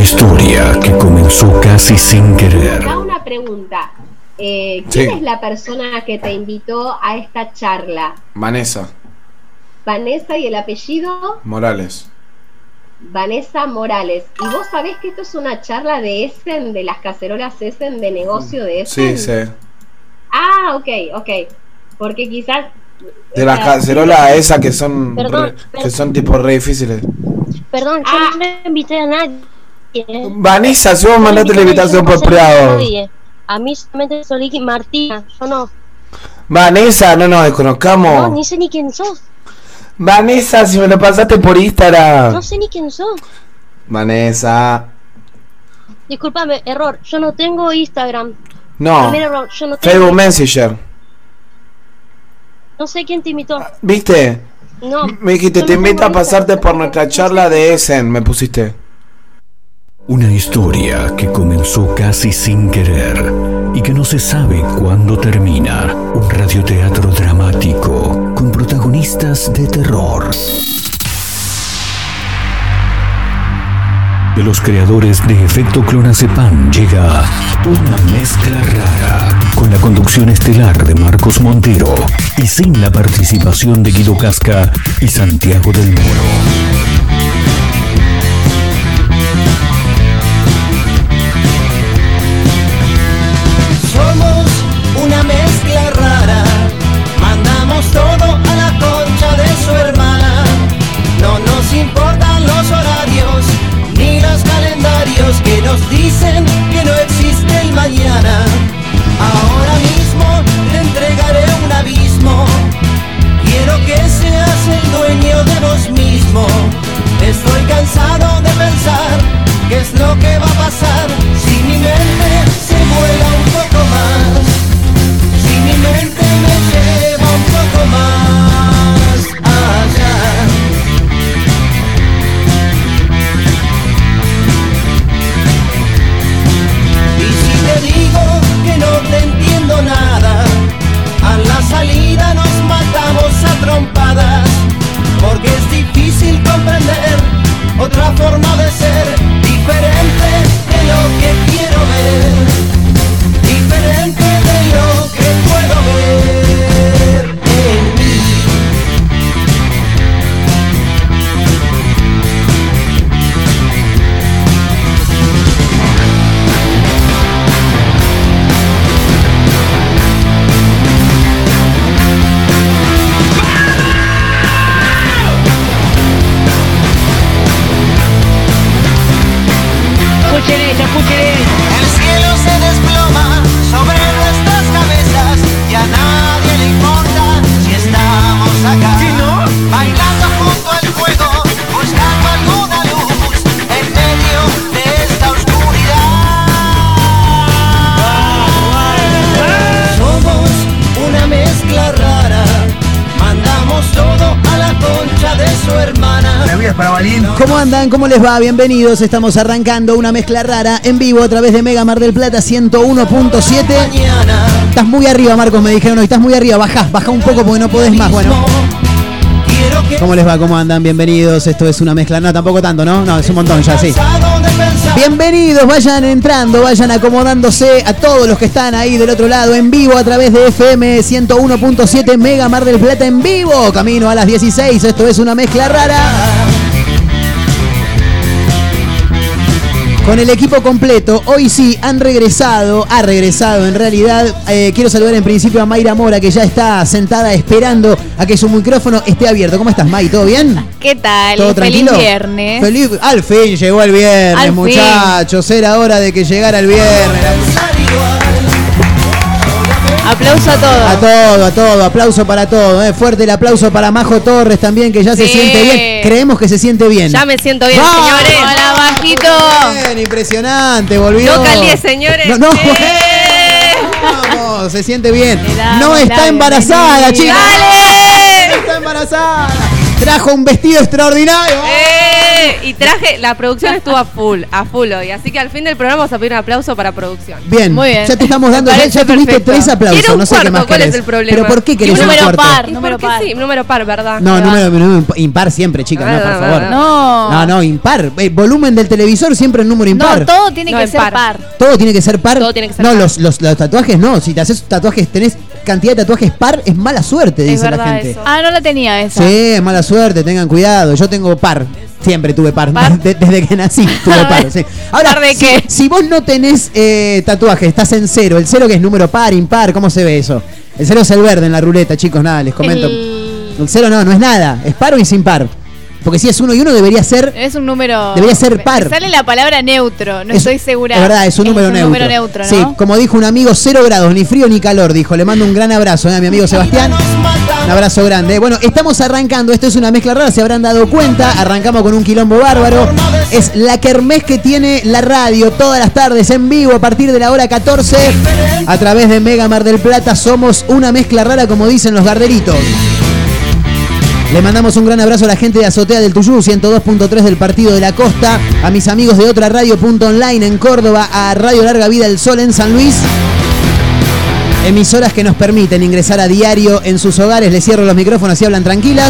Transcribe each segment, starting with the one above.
historia que comenzó casi sin querer. Da una pregunta. ¿Quién es la persona que te invitó a esta charla? Vanessa. Vanessa, ¿y el apellido? Morales. Vanessa Morales. ¿Y vos sabés que esto es una charla de Essen, de las cacerolas Essen, de negocio de Essen? Sí, sí. Ah, ok. Porque quizás... De las cacerolas esas que son Perdón. que son tipo re difíciles. Perdón, yo no invité a nadie. Vanessa, si vos mandaste la invitación por privado. A mí solamente Soliki Martina, yo no. Vanessa, no nos desconozcamos. No, ni sé ni quién sos. Vanessa, si me lo pasaste por Instagram. No sé ni quién sos. Vanessa. Disculpame, error, yo no tengo Instagram. No. Primer error, yo no tengo Facebook Messenger. No sé quién te invitó. ¿Viste? No. Me dijiste, te invito a pasarte por nuestra charla de Essen, me pusiste. Una historia que comenzó casi sin querer y que no se sabe cuándo termina. Un radioteatro dramático con protagonistas de terror. De los creadores de Efecto Clonazepam llega Una Mezcla Rara, con la conducción estelar de Marcos Montero y sin la participación de Guido Casca y Santiago del Moro. Somos una mezcla rara, mandamos todo a la concha de su hermana. No nos importan los horarios ni los calendarios que nos dicen que no existe el mañana. Ahora mismo te entregaré un abismo. Quiero que seas el dueño de vos mismo. Estoy cansado de pensar qué es lo que va a pasar si mi mente se vuela un poco más. Si mi mente me lleva un poco más allá. Y si te digo que no te entiendo nada, a la salida nos matamos a trompadas, porque es difícil comprender otra forma de ser, diferente de lo que quiero ver, diferente de lo que puedo ver en mí. El cielo se desploma sobre nuestras cabezas y a nadie le importa si estamos acá. Bailando junto al fuego, buscando alguna luz en medio de esta oscuridad. Somos una mezcla rara, mandamos todo a la concha de su hermana. La vida es para valientes. ¿Cómo andan? ¿Cómo les va? Bienvenidos. Estamos arrancando Una Mezcla Rara en vivo a través de Mega Mar del Plata 101.7. Estás muy arriba, Marcos, me dijeron hoy. Estás muy arriba. Baja un poco porque no podés más. Bueno. ¿Cómo les va? ¿Cómo andan? Bienvenidos. Esto es Una Mezcla. No, tampoco tanto, ¿no? No, es un montón ya, sí. Bienvenidos. Vayan entrando, vayan acomodándose a todos los que están ahí del otro lado en vivo a través de FM 101.7 Mega Mar del Plata en vivo. Camino a las 16. Esto es Una Mezcla Rara. Con el equipo completo, hoy sí ha regresado en realidad. Quiero saludar en principio a Mayra Mora, que ya está sentada esperando a que su micrófono esté abierto. ¿Cómo estás, May? ¿Todo bien? ¿Qué tal? ¿Todo tranquilo? Feliz viernes. Al fin llegó el viernes, Al muchachos. Era hora de que llegara el viernes. Aplauso a todos. A todo. Aplauso para todo. Fuerte el aplauso para Majo Torres también, que ya se siente bien. Creemos que se siente bien. Ya me siento bien, señores. Hola, bajito. Bien, impresionante, volvió. No calié, señores. No. Vamos, se siente bien. No está embarazada, chicos. ¡Dale! No está embarazada. Trajo un vestido extraordinario. traje, la producción estuvo a full hoy, así que al fin del programa vamos a pedir un aplauso para producción. Bien, muy bien. Ya te estamos dando, ya tuviste 3 aplausos, quiero un no sé cuarto, qué más ¿cuál querés? es el problema? ¿Pero por qué querés un número cuarto? par, número par. Sí, número par, ¿verdad? No, número impar siempre, chicas, no, por favor. No, impar. Volumen del televisor siempre en número impar. No, todo tiene que ser par. ¿Todo tiene que ser par? Todo tiene que ser par. No, los tatuajes no. Si te haces tatuajes, tenés cantidad de tatuajes par, es mala suerte, dice la gente. Eso. Ah, no la tenía esa. Sí, es mala suerte, tengan cuidado. Yo tengo par. Siempre tuve par. Desde que nací tuve par. Sí. Ahora, ¿Par de qué? Si vos no tenés tatuajes, estás en 0. ¿El 0 que es número par, impar? ¿Cómo se ve eso? El 0 es el verde en la ruleta, chicos, nada, les comento. El 0 no es nada. Es par o es impar. Porque si es 1 y 1 debería ser... Es un número... Debería ser par. Me sale la palabra neutro, no estoy segura. Es verdad, es un número neutro. Número neutro, ¿no? Sí, como dijo un amigo, 0 grados, ni frío ni calor, dijo. Le mando un gran abrazo a mi amigo Sebastián. Un abrazo grande. Bueno, estamos arrancando. Esto es una mezcla rara, se habrán dado cuenta. Arrancamos con un quilombo bárbaro. Es la kermés que tiene la radio todas las tardes en vivo a partir de la hora 14. A través de Mega Mar del Plata somos una mezcla rara, como dicen los garderitos. Le mandamos un gran abrazo a la gente de Azotea del Tuyú, 102.3 del Partido de la Costa, a mis amigos de otra radio.online en Córdoba, a Radio Larga Vida del Sol en San Luis. Emisoras que nos permiten ingresar a diario en sus hogares. Les cierro los micrófonos y hablan tranquilas.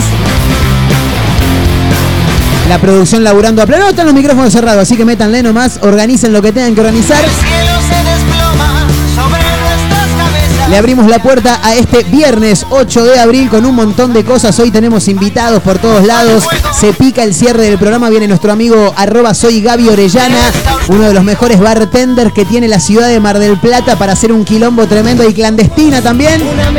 La producción laburando a pleno. No están los micrófonos cerrados, así que métanle nomás, organicen lo que tengan que organizar. Le abrimos la puerta a este viernes 8 de abril con un montón de cosas. Hoy tenemos invitados por todos lados. Se pica el cierre del programa. Viene nuestro amigo @soyGabyOrellana, uno de los mejores bartenders que tiene la ciudad de Mar del Plata para hacer un quilombo tremendo y clandestina también.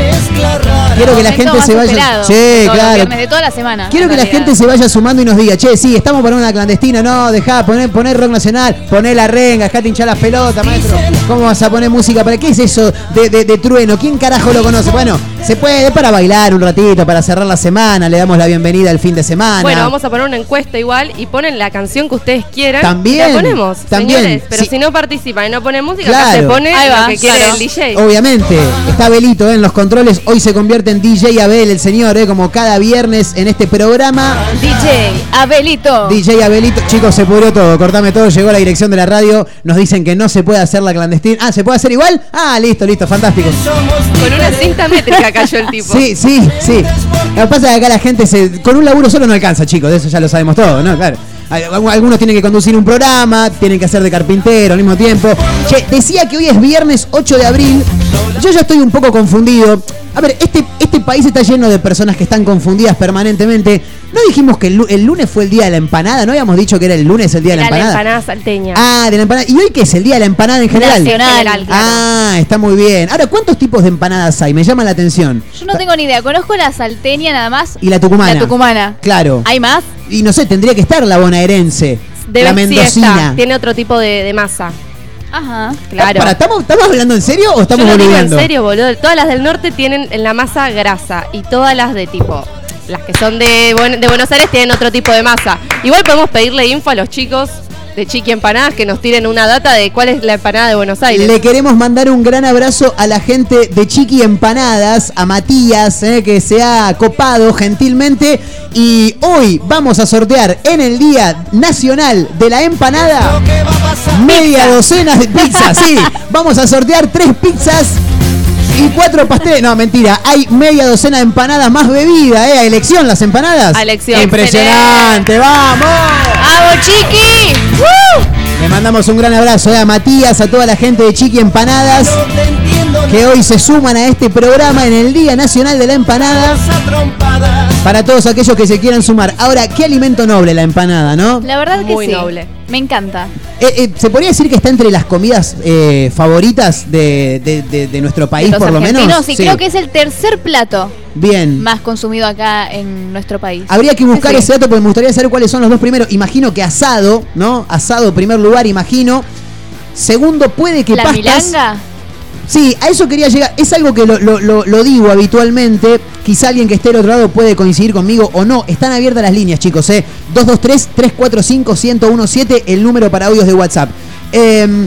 Quiero que la gente se vaya. Sí, claro. De toda la semana. Quiero que la gente se vaya sumando y nos diga, che, sí, estamos para una clandestina. No, dejá, poner rock nacional, poner la renga, dejate hinchar las pelotas, maestro. ¿Cómo vas a poner música? ¿Para qué es eso de trueno? ¿Quién carajo lo conoce? Bueno, se puede para bailar un ratito, para cerrar la semana. Le damos la bienvenida al fin de semana. Bueno, vamos a poner una encuesta igual y ponen la canción que ustedes quieran. También. La ponemos, también, señores. Pero sí. Si no participan y no ponen música, claro, acá se pone lo que quiere claro. el DJ. Obviamente. Está Abelito en los controles. Hoy se convierte en DJ Abel, el señor, como cada viernes en este programa. DJ Abelito. DJ Abelito. Chicos, se pudrió todo. Cortame todo. Llegó a la dirección de la radio. Nos dicen que no se puede hacer la clandestina. Ah, ¿se puede hacer igual? Ah, listo, fantástico. Con una cinta métrica cayó el tipo. Sí. Lo que pasa es que acá la gente con un laburo solo no alcanza, chicos. De eso ya lo sabemos todos, ¿no? Claro. Algunos tienen que conducir un programa, tienen que hacer de carpintero al mismo tiempo. Che, decía que hoy es viernes 8 de abril. Yo ya estoy un poco confundido. A ver, este país está lleno de personas que están confundidas permanentemente. ¿No dijimos que el lunes fue el día de la empanada? ¿No habíamos dicho que era el lunes el día de la empanada? La empanada salteña. Ah, de la empanada. ¿Y hoy qué es? ¿El día de la empanada en general? Nacional. Claro. Ah, está muy bien. Ahora, ¿cuántos tipos de empanadas hay? Me llama la atención. Yo no tengo ni idea. Conozco la salteña nada más. Y la tucumana. La tucumana. Claro. ¿Hay más? Y no sé, tendría que estar la bonaerense. La mendocina. Tiene otro tipo de masa. Ajá. Claro. ¿Estamos hablando en serio o estamos Yo lo digo boludeando? en serio, boludo. Todas las del norte tienen en la masa grasa y todas las de tipo... Las que son de Buenos Aires tienen otro tipo de masa. Igual podemos pedirle info a los chicos de Chiqui Empanadas que nos tiren una data de cuál es la empanada de Buenos Aires. Le queremos mandar un gran abrazo a la gente de Chiqui Empanadas, a Matías, que se ha copado gentilmente. Y hoy vamos a sortear en el Día Nacional de la Empanada media docena de pizzas. Sí, vamos a sortear 3 pizzas y 4 pasteles. No, mentira. Hay media docena de empanadas más bebida, A elección las empanadas. A elección. Impresionante, vamos. ¡Vamos, Chiqui! Le mandamos un gran abrazo a Matías, a toda la gente de Chiqui Empanadas que hoy se suman a este programa en el Día Nacional de la Empanada. Para todos aquellos que se quieran sumar. Ahora, qué alimento noble la empanada, ¿no? La verdad que Muy sí. noble. Me encanta. ¿Se podría decir que está entre las comidas favoritas de nuestro país, por lo menos? No, sí, creo que es el tercer plato bien más consumido acá en nuestro país. Habría que buscar Sí. ese dato porque me gustaría saber cuáles son los 2 primeros. Imagino que asado, ¿no? Asado, primer lugar, imagino. Segundo, puede que ¿La pastas. milanga? Sí, a eso quería llegar. Es algo que lo digo habitualmente. Quizá alguien que esté del otro lado puede coincidir conmigo o no. Están abiertas las líneas, chicos. 223-345-1017, el número para audios de WhatsApp.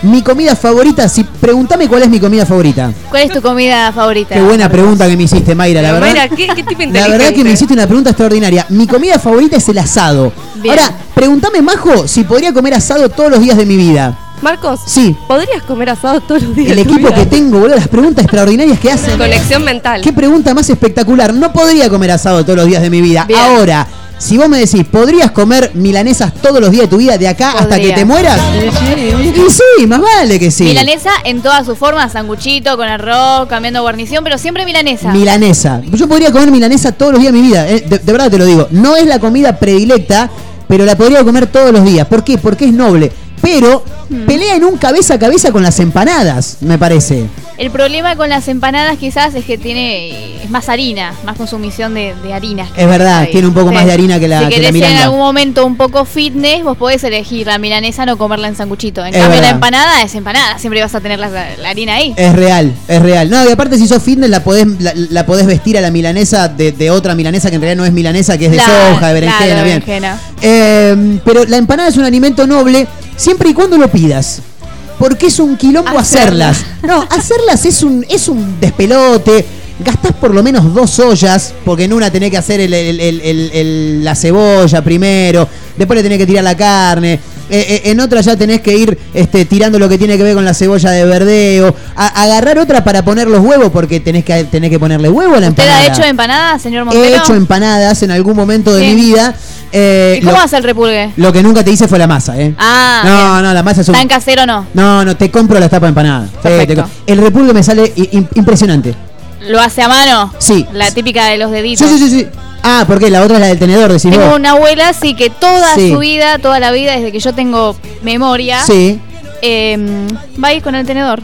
Mi comida favorita, pregúntame cuál es mi comida favorita. ¿Cuál es tu comida favorita? Qué buena pregunta que me hiciste, Mayra, la verdad. Mayra, ¿qué tipo inteligente? La verdad que me hiciste una pregunta extraordinaria. Mi comida favorita es el asado. Bien. Ahora, pregúntame, Majo, si podría comer asado todos los días de mi vida. Marcos, Sí. ¿podrías comer asado todos los días? El de tu equipo vida? que tengo, boludo, las preguntas extraordinarias que hacen. Conexión mental. Qué pregunta más espectacular. No podría comer asado todos los días de mi vida. Bien. Ahora, si vos me decís, ¿podrías comer milanesas todos los días de tu vida de acá hasta que Podría. te mueras? Y sí, más vale que sí. Milanesa en todas sus formas, sanguchito, con arroz, cambiando guarnición, pero siempre milanesa. Milanesa. Yo podría comer milanesa todos los días de mi vida. De verdad te lo digo. No es la comida predilecta, pero la podría comer todos los días. ¿Por qué? Porque es noble. Pero pelea en un cabeza a cabeza con las empanadas, me parece. El problema con las empanadas quizás es que es más harina, más consumición de harinas. Es verdad, tiene un poco más de harina que la Si querés en milanga. algún momento un poco fitness, vos podés elegir la milanesa, no comerla en sanguchito. En Es cambio verdad. la empanada es empanada, siempre vas a tener la harina ahí. Es real, es real. No, y aparte si sos fitness la podés vestir a la milanesa de otra milanesa que en realidad no es milanesa, que es de soja, de berenjena, claro, bien. berenjena. Pero la empanada es un alimento noble siempre y cuando lo pidas. Porque es un quilombo hacerlas. No, hacerlas es un despelote. Gastás por lo menos 2 ollas, porque en una tenés que hacer la cebolla primero, después le tenés que tirar la carne, en otra ya tenés que ir tirando lo que tiene que ver con la cebolla de verdeo, agarrar otra para poner los huevos, porque tenés que ponerle huevo a la ¿Usted empanada. ha hecho empanadas, señor Montero? He hecho empanadas en algún momento de Bien. mi vida. ¿Y cómo hace el repulgue? Lo que nunca te hice fue la masa, Ah, No, la masa es un... ¿tan casero no? No, te compro la tapa de empanada. Sí, Perfecto. el repulgue me sale impresionante. ¿Lo hace a mano? Sí. La típica de los deditos. Sí. Ah, porque la otra es la del tenedor, decís Tengo vos. una abuela, sí, que toda Sí. su vida, toda la vida, desde que yo tengo memoria, Sí. va a ir con el tenedor.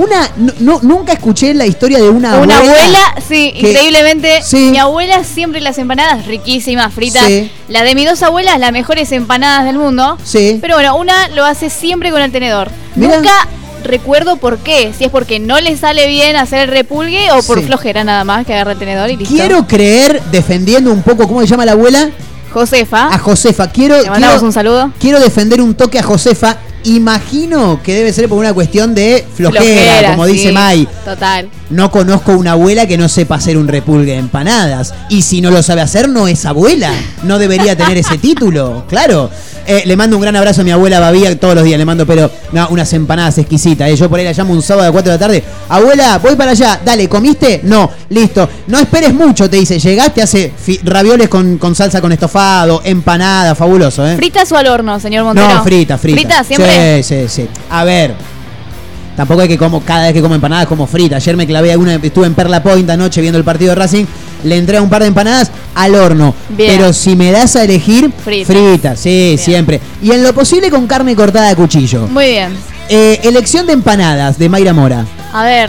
Nunca escuché la historia de una abuela. Una abuela, sí, que- increíblemente. Sí. Mi abuela siempre las empanadas riquísimas, fritas. Sí. La de mis 2 abuelas, las mejores empanadas del mundo. Sí. Pero bueno, una lo hace siempre con el tenedor. Mirá. Nunca recuerdo por qué. Si es porque no le sale bien hacer el repulgue o por Sí. flojera nada más que agarre el tenedor y listo. Quiero creer, defendiendo un poco, ¿cómo se llama la abuela? Josefa. A Josefa. Le mandamos un saludo. Quiero defender un toque a Josefa. Imagino que debe ser por una cuestión de flojera, como dice sí, Mai. Total. No conozco una abuela que no sepa hacer un repulgue de empanadas. Y si no lo sabe hacer, no es abuela. No debería tener ese título, claro. Le mando un gran abrazo a mi abuela Babía, todos los días le mando, pero no, unas empanadas exquisitas. Yo por ahí la llamo un sábado a 4 de la tarde. Abuela, voy para allá. Dale, ¿comiste? No, listo. No esperes mucho, te dice. Llegaste, hace ravioles con salsa con estofado, empanada, fabuloso, ¿eh? ¿Fritas o al horno, señor Montero? No, frita. ¿Fritas siempre? Sí. A ver. Tampoco hay que cada vez que como empanadas como frita. Ayer me clavé alguna, estuve en Perla Point anoche viendo el partido de Racing, le entré a un par de empanadas al horno. Bien. Pero si me das a elegir, frita, sí, Bien. siempre. Y en lo posible con carne cortada a cuchillo. Muy bien. Elección de empanadas de Mayra Mora. A ver,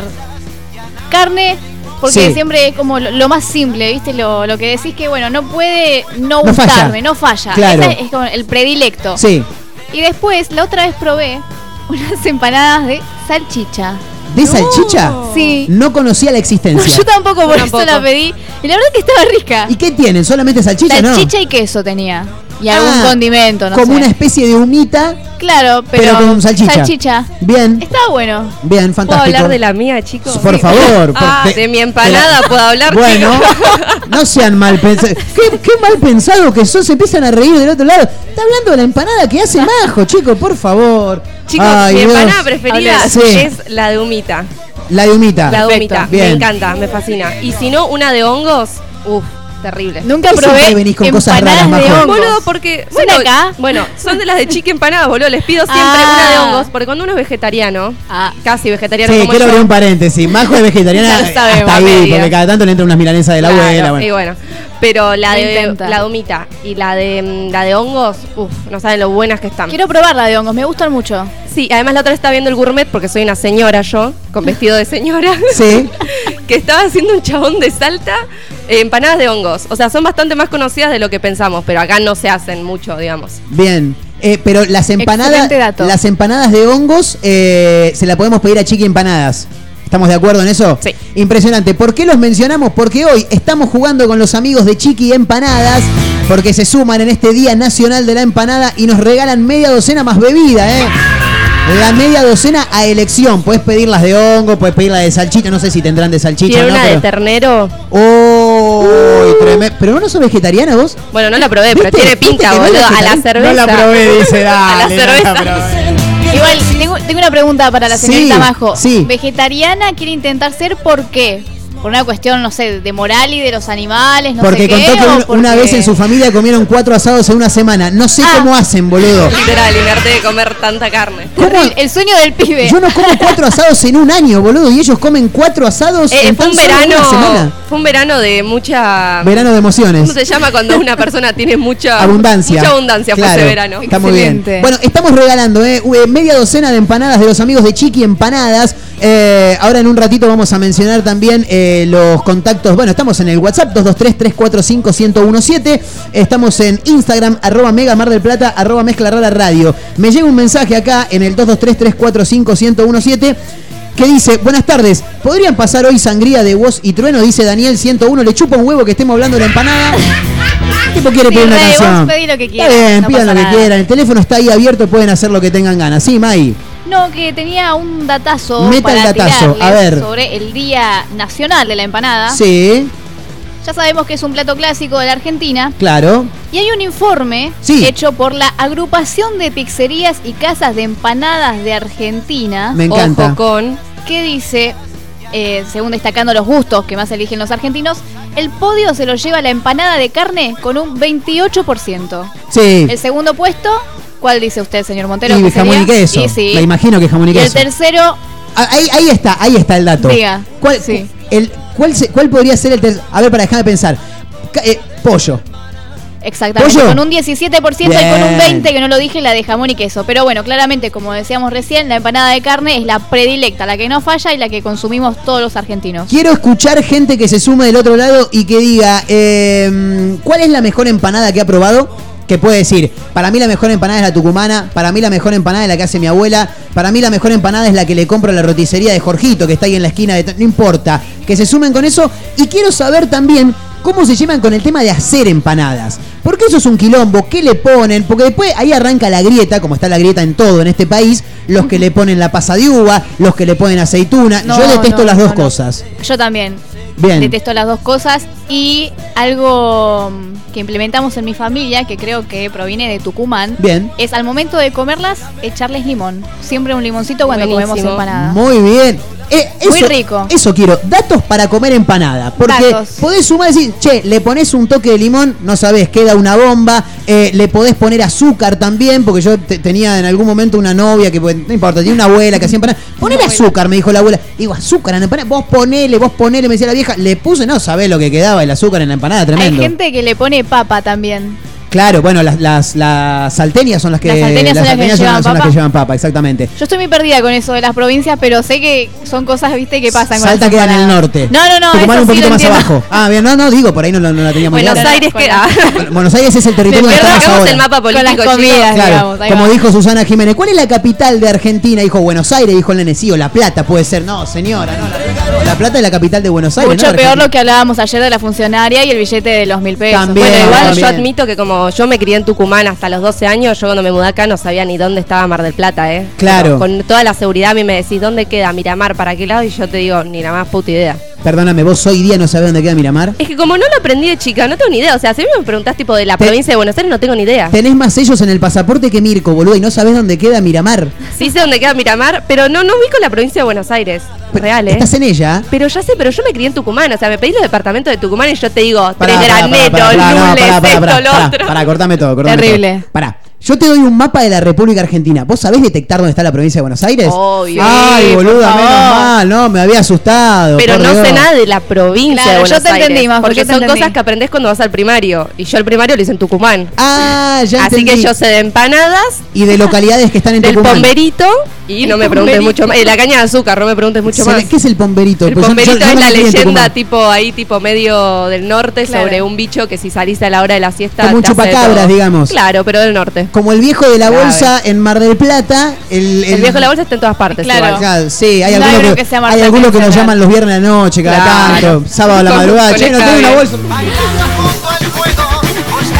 carne, porque Sí. siempre es como lo más simple, ¿viste? Lo que decís que, bueno, no puede no No falla. gustarme, no falla. Claro. Ese es como el predilecto. Sí. Y después, la otra vez probé unas empanadas de salchicha. ¿De salchicha? Sí. No conocía la No, existencia. yo tampoco, por Tampoco. eso la pedí. Y la verdad que estaba rica. ¿Y qué tienen? ¿Solamente salchicha? Salchicha No. y queso tenía. Y algún Ah, condimento, no como sé. una especie de humita, Claro, pero con salchicha. salchicha. Bien, Estaba bueno. bien, ¿Puedo fantástico. hablar de la mía, chicos? Por favor. De mi empanada puedo hablar. Bueno, chicos? no sean mal pensados. ¿Qué mal pensado que sos? Se empiezan a reír del otro lado. Está hablando de la empanada que hace Majo, chicos, por favor. Chicos, Ay, mi Dios. empanada preferida Sí. es la de humita. La de humita. La de Perfecto. humita, Bien. me encanta, me fascina. Y si no, una de hongos, terrible. Nunca ¿Qué probé siempre venís con cosas empanadas raras, de Majo? hongos. Boludo, porque. ¿Son acá? Bueno, son de las de chique empanadas, boludo. Les pido siempre Ah. una de hongos. Porque cuando uno es vegetariano, casi vegetariano Sí, como quiero yo. abrir un paréntesis. Majo es vegetariana Ya lo sabemos, hasta ahí, media. porque cada tanto le entran unas milanesas de la Claro, abuela. Bueno. y bueno. Pero la Lo de intenta. la de humita y la de hongos, no saben lo buenas que están. Quiero probarla de hongos, me gustan mucho. Sí, además la otra vez estaba viendo el gourmet porque soy una señora yo, con vestido de señora. Sí. Que estaba haciendo un chabón de Salta empanadas de hongos. O sea, son bastante más conocidas de lo que pensamos, pero acá no se hacen mucho, digamos. Bien. Pero las empanadas, Excelente dato. las empanadas de hongos se la podemos pedir a Chiqui Empanadas. ¿Estamos de acuerdo en eso? Sí. Impresionante. ¿Por qué los mencionamos? Porque hoy estamos jugando con los amigos de Chiqui Empanadas, porque se suman en este Día Nacional de la Empanada y nos regalan media docena más bebida, ¿eh? La media docena a elección. Puedes pedir las de hongo, puedes pedir las de salchicha. No sé si tendrán de salchicha. ¿Tiene o no, una pero... de ternero? ¿Pero vos no sos vegetariana vos? Bueno, no la probé, pero ¿Viste? tiene pinta, ¿Viste que boludo. no A la cerveza. No la probé, dice, dale. A la cerveza. No la probé. Igual, tengo una pregunta para la señorita Sí, Majo. sí. ¿Vegetariana quiere intentar ser por qué? ¿Por una cuestión, no sé, de moral y de los animales, no Porque sé qué? contó que o una porque- vez en su familia comieron 4 asados en una semana. No sé cómo hacen, boludo. Literal, y me harté de comer tanta carne. El sueño del pibe. Yo no como 4 asados en un año, boludo. Y ellos comen 4 asados en Fue tan un solo una semana. verano. Fue un verano de mucha. Verano de emociones. ¿Cómo se llama cuando una persona tiene mucha Abundancia. Mucha abundancia fue Claro, ese verano. Está muy bien. Excelente. Bueno, estamos regalando media docena de empanadas de los amigos de Chiqui Empanadas. Ahora en un ratito vamos a mencionar también los contactos. Bueno, estamos en el WhatsApp 223-345-1017. Estamos en Instagram, @Mega Mar del Plata, @Mezcla Rara Radio. Me llega un mensaje acá en el 223-345-1017 que dice: buenas tardes, ¿podrían pasar hoy sangría de voz y trueno? Dice Daniel 101, le chupa un huevo que estemos hablando de la empanada. ¿Qué tipo quiere pedir una canción? Vos pedí lo que Está quieras. bien, no pidan lo pasa que nada. quieran. El teléfono está ahí abierto, pueden hacer lo que tengan ganas. Sí, Mai. No, que tenía un datazo Meta el para datazo, tirarles a ver. sobre el Día Nacional de la Empanada. Sí, Ya sabemos que es un plato clásico de la Argentina. claro. Y hay un informe Sí. hecho por la Agrupación de Pizzerías y Casas de Empanadas de Argentina. Me encanta. Ojo con. Que dice, según destacando los gustos que más eligen los argentinos, el podio se lo lleva la empanada de carne con un 28%. Sí. El segundo puesto, ¿cuál dice usted, señor Montero? Y que jamón sería? y queso. Y sí. Me imagino que jamón y Y el queso. tercero, Ahí está el dato. Diga. ¿Cuál, Sí. ¿Cuál podría ser el tercer? A ver, déjame pensar. Pollo. exactamente, ¿Pollo? con un 17% y con un Bien. 20%, que no lo dije, la de jamón y queso. Pero bueno, claramente, como decíamos recién, la empanada de carne es la predilecta, la que no falla y la que consumimos todos los argentinos. Quiero escuchar gente que se sume del otro lado y que diga, ¿cuál es la mejor empanada que ha probado? Que puede decir, para mí la mejor empanada es la tucumana, para mí la mejor empanada es la que hace mi abuela, para mí la mejor empanada es la que le compro a la roticería de Jorgito, que está ahí en la esquina de... No importa, que se sumen con eso. Y quiero saber también cómo se llevan con el tema de hacer empanadas. Porque eso es un quilombo, ¿qué le ponen? Porque después ahí arranca la grieta, como está la grieta en todo en este país, los que le ponen la pasa de uva, los que le ponen aceituna. No, Yo detesto no, las dos no. cosas. Yo también. Bien. Detesto las dos cosas. Y algo que implementamos en mi familia, que creo que proviene de Tucumán, Bien. es al momento de comerlas, echarles limón. Siempre un limoncito cuando Buenísimo. comemos empanada. Muy bien. Muy rico. Eso quiero. Datos para comer empanada. Porque Datos. podés sumar y decir, che, le ponés un toque de limón, no sabés, queda una bomba. Le podés poner azúcar también, porque yo tenía en algún momento una novia que, pues, no importa, tenía una abuela que hacía empanadas. Ponele azúcar, me dijo la abuela. Digo, azúcar en la empanada. Vos ponele, me decía la vieja. Le puse, no sabés lo que quedaba el azúcar en la empanada, tremendo. Hay gente que le pone papa también. Claro, bueno, las salteñas son las que, Las salteñas son las que llevan son las papa. que llevan papa, exactamente. Yo estoy muy perdida con eso de las provincias, pero sé que son cosas, viste, que pasan con Salta las queda en el empanadas. norte. No, Tucumán eso un sí poquito lo más entiendo. abajo. Ah, bien, no, digo, por ahí no la teníamos Buenos clara. Aires queda. Buenos Aires es el territorio donde estamos Hagamos ahora. el mapa Con las político, comidas, chicos. Claro, digamos. ahí como va. dijo Susana Jiménez, ¿cuál es la capital de Argentina? Dijo Buenos Aires, dijo el nene, sí, o La Plata puede ser. No, señora, no, La Plata es la capital de Buenos Aires. Mucho no de peor Argentina. lo que hablábamos ayer de la funcionaria y el billete de los 1.000 pesos. También. Bueno, igual también. yo admito que como yo me crié en Tucumán hasta los 12 años, yo cuando me mudé acá no sabía ni dónde estaba Mar del Plata, ¿eh? Claro. Pero con toda la seguridad a mí me decís, ¿dónde queda Miramar? ¿Para qué lado? Y yo te digo, ni la más puta idea. Perdóname, vos hoy día no sabés dónde queda Miramar. Es que como no lo aprendí de chica, no tengo ni idea. O sea, si me preguntás tipo de la provincia de Buenos Aires, no tengo ni idea. Tenés más sellos en el pasaporte que Mirko, boludo, y no sabés dónde queda Miramar. Sí sé dónde queda Miramar, pero no ubico la provincia de Buenos Aires. Real, ¿eh? Estás en ella. Pero ya sé, pero yo me crié en Tucumán. O sea, me pedís los departamentos de Tucumán y yo te digo, Pará, tres pará, graneros, pará, pará, lunes, pará, esto, lo otro. Pará, cortame todo. Terrible. Pará. Yo te doy un mapa de la República Argentina. ¿Vos sabés detectar dónde está la provincia de Buenos Aires? Obvio. Ay, Sí, boluda, por menos favor. mal, no, me había asustado. Pero por no Dios. sé nada de la provincia Claro, de yo Buenos te entendí, Aires. Majo, Porque yo te son entendí. cosas que aprendés cuando vas al primario. Y yo el primario lo hice en Tucumán. Ah, ya Así entendí. que yo sé de empanadas, Y de localidades que están en del Tucumán. pomberito. Y El no me preguntes pomberito. mucho más. Y la caña de azúcar, no me preguntes mucho más. ¿Qué es el pomberito? El Pues yo pomberito no es me la crié en leyenda Tucumán. tipo ahí, tipo medio del norte, Claro. sobre un bicho que si saliste a la hora de la siesta Como un te hace de chupacabras, todo. digamos. Claro, pero del norte. Como el viejo de la Clave. bolsa en Mar del Plata. El El viejo de la bolsa está en todas partes. Claro. igual. Claro, sí, hay No hay algunos uno que, que sea hay algunos que nos marcianense, llaman los viernes a la noche, cada Claro. tanto, sábado a la Con- madrugada. con Che, no esta tengo una bien. bolsa.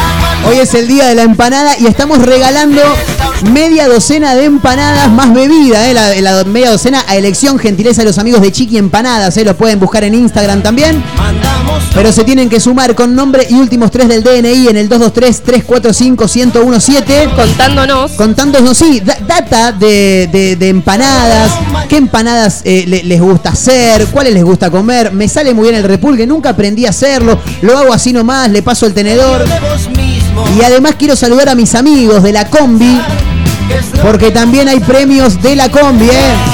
Hoy es el día de la empanada y estamos regalando media docena de empanadas más bebida, la media docena a elección, gentileza de los amigos de Chiqui Empanadas, los pueden buscar en Instagram también. Pero se tienen que sumar con nombre y últimos 3 del DNI en el 223-345-1017. Contándonos, sí, data de empanadas, qué empanadas les gusta hacer, cuáles les gusta comer. Me sale muy bien el repulgue, nunca aprendí a hacerlo, lo hago así nomás, le paso el tenedor. Y además quiero saludar a mis amigos de la combi, porque también hay premios de la combi,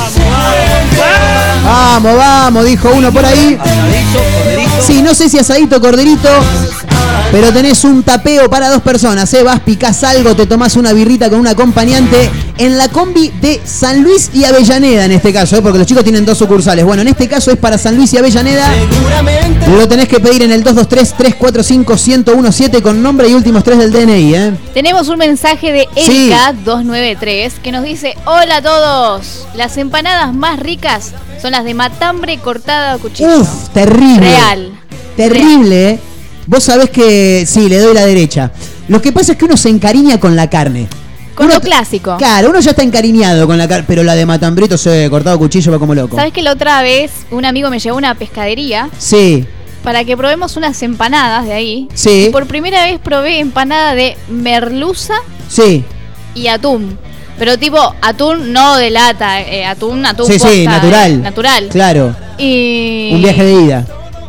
Vamos, dijo uno por ahí. Sí, no sé si asadito, corderito, pero tenés un tapeo para 2 personas, Vas, picás algo, te tomás una birrita con un acompañante en la combi de San Luis y Avellaneda en este caso, porque los chicos tienen 2 sucursales. Bueno, en este caso es para San Luis y Avellaneda. Lo tenés que pedir en el 223-345-1017 con nombre y últimos 3 del DNI, Tenemos un mensaje de Erika 293 que nos dice: hola a todos, las empanadas más ricas son las de matambre cortada a cuchillo. Uf, terrible. Real. Terrible, Vos sabés que sí, le doy la derecha. Lo que pasa es que uno se encariña con la carne. Con lo clásico. Claro, uno ya está encariñado con la carne, pero la de matambrito cortado a cuchillo va como loco. ¿Sabés que la otra vez un amigo me llevó a una pescadería? Sí. Para que probemos unas empanadas de ahí. Sí. Y por primera vez probé empanada de merluza. Sí. Y atún. Pero tipo atún no de lata, atún sí, posta, sí, natural. Natural. Claro. Y un viaje de ida.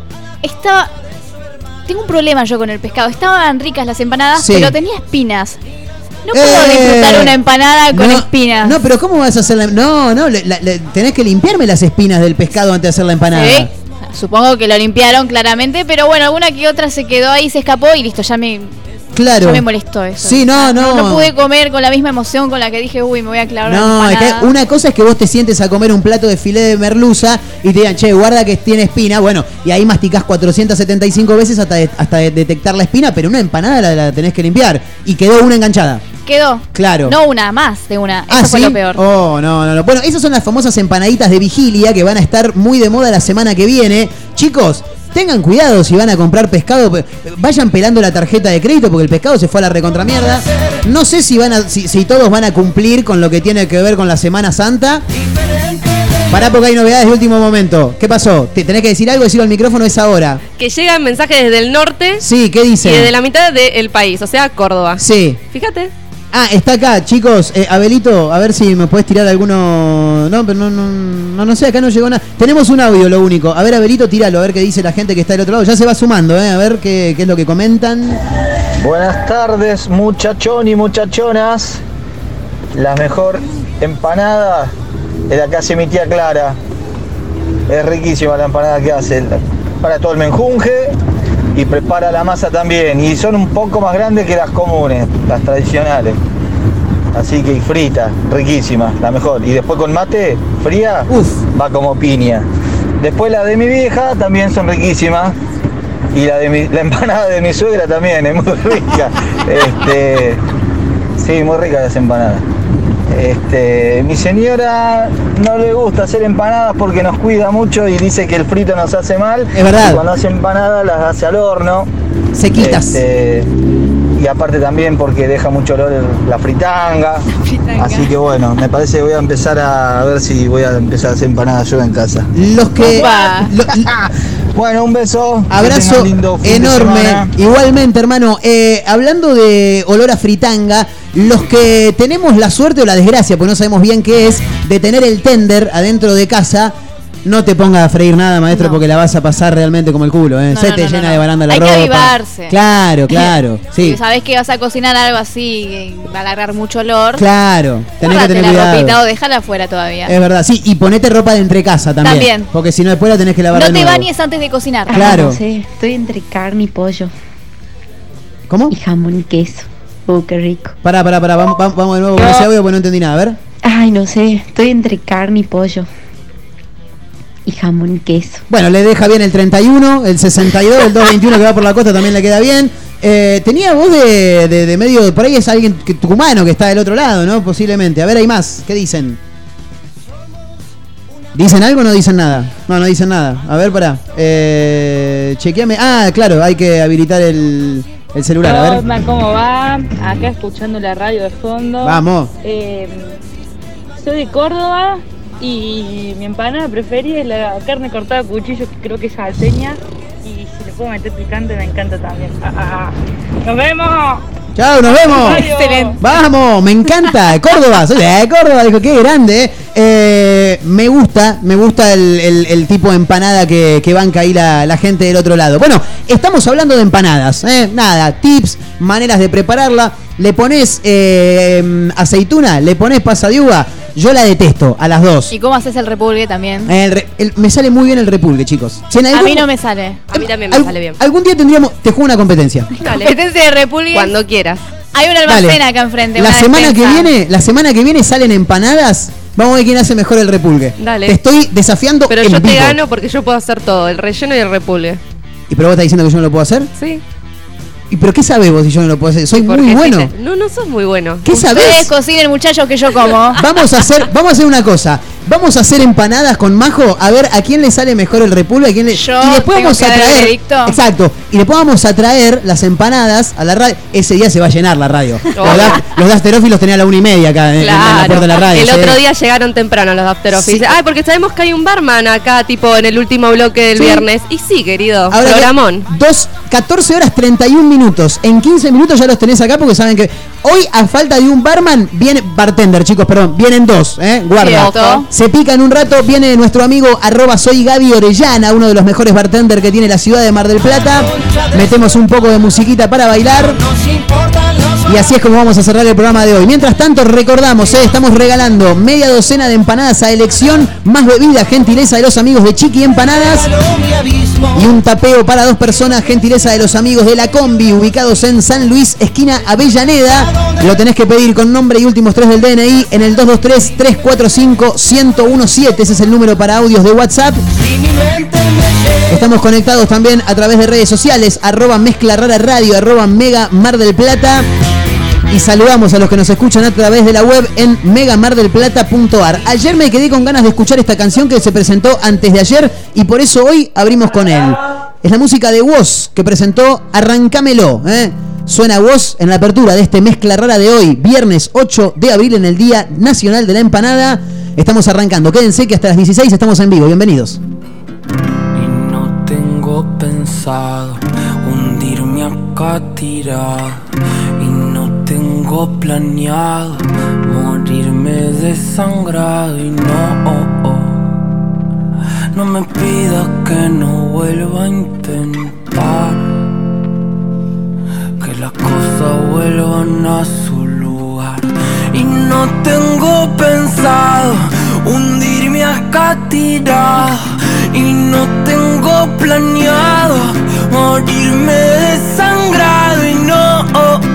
Tengo un problema yo con el pescado. Estaban ricas las empanadas, sí, pero tenía espinas. No puedo disfrutar una empanada con espinas. No, pero ¿cómo vas a hacer tenés que limpiarme las espinas del pescado antes de hacer la empanada. Sí. Supongo que lo limpiaron claramente, pero bueno, alguna que otra se quedó ahí, se escapó y listo, ya me molestó eso. Sí, no pude comer con la misma emoción con la que dije, me voy a clavar una empanada. Es que una cosa es que vos te sientes a comer un plato de filé de merluza y te digan, che, guarda que tiene espina, bueno, y ahí masticás 475 veces hasta detectar la espina, pero una empanada la tenés que limpiar. Y quedó una enganchada. Quedó. Claro. No una, más de una. Eso fue ¿sí? lo peor. Oh, no. Bueno, esas son las famosas empanaditas de vigilia que van a estar muy de moda la semana que viene. Chicos, tengan cuidado si van a comprar pescado. Vayan pelando la tarjeta de crédito porque el pescado se fue a la recontramierda. No sé si todos van a cumplir con lo que tiene que ver con la Semana Santa. Pará porque hay novedades de último momento. ¿Qué pasó? ¿Tenés que decir algo? Decirlo al micrófono, es ahora. Que llegan mensajes desde el norte. Sí, ¿qué dice? Y desde la mitad del país, o sea, Córdoba. Sí. Fíjate. Está acá, chicos. Abelito, a ver si me puedes tirar alguno. No, pero no sé, acá no llegó nada. Tenemos un audio, lo único. A ver, Abelito, tíralo, a ver qué dice la gente que está del otro lado. Ya se va sumando, a ver qué es lo que comentan. Buenas tardes, muchachón y muchachonas. La mejor empanada es la que hace mi tía Clara. Es riquísima la empanada que hace. Para todo el menjunje y prepara la masa también. Y son un poco más grandes que las comunes, las tradicionales. Así que frita, riquísima, la mejor. Y después con mate, fría, va como piña. Después la de mi vieja también son riquísimas. Y la empanada de mi suegra también es muy rica. Sí, muy rica las empanadas. Mi señora no le gusta hacer empanadas porque nos cuida mucho y dice que el frito nos hace mal. Es verdad. Y cuando hace empanadas las hace al horno. Sequitas. Y aparte también porque deja mucho olor la fritanga. Así que bueno, me parece que voy a empezar a ver si voy a empezar a hacer empanadas yo en casa. Bueno, un beso. Abrazo enorme. Igualmente, hermano. Hablando de olor a fritanga, los que tenemos la suerte o la desgracia, porque no sabemos bien qué es, de tener el tender adentro de casa, no te pongas a freír nada, maestro, porque la vas a pasar realmente como el culo, Se te llena de baranda la ropa. Hay que avivarse. Claro. Sí. Si sabés que vas a cocinar algo así, que va a agarrar mucho olor. Claro. Tenés que tener la cuidado. ropita o déjala afuera todavía. Es verdad, sí. Y ponete ropa de entrecasa también. Porque si no, después la tenés que lavar de nuevo. No te bañes antes de cocinar. Claro. No sé, estoy entre carne y pollo. ¿Cómo? Y jamón y queso. Qué rico. Pará. Vamos de nuevo con ese audio porque no entendí nada. A ver. Ay, no sé. Estoy entre carne y pollo. Y jamón y queso. Bueno, le deja bien el 31, el 62, el 221 que va por la costa también le queda bien. Tenía voz de medio, por ahí es alguien tucumano que está del otro lado, ¿no? Posiblemente. A ver, hay más. ¿Qué dicen? ¿Dicen algo o no dicen nada? No dicen nada. A ver, pará. Chequeame. Claro, hay que habilitar el el celular, a ver. Hola, ¿cómo va? Acá escuchando la radio de fondo. Vamos. Soy de Córdoba y mi empanada preferida es la carne cortada a cuchillo, que creo que es salteña. Y si le puedo meter picante, me encanta también. ¡Nos vemos! Chao, nos vemos. Excelente. Vamos, me encanta. Córdoba, soy de Córdoba, dijo, qué grande. Me gusta el tipo de empanada que banca ahí la gente del otro lado. Bueno, estamos hablando de empanadas. Nada, tips, maneras de prepararla. Le pones aceituna, le pones pasa de uva. Yo la detesto, a las dos. ¿Y cómo haces el repulgue también? Me sale muy bien el repulgue, chicos. A mí no me sale. A mí también me sale bien. Algún día te juego una competencia. Dale. Competencia de repulgue. Cuando quieras. Hay un almacén Dale. acá enfrente. La una semana que viene salen empanadas. Vamos a ver quién hace mejor el repulgue. Dale. Te estoy desafiando. Pero en yo te vivo. gano porque yo puedo hacer todo, el relleno y el repulgue. ¿Y pero vos estás diciendo que yo no lo puedo hacer? Sí. ¿Y pero qué sabés vos si yo no lo puedo hacer? Soy Porque muy bueno. No sos muy bueno. ¿Qué sabés? Ustedes cocinen, muchachos, que yo como. Vamos a hacer una cosa. Vamos a hacer empanadas con Majo, a ver a quién le sale mejor el repulgue, a quién le. Yo y después tengo vamos que a dar el traer. veredicto. Exacto. Y después vamos a traer las empanadas a la radio. Ese día se va a llenar la radio. Los dasterófilos tenían a la 1:30 acá en la puerta de la radio. El otro día llegaron temprano los After Office. Sí. Ay, porque sabemos que hay un barman acá, tipo en el último bloque del viernes. Y sí, querido. Ahora programón. 14 horas 31 minutos. En 15 minutos ya los tenés acá porque saben que hoy, a falta de un barman, viene bartender, chicos, perdón, vienen dos, guarda. Cierto. Se pican un rato, viene nuestro amigo @soy Gaby Orellana, uno de los mejores bartenders que tiene la ciudad de Mar del Plata. Metemos un poco de musiquita para bailar. Y así es como vamos a cerrar el programa de hoy. Mientras tanto, recordamos, estamos regalando media docena de empanadas a elección, más bebida, gentileza de los amigos de Chiqui Empanadas. Y un tapeo para 2 personas, gentileza de los amigos de La Combi, ubicados en San Luis, esquina Avellaneda. Lo tenés que pedir con nombre y últimos 3 del DNI en el 223-345-1017. Ese es el número para audios de WhatsApp. Estamos conectados también a través de redes sociales, @Mezcla Rara Radio, @Mega Mar del Plata. Y saludamos a los que nos escuchan a través de la web en megamardelplata.ar. Ayer me quedé con ganas de escuchar esta canción que se presentó antes de ayer y por eso hoy abrimos con él. Es la música de Woz que presentó Arrancámelo. Suena Woz en la apertura de este Mezcla Rara de hoy, viernes 8 de abril en el Día Nacional de la Empanada. Estamos arrancando. Quédense que hasta las 16 estamos en vivo. Bienvenidos. Y no tengo pensado hundirme acá tirado. Y no tengo planeado morirme desangrado. Y no me pidas que no vuelva a intentar que las cosas vuelvan a su lugar. Y no tengo pensado hundirme acá tirado. Y no tengo planeado morirme desangrado. Y no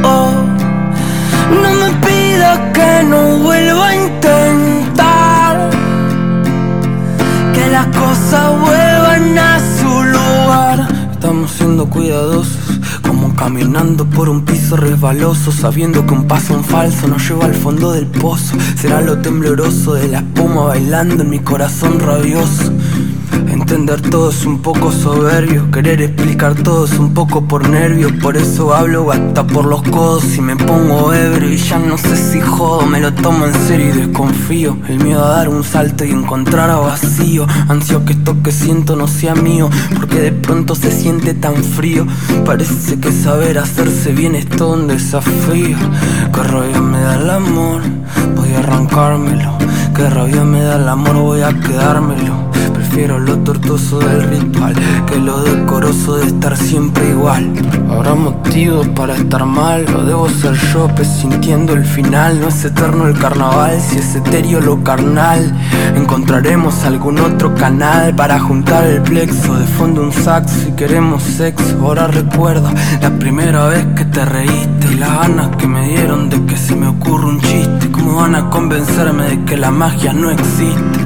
me pidas que no vuelva a intentar que las cosas vuelvan a su lugar. Estamos siendo cuidadosos, como caminando por un piso resbaloso, sabiendo que un paso en falso nos lleva al fondo del pozo. Será lo tembloroso de la espuma bailando en mi corazón rabioso. Entender todo es un poco soberbio, querer explicar todo es un poco por nervios. Por eso hablo hasta por los codos y me pongo ebrio. Y ya no sé si jodo, me lo tomo en serio y desconfío. El miedo a dar un salto y encontrar a vacío. Ansio que esto que siento no sea mío, porque de pronto se siente tan frío. Parece que saber hacerse bien es todo un desafío. Qué rabia me da el amor, voy a arrancármelo. Qué rabia me da el amor, voy a quedármelo. Prefiero lo tortuoso del ritual que lo decoroso de estar siempre igual. Habrá motivos para estar mal, o debo ser yo presintiendo el final. No es eterno el carnaval, si es etéreo lo carnal. Encontraremos algún otro canal para juntar el plexo. De fondo un saxo si queremos sexo. Ahora recuerdo la primera vez que te reíste y las ganas que me dieron de que se me ocurra un chiste. ¿Cómo van a convencerme de que la magia no existe?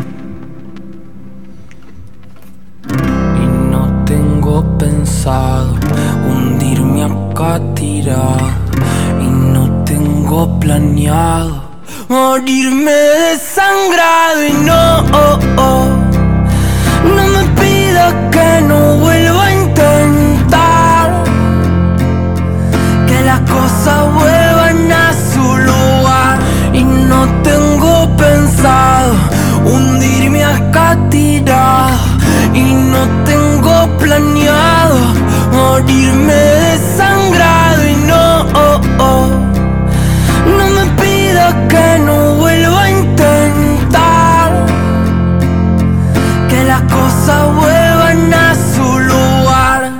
Pensado hundirme acá tirado. Y no tengo planeado morirme desangrado. Y no me pidas que no vuelva a intentar cosas vuelvan a su lugar. Y no tengo pensado hundirme acá tirado, y no tengo planeado morirme desangrado. Y no, no me pidas que no vuelva a intentar que las cosas vuelvan a su lugar.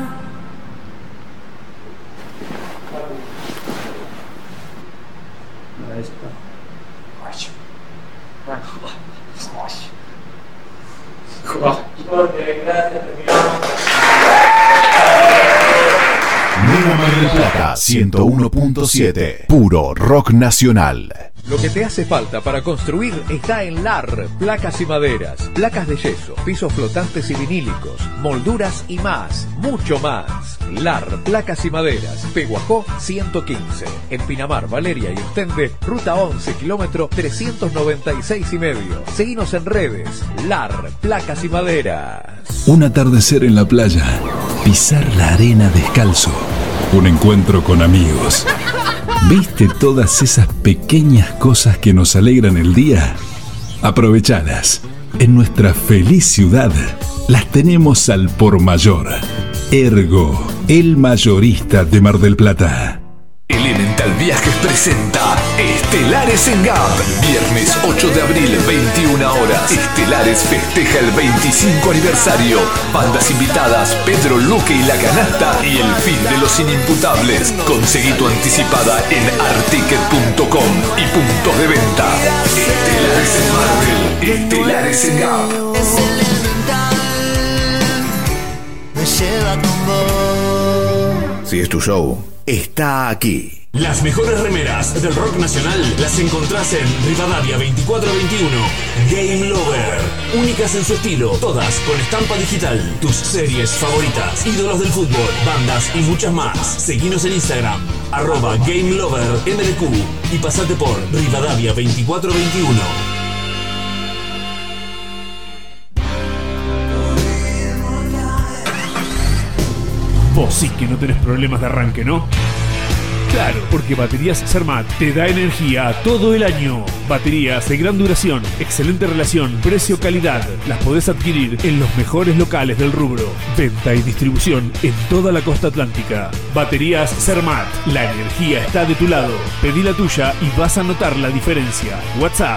Mega Mar del Plata 101.7, puro rock nacional. Lo que te hace falta para construir está en LAR, placas y maderas, placas de yeso, pisos flotantes y vinílicos, molduras y más, mucho más. LAR, placas y maderas, Peguajó 115, en Pinamar, Valeria y Ostende, ruta 11, kilómetro 396,5. Seguinos en redes, LAR, placas y maderas. Un atardecer en la playa, pisar la arena descalzo, un encuentro con amigos. ¿Viste todas esas pequeñas cosas que nos alegran el día? Aprovechalas. En nuestra feliz ciudad las tenemos al por mayor. Ergo, el mayorista de Mar del Plata. Elemental Viajes presenta Estelares en GAP. Viernes 8 de abril, 21 horas. Estelares festeja el 25 aniversario. Bandas invitadas, Pedro Luque y La Canasta y el fin de los inimputables. Conseguí tu anticipada en articket.com y puntos de venta. Estelares en Marvel, Estelares en GAP. Me lleva con vos. Si es tu show, está aquí. Las mejores remeras del rock nacional las encontrás en Rivadavia 2421. Game Lover. Únicas en su estilo, todas con estampa digital. Tus series favoritas, ídolos del fútbol, bandas y muchas más. Seguinos en Instagram, @GameLoverMDQ y pasate por Rivadavia 2421. Vos sí que no tenés problemas de arranque, ¿no? Claro, porque Baterías Zermatt te da energía todo el año. Baterías de gran duración, excelente relación, precio-calidad. Las podés adquirir en los mejores locales del rubro. Venta y distribución en toda la costa atlántica. Baterías Zermatt, la energía está de tu lado. Pedí la tuya y vas a notar la diferencia. WhatsApp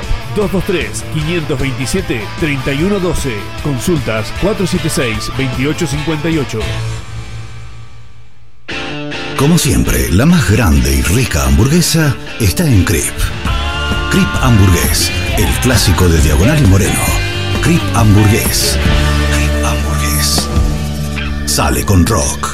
223-527-3112. Consultas 476-2858. Como siempre, la más grande y rica hamburguesa está en Crip. Crip Hamburgués, el clásico de Diagonal y Moreno. Crip Hamburgués. Crip Hamburgués. Sale con rock.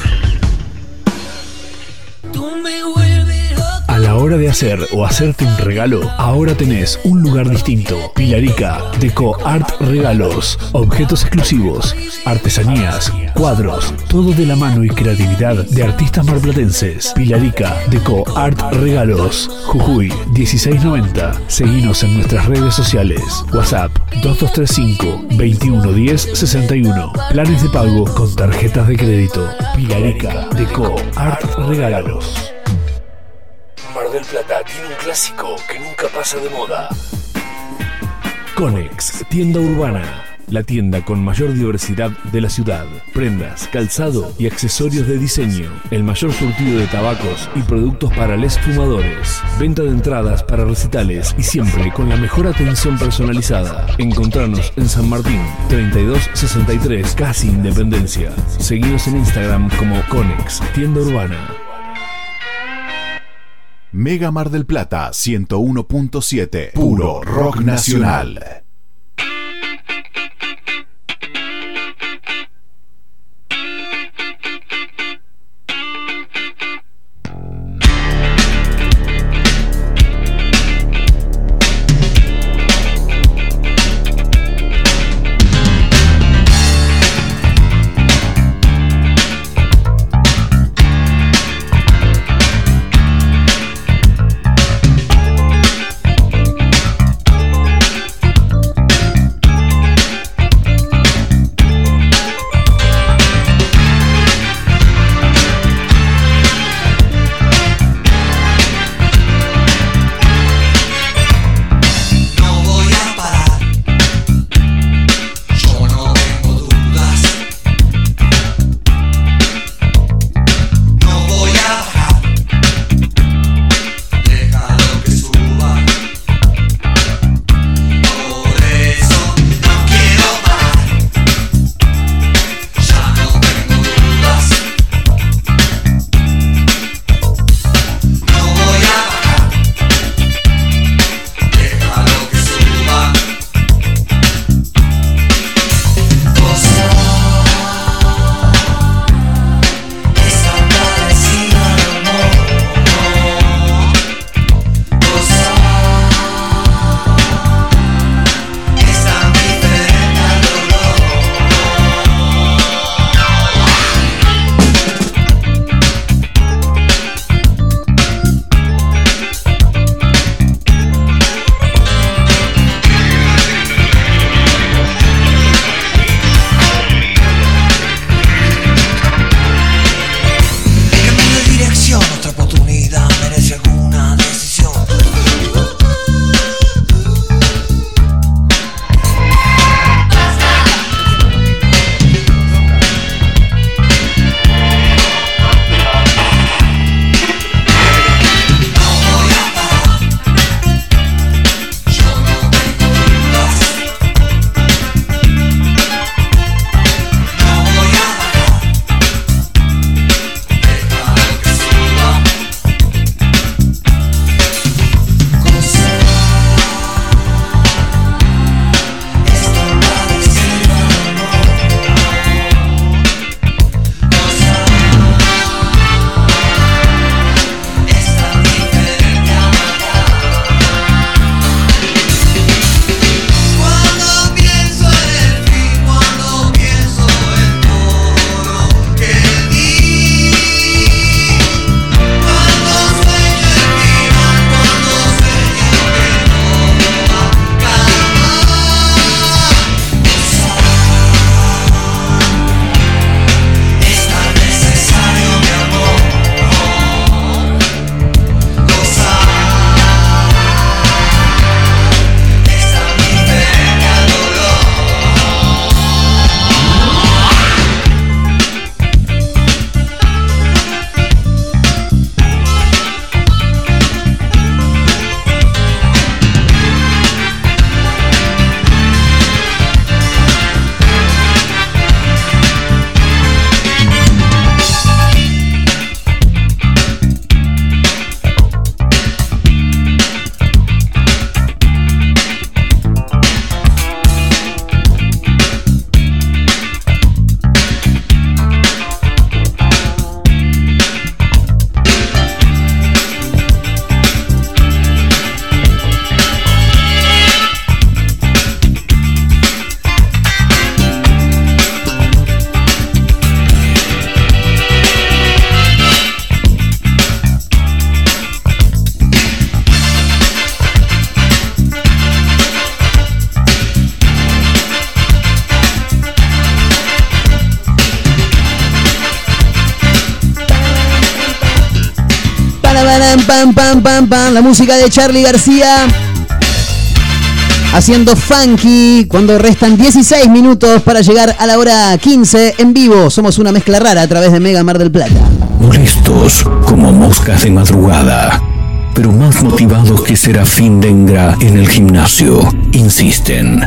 A la hora de hacer o hacerte un regalo, ahora tenés un lugar distinto. Pilarica, Deco Art Regalos, objetos exclusivos, artesanías, cuadros, todo de la mano y creatividad de artistas marplatenses. Pilarica, Deco Art Regalos, Jujuy 1690. Seguinos en nuestras redes sociales. WhatsApp 2235-2110-61. Planes de pago con tarjetas de crédito. Pilarica, Deco Art Regalos. Mar del Plata tiene un clásico que nunca pasa de moda. Conex, tienda urbana. La tienda con mayor diversidad de la ciudad. Prendas, calzado y accesorios de diseño. El mayor surtido de tabacos y productos para les fumadores. Venta de entradas para recitales y siempre con la mejor atención personalizada. Encontranos en San Martín, 3263, casi Independencia. Seguinos en Instagram como Conex, tienda urbana. Mega Mar del Plata 101.7, puro rock nacional. pam, pam, pam, pam, pam. La música de Charly García. Haciendo funky cuando restan 16 minutos para llegar a la hora 15 en vivo. Somos una mezcla rara a través de Mega Mar del Plata. Molestos como moscas de madrugada, pero más motivados que Serafín Dengra en el gimnasio, insisten.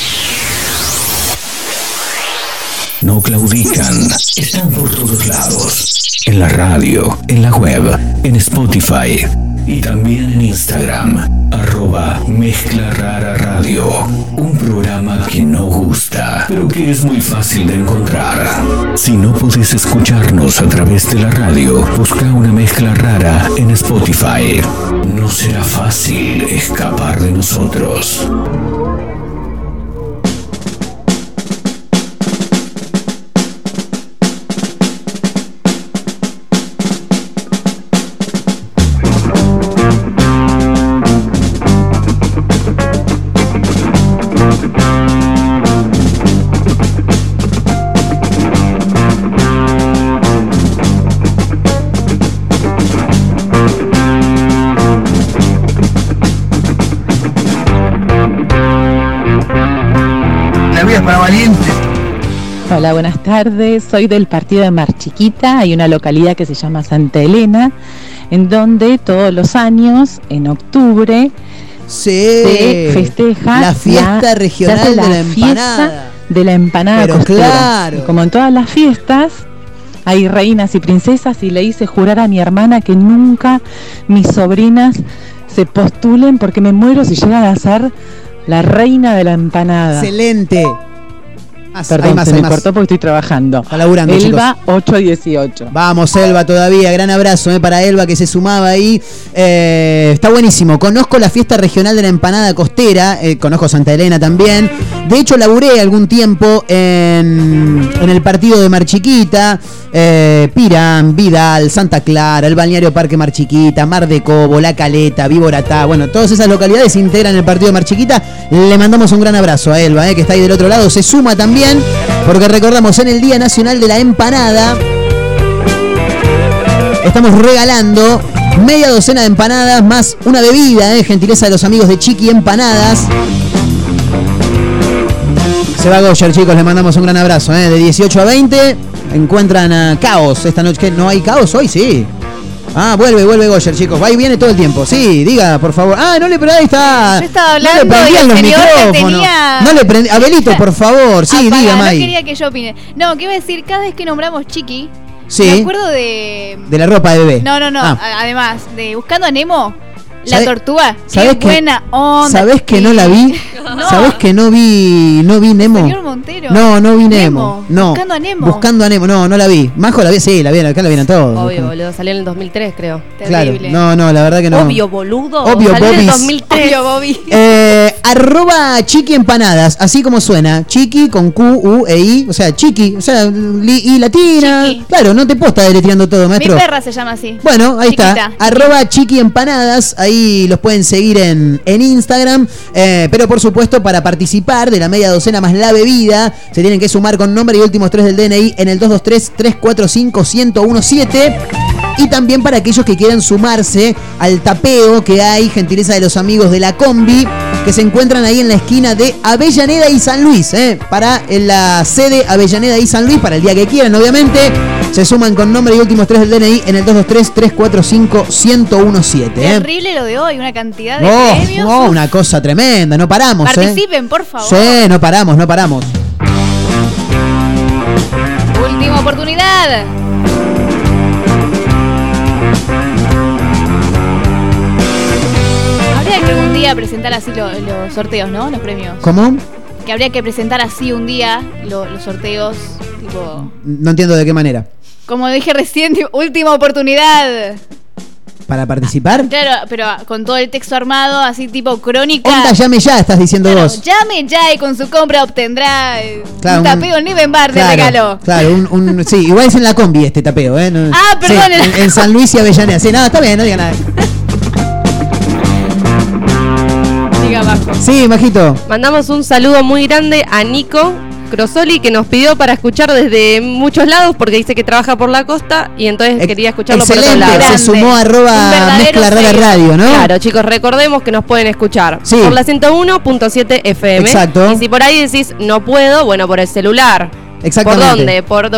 No claudican, están por todos lados. En la radio, en la web, en Spotify y también en Instagram. @Mezcla Rara Radio. Un programa que no gusta, pero que es muy fácil de encontrar. Si no podés escucharnos a través de la radio, busca una mezcla rara en Spotify. No será fácil escapar de nosotros. Hola, buenas tardes. Soy del partido de Mar Chiquita. Hay una localidad que se llama Santa Elena, en donde todos los años, en octubre, se festeja la fiesta regional de la empanada. De la empanada Pero costera. claro. Y como en todas las fiestas, hay reinas y princesas, y le hice jurar a mi hermana que nunca mis sobrinas se postulen, porque me muero si llegan a ser la reina de la empanada. Excelente. Perdón, se me cortó porque estoy trabajando. Está laburando, Elba, chicos. 818. Vamos, Elba, todavía. Gran abrazo para Elba que se sumaba ahí. Está buenísimo. Conozco la fiesta regional de la empanada costera. Conozco Santa Elena también. De hecho, laburé algún tiempo en el partido de Mar Chiquita. Pirán, Vidal, Santa Clara, el balneario Parque Mar Chiquita, Mar de Cobo, La Caleta, Viboratá. Bueno, todas esas localidades integran el partido de Mar Chiquita. Le mandamos un gran abrazo a Elba, que está ahí del otro lado. Se suma también, porque recordamos, en el Día Nacional de la Empanada estamos regalando media docena de empanadas más una bebida, gentileza de los amigos de Chiqui Empanadas. Se va Goyer, chicos, les mandamos un gran abrazo. De 18 a 20 encuentran a Caos esta noche. ¿Qué? ¿No hay Caos hoy? Sí. Ah, vuelve Goyer, chicos. Va y viene todo el tiempo. Sí, diga, por favor. Ah, no le prendí, ahí está. Yo estaba hablando no le prendían los micrófonos. No le prendí. Abelito, por favor. Sí, Apagá, diga, no May. quería que yo opine. No, ¿qué iba a decir? Cada vez que nombramos Chiqui, Sí. me acuerdo de De la ropa de bebé. No. Ah. Además, de Buscando a Nemo, la ¿Sabe- tortuga. ¿Sabés Qué que- buena onda. ¿Sabés que no la vi? No. ¿Sabés que no vi Nemo? Señor Montero. No vi Nemo. No. Buscando a Nemo. Buscando a Nemo. No la vi. Majo la vi, sí, la vi, acá la vieron todos. Obvio, boludo. Salió en el 2003, creo. Claro. No, la verdad que no. Obvio, boludo. Obvio, Salió en el Bobis. 2003. Obvio, Bobby. @ Chiqui Empanadas, así como suena. Chiqui con Q, U, E, I. O sea, Chiqui. O sea, I latina. Chiqui. Claro, no te puedo estar deletreando todo, Mi maestro. perra se llama así. Bueno, ahí Chiquita. está. @Chiqui Empanadas. Ahí los pueden seguir en Instagram. Pero por supuesto, para participar de la media docena más la bebida, se tienen que sumar con nombre y últimos 3 del DNI en el 223-345-1017. Y también para aquellos que quieran sumarse al tapeo que hay, gentileza de los amigos de la Combi, que se encuentran ahí en la esquina de Avellaneda y San Luis, para la sede Avellaneda y San Luis, para el día que quieran, obviamente. Se suman con nombre y últimos 3 del DNI en el 223-345-1017. Terrible lo de hoy, una cantidad de No, premios. no, una cosa tremenda, no paramos. Participen, por favor. Sí, no paramos. Última oportunidad. Habría que un día presentar así los sorteos, ¿no? Los premios. ¿Cómo? Que habría que presentar así un día los sorteos, tipo... No entiendo de qué manera. Como dije recién, tipo, última oportunidad. ¿Para participar? Claro, pero con todo el texto armado, así tipo crónica. Onda, llame ya, estás diciendo vos. Llame ya y con su compra obtendrá Claro, un tapeo en Nivenbar de regalo. Claro, sí, igual es en la Combi este tapeo, No, Ah, perdón, sí, en San Luis y Avellaneda. Sí, nada, está bien, no diga nada. Diga abajo. Sí, Majito. Mandamos un saludo muy grande a Nico, Crosoli, que nos pidió para escuchar desde muchos lados porque dice que trabaja por la costa y entonces quería escucharlo por otro lado. Se sumó a @Mezcla Rara Radio, ¿no? Claro, chicos, recordemos que nos pueden escuchar por la 101.7 FM. Exacto. Y si por ahí decís no puedo, bueno, por el celular. Exactamente. ¿Por dónde? Por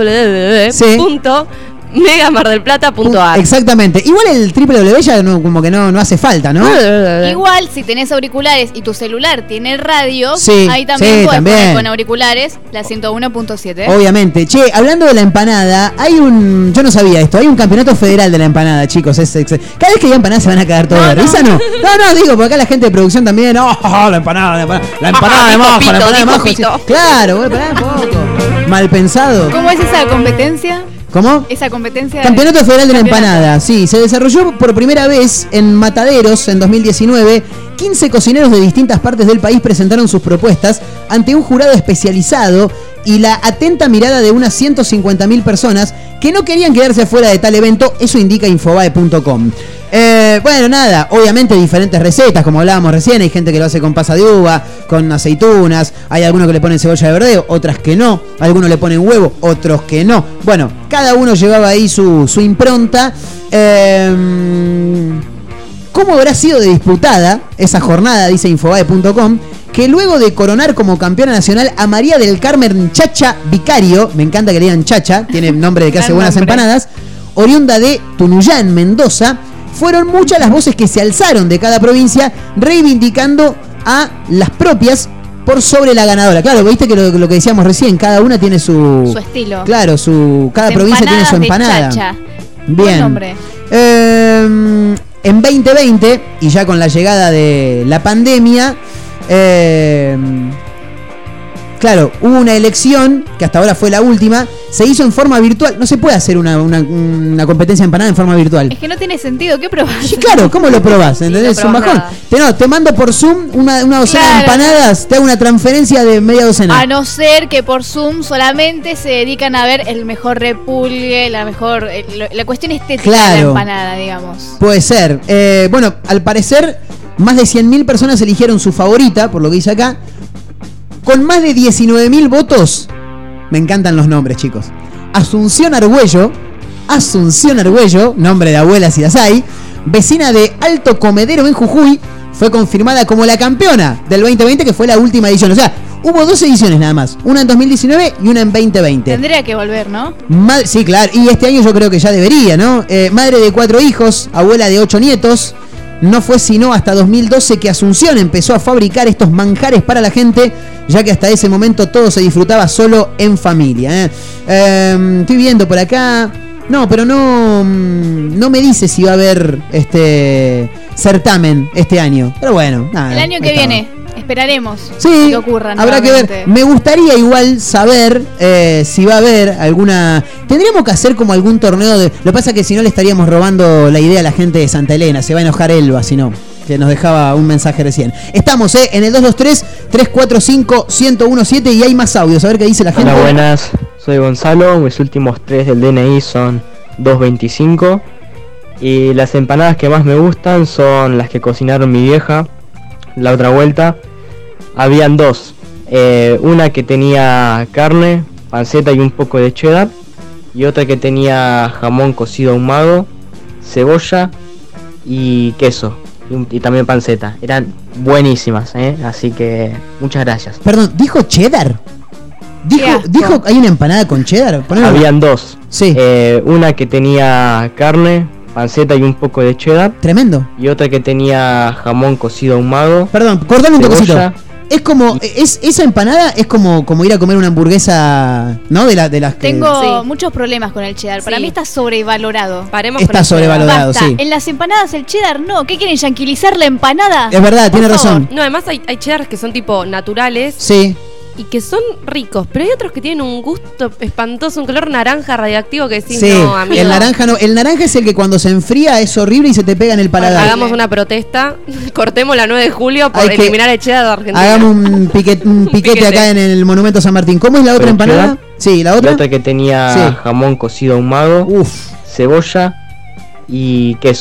www.megamardelplata.ar. Exactamente. Igual el www ya como que no hace falta, ¿no? Igual, si tenés auriculares y tu celular tiene radio, Sí, ahí también sí, podés también. poner con auriculares la 101.7. Obviamente. Che, hablando de la empanada, yo no sabía esto, hay un campeonato federal de la empanada, chicos. Cada vez que hay empanada se van a cagar todos de risa, ¿no? No, digo, porque acá la gente de producción también, la empanada de majo, la empanada de majo. Sí. Claro, pará un poco. Mal pensado. ¿Cómo es esa competencia? ¿Cómo? Esa competencia. Campeonato Federal de la Empanada, sí, se desarrolló por primera vez en Mataderos en 2019. 15 cocineros de distintas partes del país presentaron sus propuestas ante un jurado especializado y la atenta mirada de unas 150.000 personas que no querían quedarse fuera de tal evento, eso indica Infobae.com. Bueno, nada, obviamente diferentes recetas, como hablábamos recién, hay gente que lo hace con pasa de uva, con aceitunas, hay algunos que le ponen cebolla de verdeo, otras que no, algunos le ponen huevo, otros que no. Bueno, cada uno llevaba ahí su impronta. ¿Cómo habrá sido de disputada esa jornada? Dice Infobae.com, que luego de coronar como campeona nacional a María del Carmen Chacha Vicario, me encanta que le digan Chacha, tiene nombre de que hace buenas empanadas, oriunda de Tunuyán, Mendoza, fueron muchas las voces que se alzaron de cada provincia reivindicando a las propias por sobre la ganadora. Claro, viste que lo que decíamos recién, cada una tiene su estilo. Claro, cada provincia tiene su empanada. Chacha. Bien. Buen nombre. En 2020, y ya con la llegada de la pandemia, claro, hubo una elección, que hasta ahora fue la última, se hizo en forma virtual. No se puede hacer una competencia de empanada en forma virtual. Es que no tiene sentido, ¿qué probás? Sí, claro, ¿cómo lo probás? ¿Entendés? Es un bajón. Te mando por Zoom una docena de empanadas, te hago una transferencia de media docena. A no ser que por Zoom solamente se dedican a ver el mejor repulgue, la cuestión estética de la empanada, digamos. Puede ser. Bueno, al parecer, más de 100.000 personas eligieron su favorita, por lo que dice acá. Con más de 19.000 votos, me encantan los nombres, chicos. Asunción Argüello, nombre de abuela si las hay, vecina de Alto Comedero en Jujuy, fue confirmada como la campeona del 2020, que fue la última edición. O sea, hubo 2 ediciones nada más, una en 2019 y una en 2020. Tendría que volver, ¿no? Sí, claro, y este año yo creo que ya debería, ¿no? Madre de 4 hijos, abuela de 8 nietos. No fue sino hasta 2012 que Asunción empezó a fabricar estos manjares para la gente, ya que hasta ese momento todo se disfrutaba solo en familia. Estoy viendo por acá. No, pero no me dice si va a haber certamen este año. Pero bueno, nada. El año que viene, esperaremos. Sí, que ocurra. Habrá que ver. Me gustaría igual saber si va a haber alguna. Tendríamos que hacer como algún torneo de. Lo que pasa es que si no le estaríamos robando la idea a la gente de Santa Elena. Se va a enojar Elba si no. Que nos dejaba un mensaje recién. Estamos en el 223-345-1017 y hay más audios. A ver qué dice la gente. Hola, buenas. Soy Gonzalo. Mis últimos 3 del DNI son 225. Y las empanadas que más me gustan son las que cocinaron mi vieja. La otra vuelta habían 2. Una que tenía carne, panceta y un poco de cheddar. Y otra que tenía jamón cocido ahumado, cebolla y queso. Y también panceta. Eran buenísimas, así que muchas gracias. Perdón, ¿dijo cheddar? ¿Dijo hay una empanada con cheddar? Ponelo. Habían 2. Sí. Una que tenía carne, panceta y un poco de cheddar. Tremendo. Y otra que tenía jamón cocido ahumado. Perdón, cortame un toquecito. Es como, esa empanada es como ir a comer una hamburguesa, ¿no? De las que... Tengo muchos problemas con el cheddar. Para mí está sobrevalorado. Está sobrevalorado, Basta. sí. En las empanadas el cheddar no. ¿Qué quieren, yanquilizar la empanada? Es verdad, tiene razón. No, además hay cheddars que son tipo naturales. Sí. Y que son ricos, pero hay otros que tienen un gusto espantoso, un color naranja radiactivo que decís, sí, no, amigo. El naranja no. El naranja es el que cuando se enfría es horrible y se te pega en el paladar. Hagamos una protesta, cortemos la 9 de julio por eliminar el cheddar de Argentina. Hagamos un piquete acá en el Monumento San Martín. ¿Cómo es la otra empanada? Cheddar. Sí, la otra. La otra que tenía jamón cocido ahumado, cebolla y queso.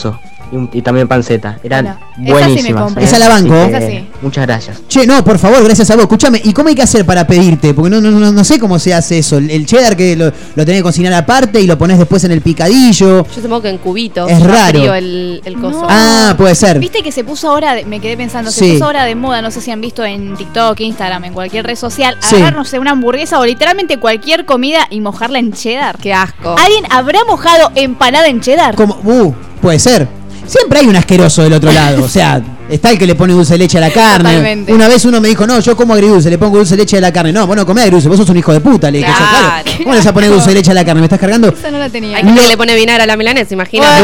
y también panceta. Eran Bueno, buenísimas. esa la banco. Así que, Esa sí. muchas gracias. Che, no, por favor, gracias a vos. Escúchame, ¿y cómo hay que hacer para pedirte? Porque no sé cómo se hace eso. El cheddar que lo tenés que cocinar aparte y lo ponés después en el picadillo. Yo supongo que en cubitos. Es raro. Frío el coso. No. Ah, puede ser. Viste que se puso ahora, me quedé pensando, Sí. se puso ahora de moda, no sé si han visto en TikTok, Instagram, en cualquier red social, Sí. agarrar, no sé, una hamburguesa o literalmente cualquier comida y mojarla en cheddar. Qué asco. ¿Alguien habrá mojado empanada en cheddar? Puede ser. Siempre hay un asqueroso del otro lado. O sea, está el que le pone dulce de leche a la carne. Totalmente. Una vez uno me dijo, no, yo como agridulce, le pongo dulce de leche a la carne. No, vos no comés agridulce, vos sos un hijo de puta. Le dije, yo, claro. ¿Cómo le vas a poner dulce de leche a la carne? ¿Me estás cargando? Esa no la tenía. Hay gente que le pone vinagre a la milanesa, imagínate.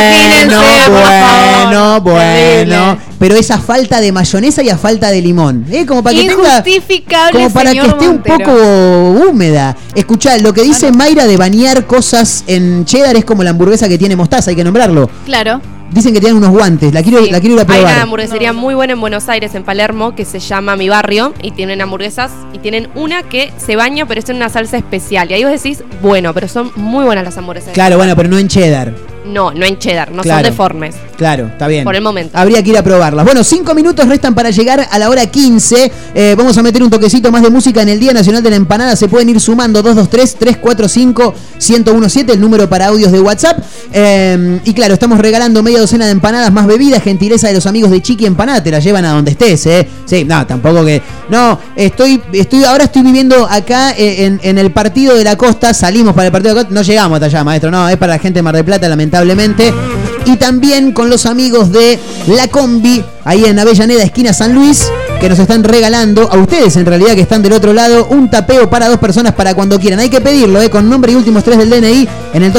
Bueno. Pero esa falta de mayonesa y a falta de limón. Como para que tenga. Injustificable, Como para que señor esté un Montero. poco húmeda. Escuchá, lo que dice Mayra de bañar cosas en cheddar es como la hamburguesa que tiene mostaza, hay que nombrarlo. Claro. Dicen que tienen unos guantes, la quiero ir a Hay probar. una hamburguesería muy buena en Buenos Aires, en Palermo, que se llama Mi Barrio, y tienen hamburguesas, y tienen una que se baña, pero es en una salsa especial. Y ahí vos decís, bueno, pero son muy buenas las hamburguesas. Claro, bueno, pero no en cheddar. No en cheddar, no Claro. son deformes. Claro, está bien. Por el momento. Habría que ir a probarlas. Bueno, 5 minutos restan para llegar a la hora 15. Vamos a meter un toquecito más de música en el Día Nacional de la Empanada. Se pueden ir sumando 223-345-1017, el número para audios de WhatsApp. Y claro, estamos regalando media docena de empanadas más bebidas. Gentileza de los amigos de Chiqui Empanada. Te la llevan a donde estés, Sí, no, tampoco que... No, ahora estoy viviendo acá en el partido de la costa. Salimos para el partido de la costa. No llegamos hasta allá, maestro. No, es para la gente de Mar del Plata, lamentablemente. Y también con los amigos de La Combi, ahí en Avellaneda, esquina San Luis, que nos están regalando, a ustedes en realidad que están del otro lado, un tapeo para 2 personas para cuando quieran. Hay que pedirlo, con nombre y últimos 3 del DNI en el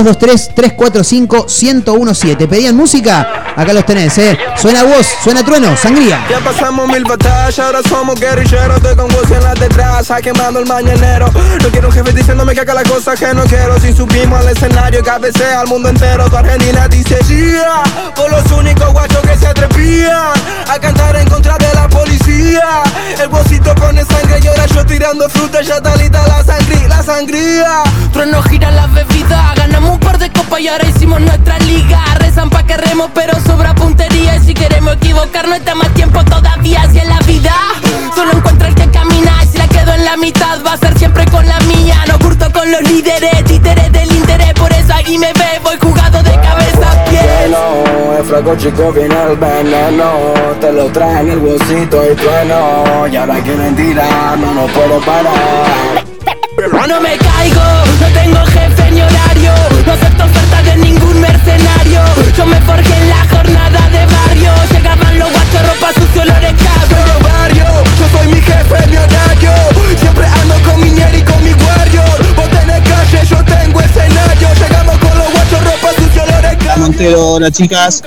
223-345-1017. ¿Pedían música? Acá los tenés, Suena voz, suena trueno, sangría. Ya pasamos 1000 batallas, ahora somos guerrilleros. Estoy con vos en la detrás, quemando el mañanero. No quiero un jefe diciéndome que haga las cosas que no quiero. Si subimos al escenario, cabecea al mundo entero. Tu Argentina dice yeah, por los únicos guachos que se atrevían a cantar en contra de la policía. El bolsito pone sangre y ahora yo tirando fruta. Ya está lista la sangría. Trueno gira la bebida, ganamos un par de copas y ahora hicimos nuestra liga. Rezan pa' que remos pero sobra puntería. Y si queremos equivocarnos está más tiempo todavía. Si en la vida solo encuentra el que camina, y si la quedo en la mitad va a ser siempre con la mía. No curto con los líderes, títeres del interés. Por eso ahí me ve, voy jugado de cabeza a pies. El flaco chico viene el veneno. Te lo trae en el bolsito y trueno. Y ahora quieren tirar, no puedo parar. No me caigo, no tengo jefe ni horario. No acepto ofertas de ningún mercenario. Yo me forjé en la jornada de barrio. Llegaban los guachos, ropa sucio, olores cabros. Soy de barrio, yo soy mi jefe, mi horario. Siempre ando con mi ñeri y con mi warrior. Vos tenés calle, yo tengo escenario. Llegamos con los guachos, ropa sucio, olores cabros. Montero, hola chicas.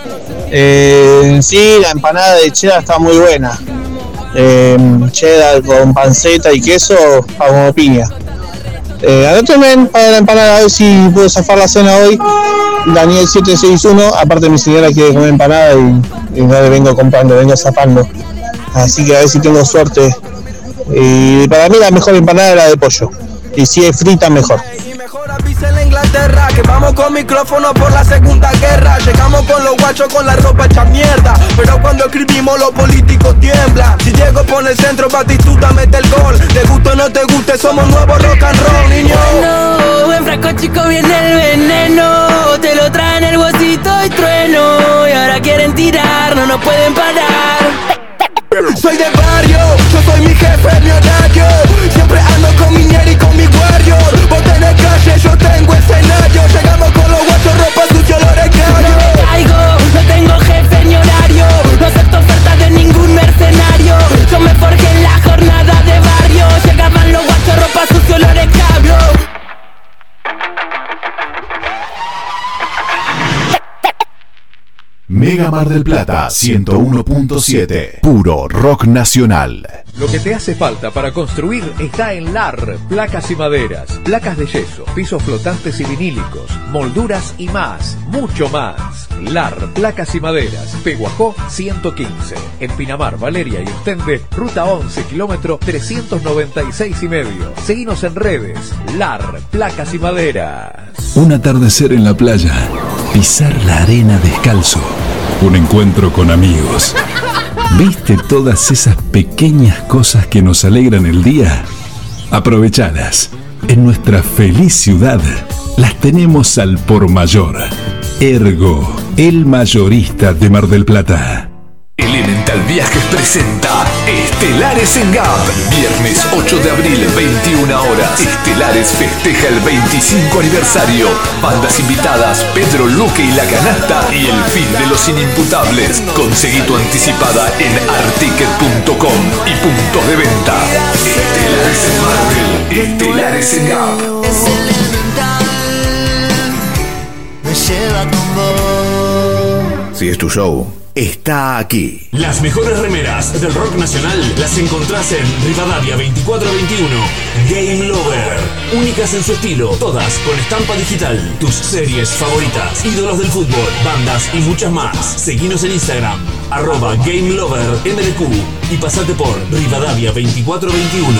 Sí, la empanada de cheddar está muy buena. Cheddar con panceta y queso, como piña. Anótenme para la empanada, a ver si puedo zafar la cena hoy. Daniel 761, aparte mi señora quiere comer empanada y no le vengo comprando, vengo zafando. Así que a ver si tengo suerte. Y para mí la mejor empanada es la de pollo. Y si es frita, mejor. En la Inglaterra, que vamos con micrófono por la Segunda Guerra. Llegamos con los guachos con la ropa hecha mierda. Pero cuando escribimos los políticos tiemblan. Si Diego pone el centro, Batistuta mete el gol. Te guste o no te guste, somos nuevos rock and roll, niño. Bueno, en frasco chico viene el veneno. Te lo traen el bolsito y trueno. Y ahora quieren tirar, no nos pueden parar. Soy de barrio, yo soy mi jefe, mi horario. Siempre ando con mi ñeri y con mi warrior. Vos tenés calle, yo tengo escenario. Llegamos con los guachos, ropa sucia, olores cabros. No me caigo, no tengo jefe ni horario. No acepto ofertas de ningún mercenario. Yo me forjé en la jornada de barrio. Llegaban los guachos, ropa sucia, olores cabros. Mega Mar del Plata 101.7, puro rock nacional. Lo que te hace falta para construir está en LAR, placas y maderas, placas de yeso, pisos flotantes y vinílicos, molduras y más, mucho más. LAR, placas y maderas, Peguajó 115, en Pinamar, Valeria y Ostende, ruta 11, kilómetro 396,5. Seguinos en redes, LAR, placas y maderas. Un atardecer en la playa, pisar la arena descalzo, un encuentro con amigos. ¿Viste todas esas pequeñas cosas que nos alegran el día? Aprovechalas. En nuestra feliz ciudad las tenemos al por mayor. Ergo, el mayorista de Mar del Plata. Elemental Viajes presenta Estelares en GAP. Viernes 8 de abril, 21 horas. Estelares festeja el 25 aniversario. Bandas invitadas, Pedro Luque y La Canasta y el fin de los inimputables. Conseguí tu anticipada en articket.com y puntos de venta. Estelares en Marvel, Estelares en GAP. Es elemental, me lleva con vos. Si es tu show, está aquí. Las mejores remeras del rock nacional las encontrás en Rivadavia 2421. Game Lover. Únicas en su estilo, todas con estampa digital. Tus series favoritas, ídolos del fútbol, bandas y muchas más. Seguinos en Instagram, @GameLoverMDQ y pasate por Rivadavia 2421.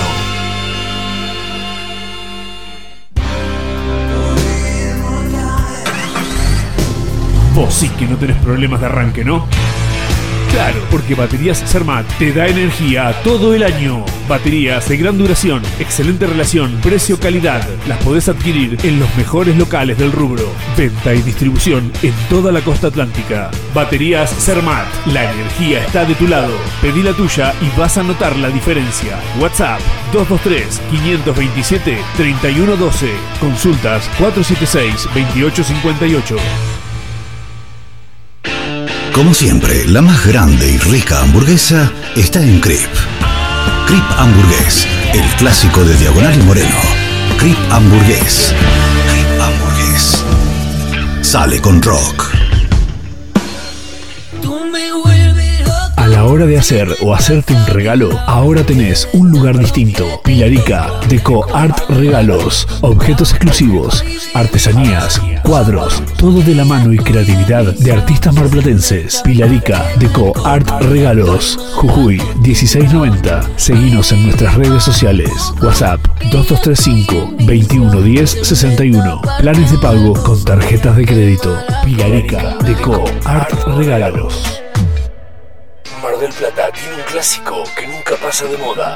Vos sí que no tenés problemas de arranque, ¿no? Claro, porque Baterías Zermatt te da energía todo el año. Baterías de gran duración, excelente relación, precio-calidad. Las podés adquirir en los mejores locales del rubro. Venta y distribución en toda la costa atlántica. Baterías Zermatt, la energía está de tu lado. Pedí la tuya y vas a notar la diferencia. WhatsApp 223-527-3112. Consultas 476-2858. Como siempre, la más grande y rica hamburguesa está en Crip. Crip Hamburgués, el clásico de Diagonal y Moreno. Crip Hamburgués. Crip Hamburgués. Sale con rock. A la hora de hacer o hacerte un regalo, ahora tenés un lugar distinto. Pilarica, Deco Art Regalos, objetos exclusivos, artesanías, cuadros, todo de la mano y creatividad de artistas marplatenses. Pilarica, Deco Art Regalos, Jujuy 1690. Seguinos en nuestras redes sociales. WhatsApp 2235-211061. Planes de pago con tarjetas de crédito. Pilarica, Deco Art Regalos. Mar del Plata tiene un clásico que nunca pasa de moda.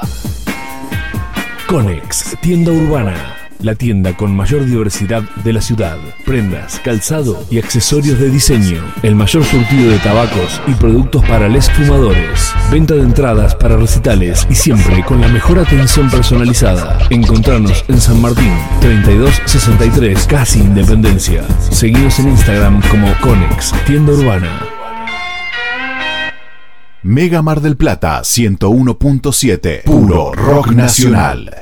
Conex, tienda urbana. La tienda con mayor diversidad de la ciudad. Prendas, calzado y accesorios de diseño. El mayor surtido de tabacos y productos para les fumadores. Venta de entradas para recitales y siempre con la mejor atención personalizada. Encontrarnos en San Martín, 3263, casi Independencia. Seguidos en Instagram como Conex, tienda urbana. Mega Mar del Plata 101.7. Puro rock nacional.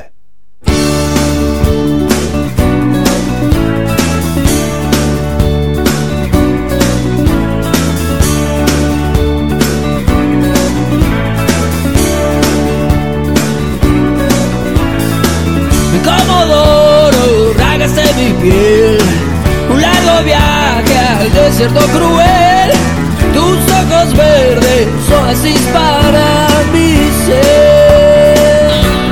Comodoro, rágase mi piel. Un largo viaje al desierto cruel. Tus ojos verdes, oasis para mi ser.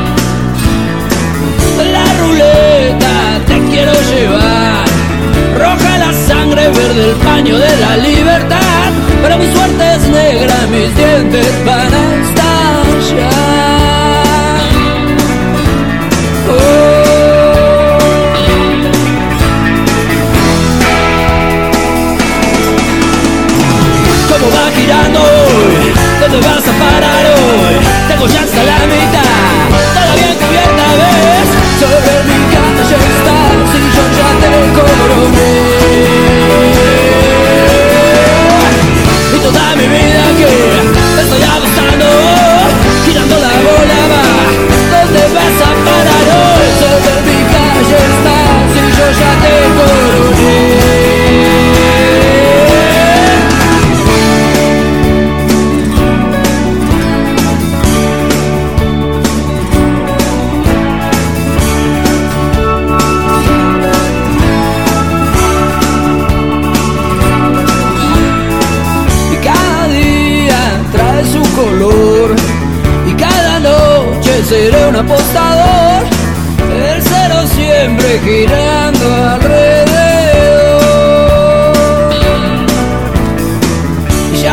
La ruleta te quiero llevar. Roja la sangre, verde el paño de la libertad. Pero mi suerte es negra, mis dientes van a estallar. ¿Cómo va girando hoy? ¿Dónde vas a parar hoy? Tengo ya hasta la mitad, toda bien cubierta, ¿ves? Sobre mi calle estás y yo ya te coroné. Y toda mi vida que estoy apostando, girando la bola va. ¿Dónde vas a parar hoy? Sobre mi calle estás y yo ya te coroné. Y cada noche seré un apostador, el cero siempre girando alrededor. Ya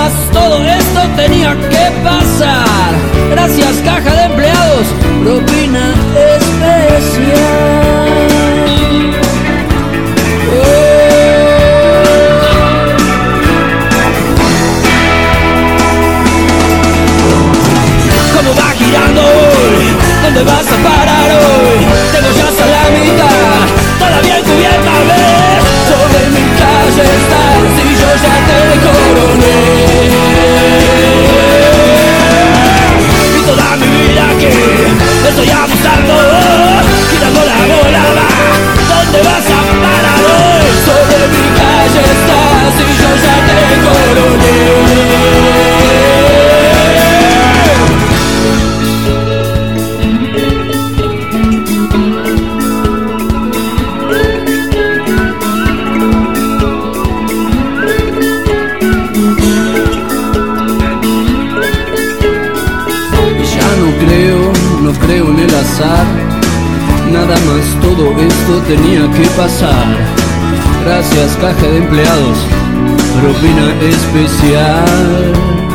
más todo esto tenía que pasar. Gracias caja de empleados, propina especial. ¿Cómo va girando hoy? ¿Dónde vas a parar hoy? Tengo ya hasta la mitad, todavía encubierta ves. Sobre mi calle estás y yo ya te coroné. Y toda mi vida que estoy apostando, girando la bola va. ¿Dónde vas a parar hoy? Sobre mi calle estás y yo ya te coroné. No creo en el azar, nada más todo esto tenía que pasar. Gracias caja de empleados, propina especial.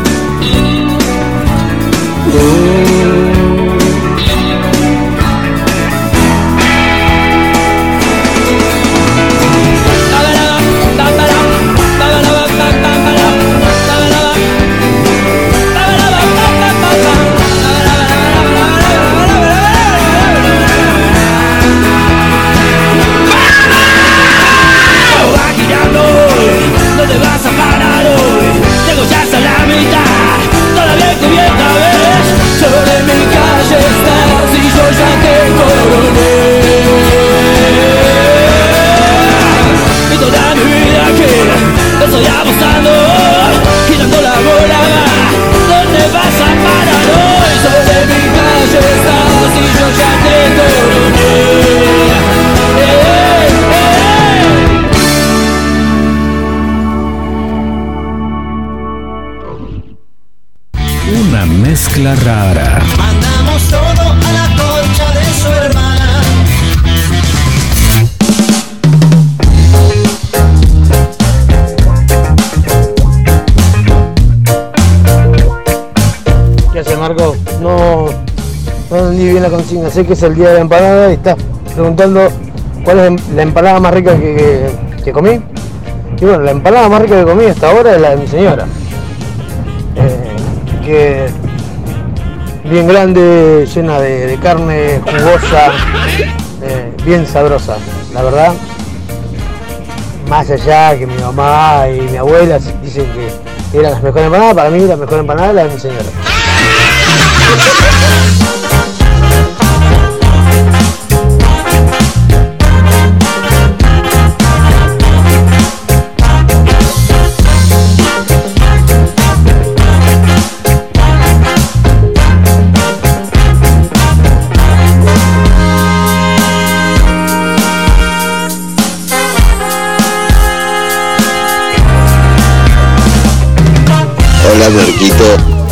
¿Dónde vas a parar hoy? Tengo ya hasta la mitad, todavía cubierta ves. Sobre mi calle estás y yo ya te coroné. Y toda mi vida que estoy apostando, girando la bola va. ¿Dónde vas a parar hoy? Sobre mi calle estás y yo ya te coroné. Una mezcla rara. Mandamos todo a la concha de su hermana. ¿Qué hace, Marco? No entendí bien la consigna. Sé que es el día de la empanada y estás preguntando cuál es la empanada más rica que comí. Y bueno, la empanada más rica que comí hasta ahora es la de mi señora. Que bien grande, llena de carne, jugosa, bien sabrosa, la verdad. Más allá que mi mamá y mi abuela dicen que eran las mejores empanadas, para mí la mejor empanada es la de mi señora. Hola, Marquito.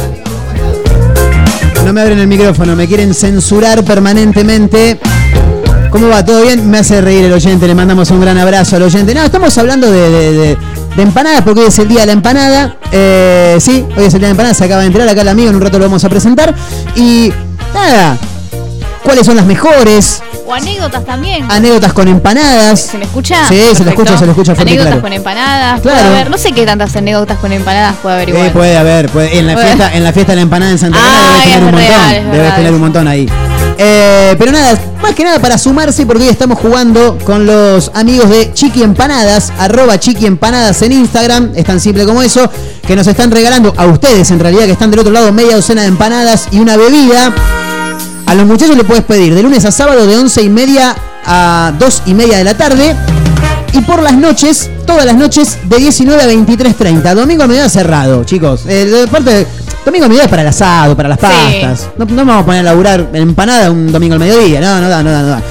No me abren el micrófono, me quieren censurar permanentemente. ¿Cómo va? ¿Todo bien? Me hace reír el oyente, le mandamos un gran abrazo al oyente. No, estamos hablando de empanadas porque hoy es el día de la empanada. Sí, hoy es el día de la empanada, se acaba de enterar acá el amigo, en un rato lo vamos a presentar. Y nada, ¿cuáles son las mejores? O anécdotas también. Anécdotas con empanadas. ¿Se me escucha? Sí, perfecto. se le escucha fuerte. Anécdotas claro. con empanadas. Claro. Puede haber, no sé qué tantas anécdotas con empanadas puede haber igual. Puede haber. En la fiesta de la empanada en Santa Ana debes tener un montón. Debes tener un montón ahí. Pero nada, más que nada para sumarse, porque hoy estamos jugando con los amigos de Chiqui Empanadas, @ChiquiEmpanadas en Instagram. Es tan simple como eso, que nos están regalando a ustedes, en realidad, que están del otro lado, media docena de empanadas y una bebida. A los muchachos le puedes pedir de lunes a sábado de 11:30 a 2:30 de la tarde. Y por las noches, todas las noches, de 19 a 23:30. Domingo a mediodía cerrado, chicos. Domingo a mediodía es para el asado, para las pastas. Sí. No vamos a poner a laburar empanada un domingo al mediodía. No da.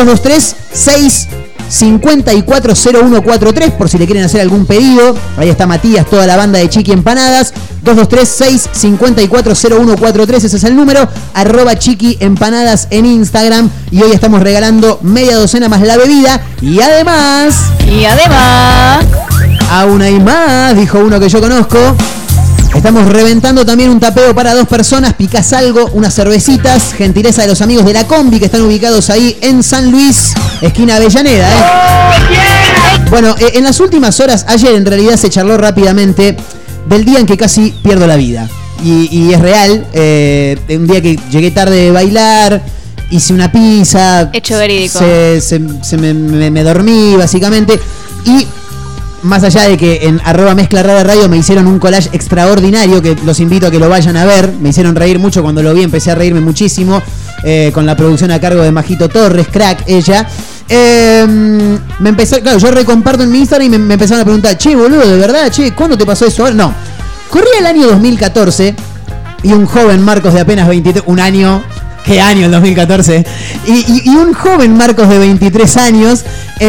223-654-0143 por si le quieren hacer algún pedido. Ahí está Matías, toda la banda de Chiqui Empanadas. 223-654-0143, ese es el número. @Chiqui Empanadas en Instagram. Y hoy estamos regalando media docena más la bebida. Y además... Aún hay más, dijo uno que yo conozco. Estamos reventando también un tapeo para 2 personas, picás algo, unas cervecitas, gentileza de los amigos de la Combi que están ubicados ahí en San Luis, esquina Avellaneda. Bueno, en las últimas horas, ayer en realidad se charló rápidamente del día en que casi pierdo la vida. Y es real, un día que llegué tarde de bailar, hice una pizza. Hecho verídico. Me dormí básicamente. Y más allá de que en @mezclarara_radio me hicieron un collage extraordinario, que los invito a que lo vayan a ver. Me hicieron reír mucho cuando lo vi, empecé a reírme muchísimo, con la producción a cargo de Majito Torres, crack ella. Me empezó, claro, yo recomparto en mi Instagram y me empezaron a preguntar, che, boludo, ¿de verdad? Che, ¿cuándo te pasó eso? No, corría el año 2014 y un joven Marcos de apenas 23, un año... ¿Qué año el 2014? Y un joven Marcos de 23 años,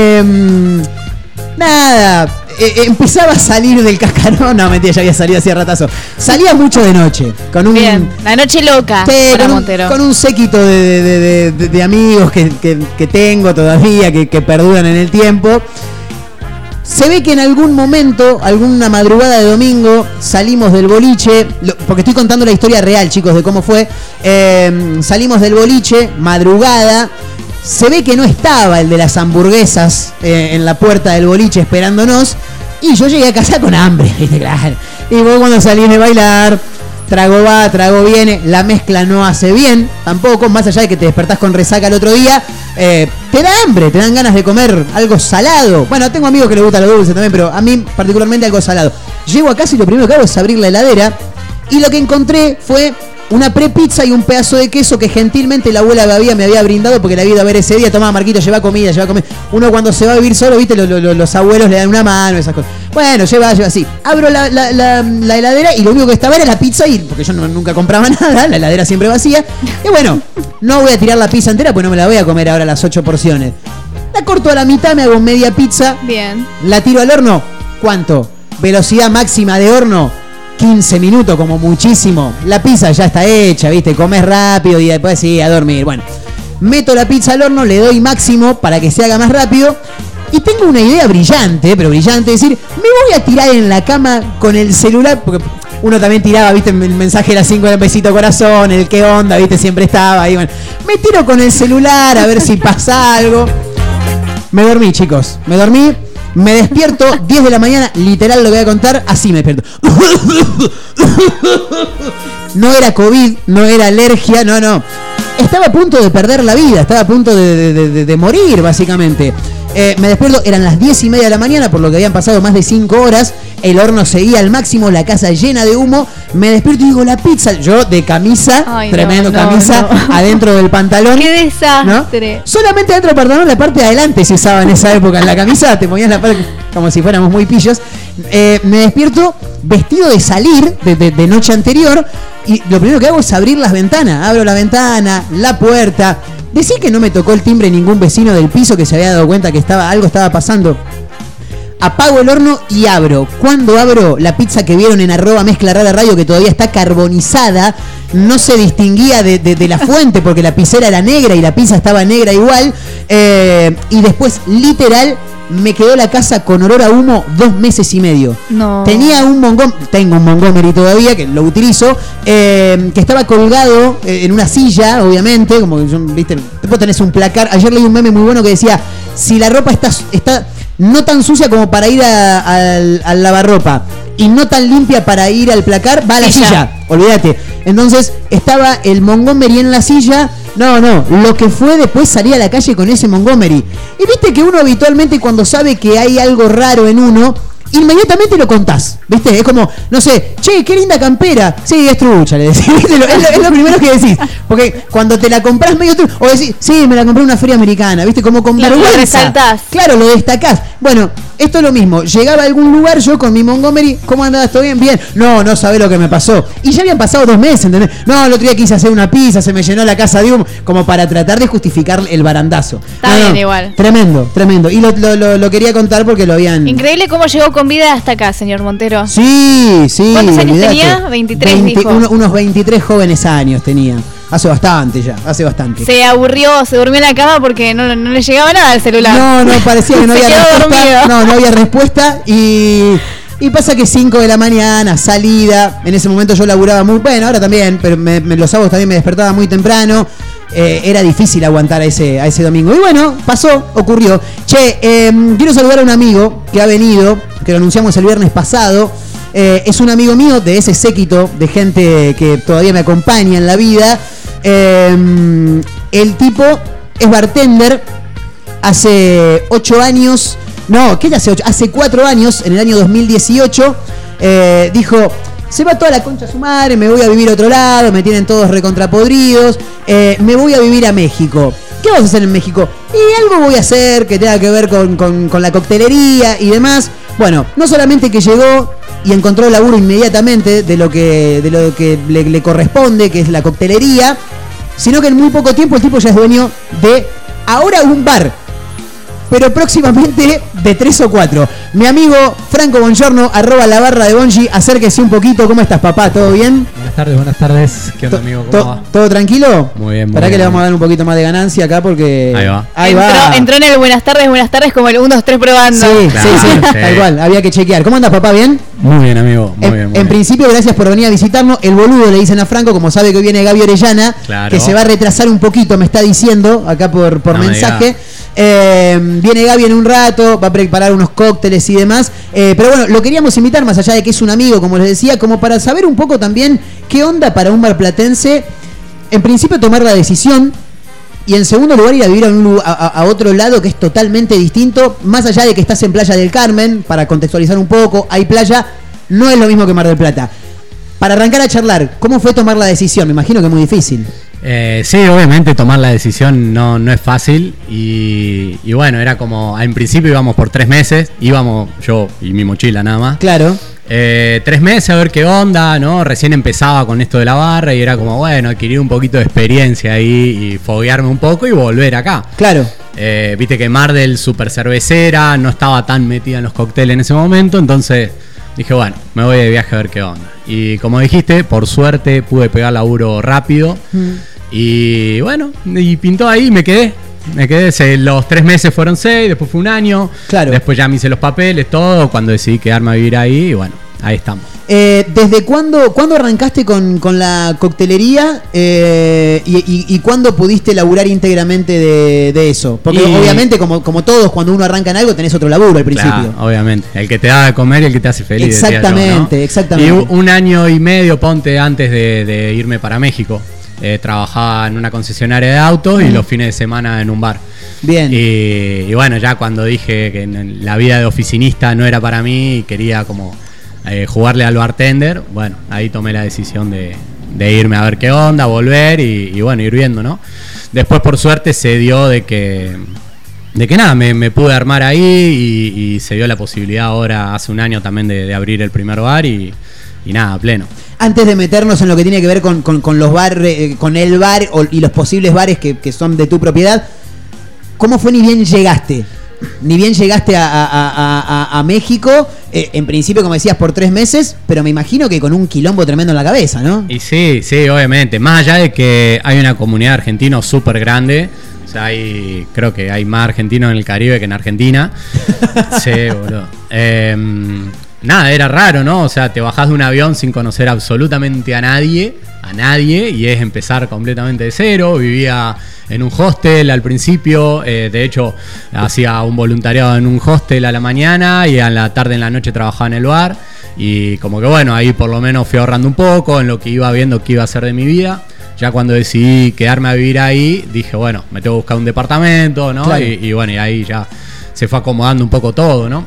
empezaba a salir del cascarón. No, mentira, ya había salido hacía ratazo. Salía mucho de noche. Bien, la noche loca para Montero. Con un séquito de amigos que tengo todavía, que perduran en el tiempo. Se ve que en algún momento, alguna madrugada de domingo, salimos del boliche, porque estoy contando la historia real, chicos, de cómo fue. Salimos del boliche, madrugada. Se ve que no estaba el de las hamburguesas en la puerta del boliche esperándonos. Y yo llegué a casa con hambre, ¿viste? Claro. Y vos cuando salís de bailar, trago va, trago viene, la mezcla no hace bien, tampoco, más allá de que te despertás con resaca el otro día, te da hambre, te dan ganas de comer algo salado. Bueno, tengo amigos que les gusta lo dulce también, pero a mí particularmente algo salado. Llego a casa y lo primero que hago es abrir la heladera, y lo que encontré fue una prepizza y un pedazo de queso que gentilmente la abuela me había brindado porque la había ido a ver ese día. Tomá, Marquito, lleva comida. Uno cuando se va a vivir solo, viste, los abuelos le dan una mano, esas cosas. Bueno, lleva así. Abro la heladera y lo único que estaba era la pizza, porque yo nunca compraba nada, la heladera siempre vacía. Y bueno, no voy a tirar la pizza entera, pues no me la voy a comer ahora las 8 porciones. La corto a la mitad, me hago media pizza. Bien. La tiro al horno. ¿Cuánto? Velocidad máxima de horno, 15 minutos como muchísimo. La pizza ya está hecha, ¿viste? Comés rápido y después sí, a dormir. Bueno, meto la pizza al horno, le doy máximo para que se haga más rápido. Y tengo una idea brillante, pero brillante, es decir, me voy a tirar en la cama con el celular, porque uno también tiraba, ¿viste? El mensaje de las 5 de besito corazón, el qué onda, ¿viste? Siempre estaba ahí. Bueno, me tiro con el celular a ver si pasa algo. Me dormí, chicos, me dormí. Me despierto 10 de la mañana, literal lo voy a contar, así me despierto. No era COVID, no era alergia, no. Estaba a punto de perder la vida, estaba a punto de morir, básicamente. Me despierto, eran las 10:30 de la mañana, por lo que habían pasado más de 5 horas. El horno seguía al máximo, la casa llena de humo. Me despierto y digo, la pizza. Yo de camisa, camisa, adentro del pantalón. ¡Qué desastre! ¿No? Solamente dentro del pantalón, la parte de adelante se usaba en esa época. En la camisa te ponías la parte como si fuéramos muy pillos. Me despierto vestido de salir de noche anterior. Y lo primero que hago es abrir las ventanas. Abro la ventana, la puerta. Decir que no me tocó el timbre ningún vecino del piso que se había dado cuenta que algo estaba pasando. Apago el horno y abro. Cuando abro, la pizza que vieron en @mezclarara_radio, que todavía está carbonizada, no se distinguía de la fuente porque la pizzera era negra y la pizza estaba negra igual. Y después, literal, me quedó la casa con olor a humo 2 meses y medio. No. Tenía un Montgomery, tengo un Montgomery todavía, que lo utilizo, que estaba colgado en una silla, obviamente, como que viste, vos tenés un placar. Ayer leí un meme muy bueno que decía, si la ropa está no tan sucia como para ir al lavarropa y no tan limpia para ir al placar, va a la silla. Olvídate. Entonces estaba el Montgomery en la silla. No, lo que fue después salir a la calle con ese Montgomery. Y viste que uno habitualmente cuando sabe que hay algo raro en uno, inmediatamente lo contás, ¿viste? Es como, no sé, che, qué linda campera. Sí, es trucha, le decís. Es lo primero que decís. Porque cuando te la comprás medio trucha, o decís, sí, me la compré en una feria americana, ¿viste? Como con vergüenza. Lo resaltás. Claro, lo destacás. Bueno, esto es lo mismo. Llegaba a algún lugar yo con mi Montgomery, ¿cómo andabas? ¿Todo bien? Bien. No sabés lo que me pasó. Y ya habían pasado 2 meses, ¿entendés? No, el otro día quise hacer una pizza, se me llenó la casa de humo, como para tratar de justificar el barandazo. Está bien, igual. Tremendo. Y lo quería contar porque lo habían... Increíble cómo llegó con vida hasta acá, señor Montero. Sí. ¿Cuántos años tenía? 23, dijo. Unos 23 jóvenes años tenía. Hace bastante. Se aburrió, se durmió en la cama porque no le llegaba nada al celular. No, parecía que no había respuesta. No había respuesta y Y pasa que 5 de la mañana, salida, en ese momento yo laburaba muy, bueno, ahora también, pero los sábados también me despertaba muy temprano. Era difícil aguantar a ese domingo. Y bueno, pasó, ocurrió. Che, quiero saludar a un amigo que ha venido, que lo anunciamos el viernes pasado. Es un amigo mío de ese séquito de gente que todavía me acompaña en la vida. El tipo es bartender. Hace 8 años, no, ¿qué hace 8? Hace 4 años, en el año 2018, dijo, se va toda la concha a su madre, me voy a vivir a otro lado, me tienen todos recontrapodridos, me voy a vivir a México. ¿Qué vas a hacer en México? Y algo voy a hacer que tenga que ver con la coctelería y demás. Bueno, no solamente que llegó y encontró laburo inmediatamente de lo que le corresponde, que es la coctelería, sino que en muy poco tiempo el tipo ya es dueño de ahora un bar, pero próximamente de 3 o 4. Mi amigo Franco Bongiorno, @labarradebongi, acérquese un poquito. ¿Cómo estás, papá? ¿Todo bien? Buenas tardes. ¿Qué onda, amigo? ¿Cómo va? ¿Todo tranquilo? Muy bien, ¿Para que le vamos a dar un poquito más de ganancia acá? Porque... Ahí va. Entró en el buenas tardes como el 1, 2, 3 probando. Sí, claro, sí. Tal cual, había que chequear. ¿Cómo andas, papá? ¿Bien? Muy bien, amigo. Muy bien. En principio, gracias por venir a visitarnos. El boludo le dicen a Franco, como sabe que hoy viene Gaby Orellana, claro, que se va a retrasar un poquito, me está diciendo acá por mensaje. Viene Gaby en un rato, va a preparar unos cócteles y demás. Pero bueno, lo queríamos invitar, más allá de que es un amigo, como les decía, como para saber un poco también qué onda para un marplatense. En principio, tomar la decisión. Y en segundo lugar, ir a vivir a otro lado que es totalmente distinto. Más allá de que estás en Playa del Carmen, para contextualizar un poco, hay playa, no es lo mismo que Mar del Plata. Para arrancar a charlar, ¿cómo fue tomar la decisión? Me imagino que es muy difícil. Sí, obviamente tomar la decisión no es fácil. Y bueno, era como, en principio íbamos por 3 meses. Íbamos yo y mi mochila nada más. Claro. 3 meses a ver qué onda, ¿no? Recién empezaba con esto de la barra y era como, bueno, adquirir un poquito de experiencia ahí y foguearme un poco y volver acá. Claro. Viste que Mar del super cervecera, no estaba tan metida en los cócteles en ese momento, entonces dije, bueno, me voy de viaje a ver qué onda. Y como dijiste, por suerte pude pegar laburo rápido. Y bueno, y pintó ahí y me quedé. Los 3 meses fueron 6, después fue un año. Claro. Después ya me hice los papeles, todo, cuando decidí quedarme a vivir ahí, y bueno, ahí estamos. ¿Desde cuándo arrancaste con la coctelería y cuándo pudiste laburar íntegramente de eso? Porque obviamente, como todos, cuando uno arranca en algo, tenés otro laburo al principio. Claro, obviamente. El que te da de comer y el que te hace feliz. Exactamente, yo, ¿no? Exactamente. Y 1 año y medio, ponte, antes de irme para México. Trabajaba en una concesionaria de autos y los fines de semana en un bar. Bien. Y bueno, ya cuando dije que la vida de oficinista no era para mí y quería como jugarle al bartender, bueno, ahí tomé la decisión de irme a ver qué onda, volver y bueno, ir viendo, ¿no? Después, por suerte, se dio de que nada, me pude armar ahí y se dio la posibilidad ahora, hace 1 año también, de abrir el primer bar y nada, pleno. Antes de meternos en lo que tiene que ver con los bares, con el bar y los posibles bares que son de tu propiedad, ¿cómo fue ni bien llegaste? Ni bien llegaste a México, en principio, como decías, por 3 meses, pero me imagino que con un quilombo tremendo en la cabeza, ¿no? Y sí, obviamente. Más allá de que hay una comunidad argentina súper grande, o sea, creo que hay más argentinos en el Caribe que en Argentina. Sí, boludo. Nada, era raro, ¿no? O sea, te bajás de un avión sin conocer absolutamente a nadie, y es empezar completamente de cero. Vivía en un hostel al principio, de hecho, hacía un voluntariado en un hostel a la mañana y a la tarde, en la noche, trabajaba en el bar. Y como que bueno, ahí por lo menos fui ahorrando un poco en lo que iba viendo qué iba a hacer de mi vida. Ya cuando decidí quedarme a vivir ahí, dije, bueno, me tengo que buscar un departamento, ¿no? Claro. Y bueno, y ahí ya se fue acomodando un poco todo, ¿no?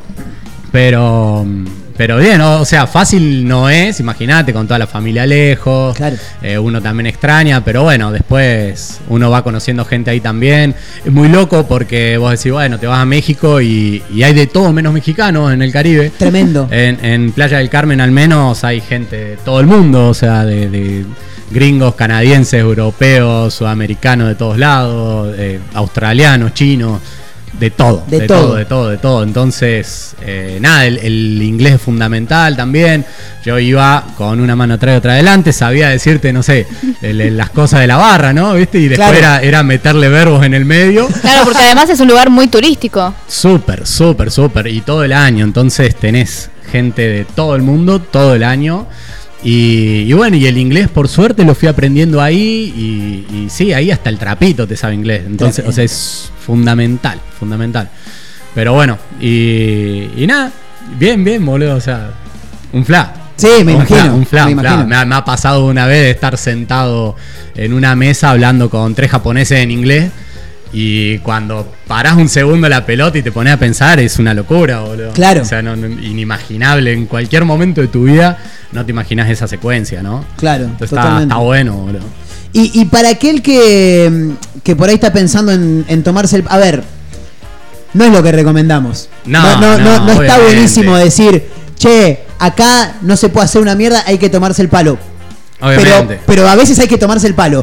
Pero bien, o sea, fácil no es, imagínate, con toda la familia lejos. Claro. Uno también extraña, pero bueno, después uno va conociendo gente ahí también. Es muy loco porque vos decís, bueno, te vas a México y hay de todo menos mexicanos en el Caribe. Tremendo. En Playa del Carmen al menos hay gente de todo el mundo, o sea, de gringos, canadienses, europeos, sudamericanos de todos lados, australianos, chinos. De todo. Entonces, nada, el inglés es fundamental también. Yo iba con una mano atrás y otra adelante, sabía decirte, no sé, las cosas de la barra, ¿no? ¿Viste? Y después claro, era meterle verbos en el medio. Claro, porque además es un lugar muy turístico. Súper. Y todo el año, entonces tenés gente de todo el mundo, todo el año. Y bueno, y el inglés por suerte lo fui aprendiendo ahí y sí, ahí hasta el trapito te sabe inglés. Entonces, o sea, es fundamental. Pero bueno, y nada, bien, boludo, o sea, un fla. Sí, me imagino. Un fla. Me ha pasado una vez de estar sentado en una mesa hablando con 3 japoneses en inglés. Y cuando parás un segundo la pelota y te pones a pensar, es una locura, boludo. Claro. O sea, inimaginable. En cualquier momento de tu vida no te imaginas esa secuencia, ¿no? Claro, entonces está bueno, boludo. Y para aquel que por ahí está pensando en tomarse el... A ver, no es lo que recomendamos. No está buenísimo decir, che, acá no se puede hacer una mierda, hay que tomarse el palo. Obviamente. Pero a veces hay que tomarse el palo.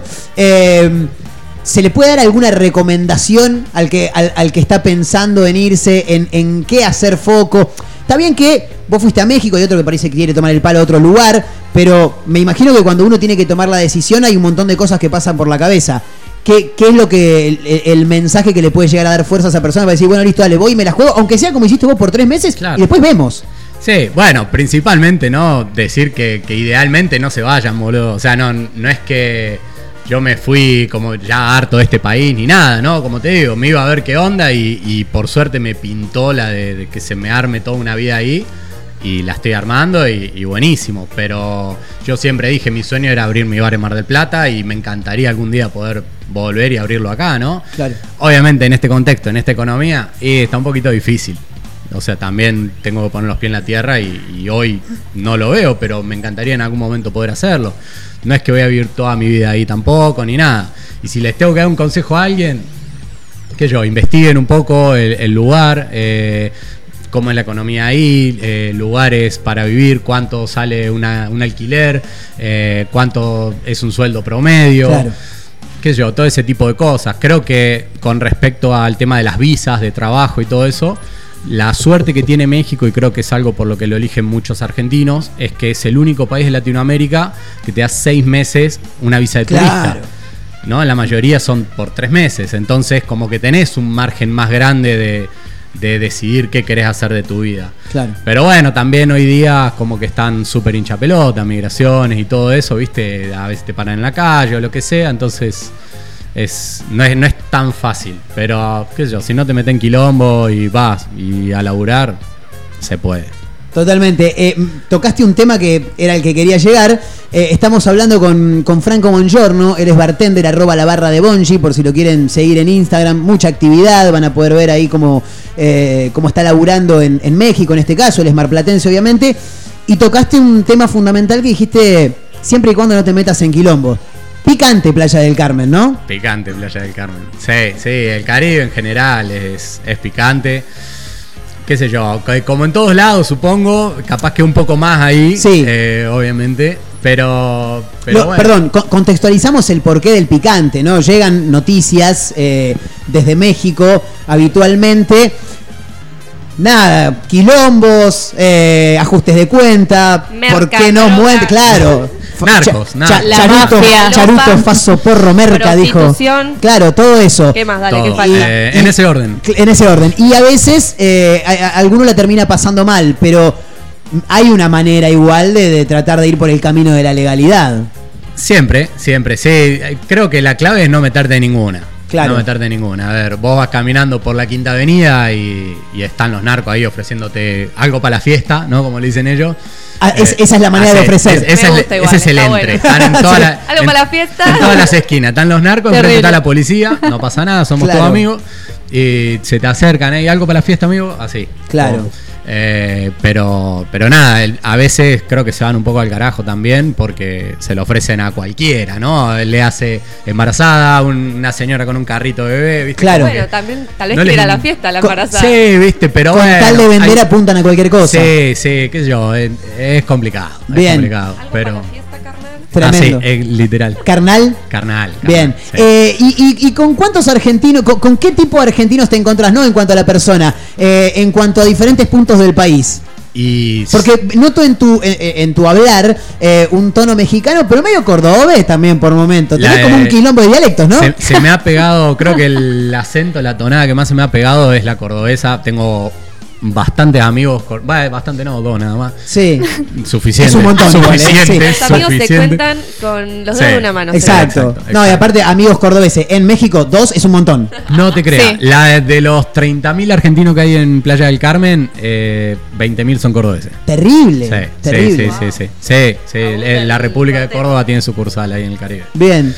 ¿Se le puede dar alguna recomendación al que está pensando en irse, en qué hacer foco? Está bien que vos fuiste a México y otro que parece que quiere tomar el palo a otro lugar, pero me imagino que cuando uno tiene que tomar la decisión hay un montón de cosas que pasan por la cabeza. ¿Qué es lo que el mensaje que le puede llegar a dar fuerza a esa persona para decir, bueno, listo, dale, voy y me la juego, aunque sea como hiciste vos por 3 meses, claro, y después vemos? Sí, bueno, principalmente, ¿no? Decir que idealmente no se vayan, boludo. O sea, no es que yo me fui como ya harto de este país ni nada, ¿no? Como te digo, me iba a ver qué onda y por suerte me pintó la de que se me arme toda una vida ahí y la estoy armando y buenísimo. Pero yo siempre dije, mi sueño era abrir mi bar en Mar del Plata y me encantaría algún día poder volver y abrirlo acá, ¿no? Claro. Obviamente en este contexto, en esta economía, está un poquito difícil. O sea, también tengo que poner los pies en la tierra y hoy no lo veo, pero me encantaría en algún momento poder hacerlo. No es que voy a vivir toda mi vida ahí tampoco, ni nada. Y si les tengo que dar un consejo a alguien, investiguen un poco el lugar, cómo es la economía ahí, lugares para vivir, cuánto sale un alquiler, cuánto es un sueldo promedio. Claro. Todo ese tipo de cosas. Creo que con respecto al tema de las visas, de trabajo y todo eso, la suerte que tiene México, y creo que es algo por lo que lo eligen muchos argentinos, es que es el único país de Latinoamérica que te da 6 meses una visa de turista. Claro. ¿No? La mayoría son por 3 meses. Entonces, como que tenés un margen más grande de decidir qué querés hacer de tu vida. Claro. Pero bueno, también hoy día como que están súper hinchapelota, migraciones y todo eso, ¿viste? A veces te paran en la calle o lo que sea, entonces no es tan fácil. Pero, si no te meten en quilombo y vas y a laburar, se puede. Totalmente. Tocaste un tema que era el que quería llegar. Estamos hablando con Franco Mongiorno. Él es bartender, @labarradebongi, por si lo quieren seguir en Instagram. Mucha actividad, van a poder ver ahí cómo está laburando en México, en este caso. Él es marplatense, obviamente. Y tocaste un tema fundamental que dijiste, siempre y cuando no te metas en quilombo. Picante Playa del Carmen, ¿no? Picante Playa del Carmen. Sí, el Caribe en general es picante. Qué sé yo, como en todos lados, supongo, capaz que un poco más ahí, sí. Obviamente, pero bueno. Perdón, contextualizamos el porqué del picante, ¿no? Llegan noticias desde México habitualmente. Nada, quilombos, ajustes de cuenta, ¿por qué no muere? Claro. Narcos. Charuto, Faso, Porro, Merca, dijo. Claro, todo eso. ¿Qué más? Dale, ¿qué falta? En ese orden. En ese orden. Y a veces alguno la termina pasando mal, pero hay una manera igual de tratar de ir por el camino de la legalidad. Siempre, sí. Creo que la clave es no meterte en ninguna. Claro. No meterte en ninguna. A ver, vos vas caminando por la Quinta Avenida y están los narcos ahí ofreciéndote algo para la fiesta, ¿no? Como le dicen ellos. Esa es la manera de ofrecer. Ese es el entre. Bueno. Están en toda algo para la fiesta. En todas las esquinas. Están los narcos, enfrente está la policía. No pasa nada, somos todos amigos. Y se te acercan, ¿hay algo para la fiesta, amigo? Así. Claro. Pero nada, a veces creo que se van un poco al carajo también porque se lo ofrecen a cualquiera, ¿no? Le hace embarazada una señora con un carrito de bebé, ¿viste? Claro. Bueno, también tal vez quiera la fiesta, la embarazada. Sí, ¿viste? Pero con tal de vender apuntan a cualquier cosa. Sí, qué sé yo, es complicado. Bien. Es complicado, pero... Tremendo. Literal. ¿Carnal? Carnal. Bien. Sí. ¿Y con cuántos argentinos, con qué tipo de argentinos te encontrás, no en cuanto a la persona, en cuanto a diferentes puntos del país? Porque noto en tu hablar un tono mexicano, pero medio cordobés también por momentos. Tenés como un quilombo de dialectos, ¿no? Se me ha pegado, creo que el acento, la tonada que más se me ha pegado es la cordobesa. Tengo bastantes amigos, bastante no, 2 nada más. Sí. Suficiente. Es un montón. Suficiente. Los amigos se cuentan con los dedos de una mano. Exacto. No, y aparte, amigos cordobeses, en México 2 es un montón. No te creas. Sí. La de los 30.000 argentinos que hay en Playa del Carmen, 20.000 son cordobeses. Terrible. Sí, terrible. sí. La República de Córdoba tiene sucursal ahí en el Caribe. Bien.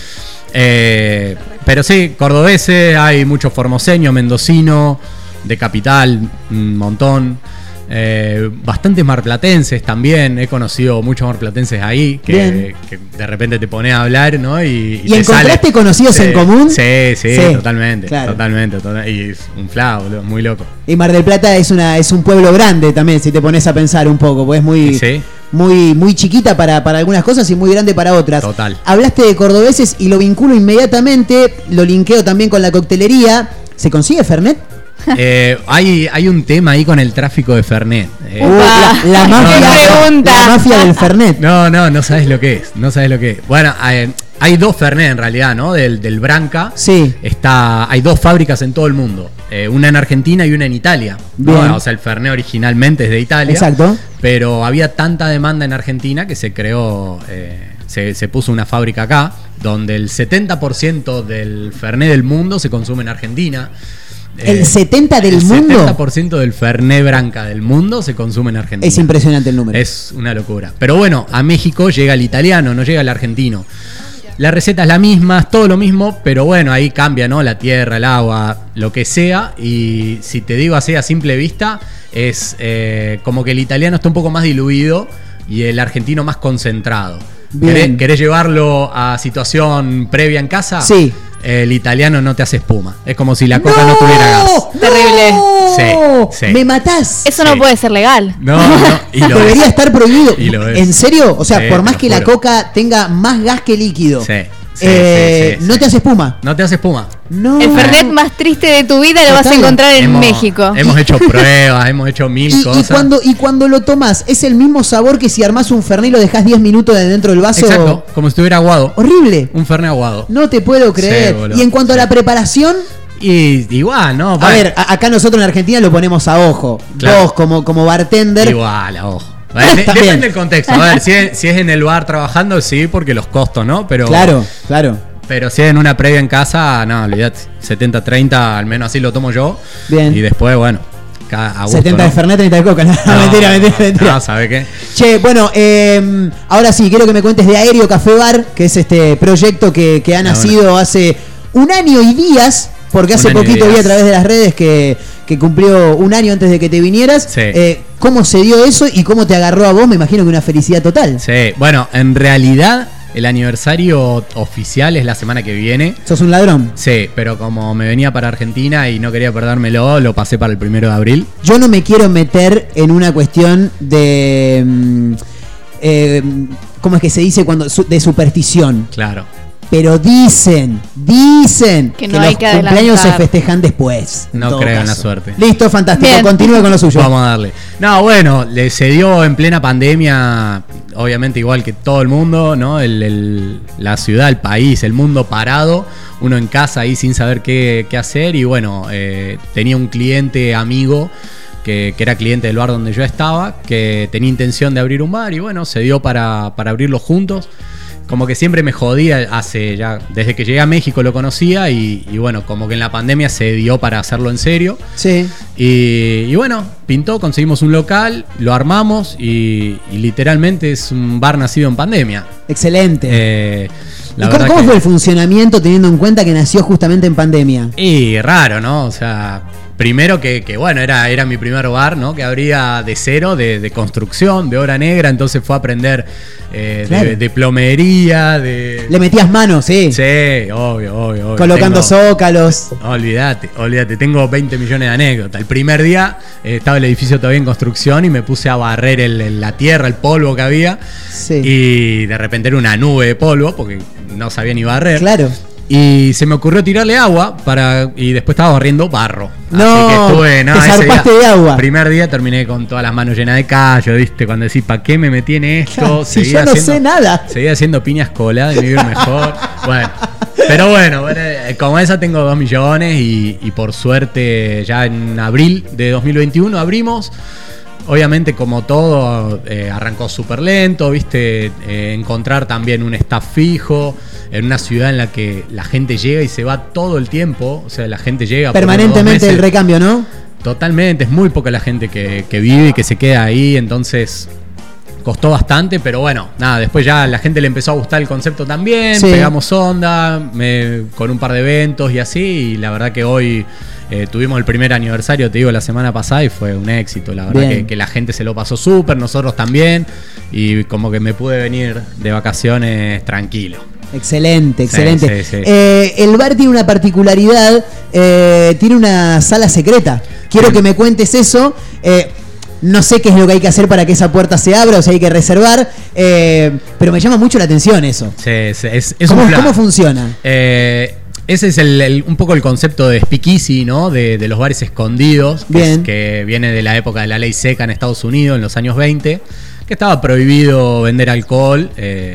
Pero sí, cordobeses, hay mucho formoseño, mendocino, de capital, un montón. Bastantes marplatenses también. He conocido muchos marplatenses ahí que de repente te pones a hablar, ¿no? ¿Y encontraste conocidos en común? Sí, totalmente, claro. totalmente. Y es un fla, boludo, muy loco. Y Mar del Plata es un pueblo grande también, si te pones a pensar un poco, porque es muy chiquita para algunas cosas y muy grande para otras. Total. Hablaste de cordobeses y lo vinculo inmediatamente, lo linkeo también con la coctelería. ¿Se consigue Fernet? Hay un tema ahí con el tráfico de Fernet. La mafia del Fernet. No sabes lo que es. Bueno, hay 2 Fernet en realidad, ¿no? Del Branca. Sí. Hay 2 fábricas en todo el mundo. Una en Argentina y una en Italia. ¿No? O sea, el Fernet originalmente es de Italia. Exacto. Pero había tanta demanda en Argentina que se creó, se puso una fábrica acá, donde el 70% del Fernet del mundo se consume en Argentina. ¿El 70% del mundo? El 70% del Fernet Branca del mundo se consume en Argentina. Es impresionante el número. Es una locura. Pero bueno, a México llega el italiano, no llega el argentino. La receta es la misma, es todo lo mismo, pero bueno, ahí cambia, ¿no? La tierra, el agua, lo que sea. Y si te digo así a simple vista, es como que el italiano está un poco más diluido y el argentino más concentrado. ¿Querés llevarlo a situación previa en casa? Sí. El italiano no te hace espuma. Es como si la coca no tuviera gas. Terrible. Sí. Me matás. Eso no puede ser legal. No. Y lo debería estar prohibido. Y lo es. ¿En serio? O sea, Sí, por más te que lo la juro. coca tenga más gas que líquido. Sí. No te hace espuma. No te hace espuma. No. El Fernet más triste de tu vida lo vas a Total. encontrar en México. Hemos hecho pruebas, hemos hecho mil cosas. Y cuando lo tomás, ¿es el mismo sabor que si armás un Fernet y lo dejás 10 minutos de dentro del vaso? Exacto, como si estuviera aguado. Horrible. Un Fernet aguado. No te puedo creer. Sí, boludo. Y en cuanto a la preparación, Y igual, ¿no? a ver, acá nosotros en Argentina lo ponemos a ojo. Claro. Vos como bartender. Igual, a ojo. Depende del contexto. A ver, si es en el bar trabajando, sí, porque los costos, ¿no? Pero Claro. Pero si es en una previa en casa, no, olvidate. 70-30, al menos así lo tomo yo. Bien. Y después, bueno, a gusto, 70 de ¿no? Fernet, 30 de coca. No, mentira. No, ¿sabe qué? Che, bueno, ahora sí, quiero que me cuentes de Aéreo Café Bar, que es este proyecto que ha nacido hace 1 año y días, porque hace poquito vi a través de las redes que cumplió 1 año antes de que te vinieras. Sí. ¿Cómo se dio eso y cómo te agarró a vos? Me imagino que una felicidad total. Sí, bueno, en realidad el aniversario oficial es la semana que viene. ¿Sos un ladrón? Sí, pero como me venía para Argentina y no quería perdérmelo, lo pasé para el 1 de abril. Yo no me quiero meter en una cuestión de... ¿cómo es que se dice cuando de superstición? Claro. Pero dicen que no los hay que cumpleaños se adelantar. festejan después. No creo en la suerte. Listo, fantástico. Bien. Continúe con lo suyo. Vamos a darle. No, bueno, se dio en plena pandemia, obviamente igual que todo el mundo, ¿no? La ciudad, el país, el mundo parado, uno en casa ahí sin saber qué hacer y bueno, tenía un cliente amigo que era cliente del bar donde yo estaba, que tenía intención de abrir un bar y bueno, se dio para abrirlo juntos. Como que siempre me jodía, desde que llegué a México lo conocía y bueno, como que en la pandemia se dio para hacerlo en serio. Sí. Y bueno, pintó, conseguimos un local, lo armamos y literalmente es un bar nacido en pandemia. Excelente. La ¿Y cómo verdad que- fue el funcionamiento teniendo en cuenta que nació justamente en pandemia? Y raro, ¿no? O sea, primero que bueno, era mi primer bar, ¿no? Que abría de cero, de construcción, de obra negra, entonces fue a aprender Claro. de plomería, de... Le metías manos, sí. Sí, obvio. Colocando zócalos. Olvídate, tengo 20 millones de anécdotas. El primer día estaba el edificio todavía en construcción y me puse a barrer la tierra, el polvo que había. Sí. Y de repente era una nube de polvo porque no sabía ni barrer. Claro. Y se me ocurrió tirarle agua y después estaba barriendo barro. No, así que estuve, te ese zarpaste día, de agua. Primer día terminé con todas las manos llenas de callo, ¿viste? Cuando decís, ¿para qué me metí en esto? Si yo no sé nada. Seguía haciendo piñas coladas y me iba mejor. Bueno, pero bueno, como esa tengo 2 millones y por suerte ya en abril de 2021 abrimos. Obviamente, como todo, arrancó súper lento, ¿viste? Encontrar también un staff fijo en una ciudad en la que la gente llega y se va todo el tiempo. O sea, la gente llega permanentemente el recambio, ¿no? Totalmente, es muy poca la gente que vive y que se queda ahí, entonces costó bastante, pero bueno, nada, después ya la gente le empezó a gustar el concepto también, sí. Pegamos onda con un par de eventos y así, y la verdad que hoy tuvimos el primer aniversario, te digo, la semana pasada y fue un éxito, la verdad que la gente se lo pasó súper, nosotros también, y como que me pude venir de vacaciones tranquilo. Excelente, excelente. Sí. El bar tiene una particularidad, tiene una sala secreta. Quiero que me cuentes eso. No sé qué es lo que hay que hacer para que esa puerta se abra, o sea, hay que reservar, pero me llama mucho la atención eso. Sí, es ¿Cómo funciona? Ese es un poco el concepto de speakeasy, ¿no? De los bares escondidos, que viene de la época de la ley seca en Estados Unidos, en los años 20, que estaba prohibido vender alcohol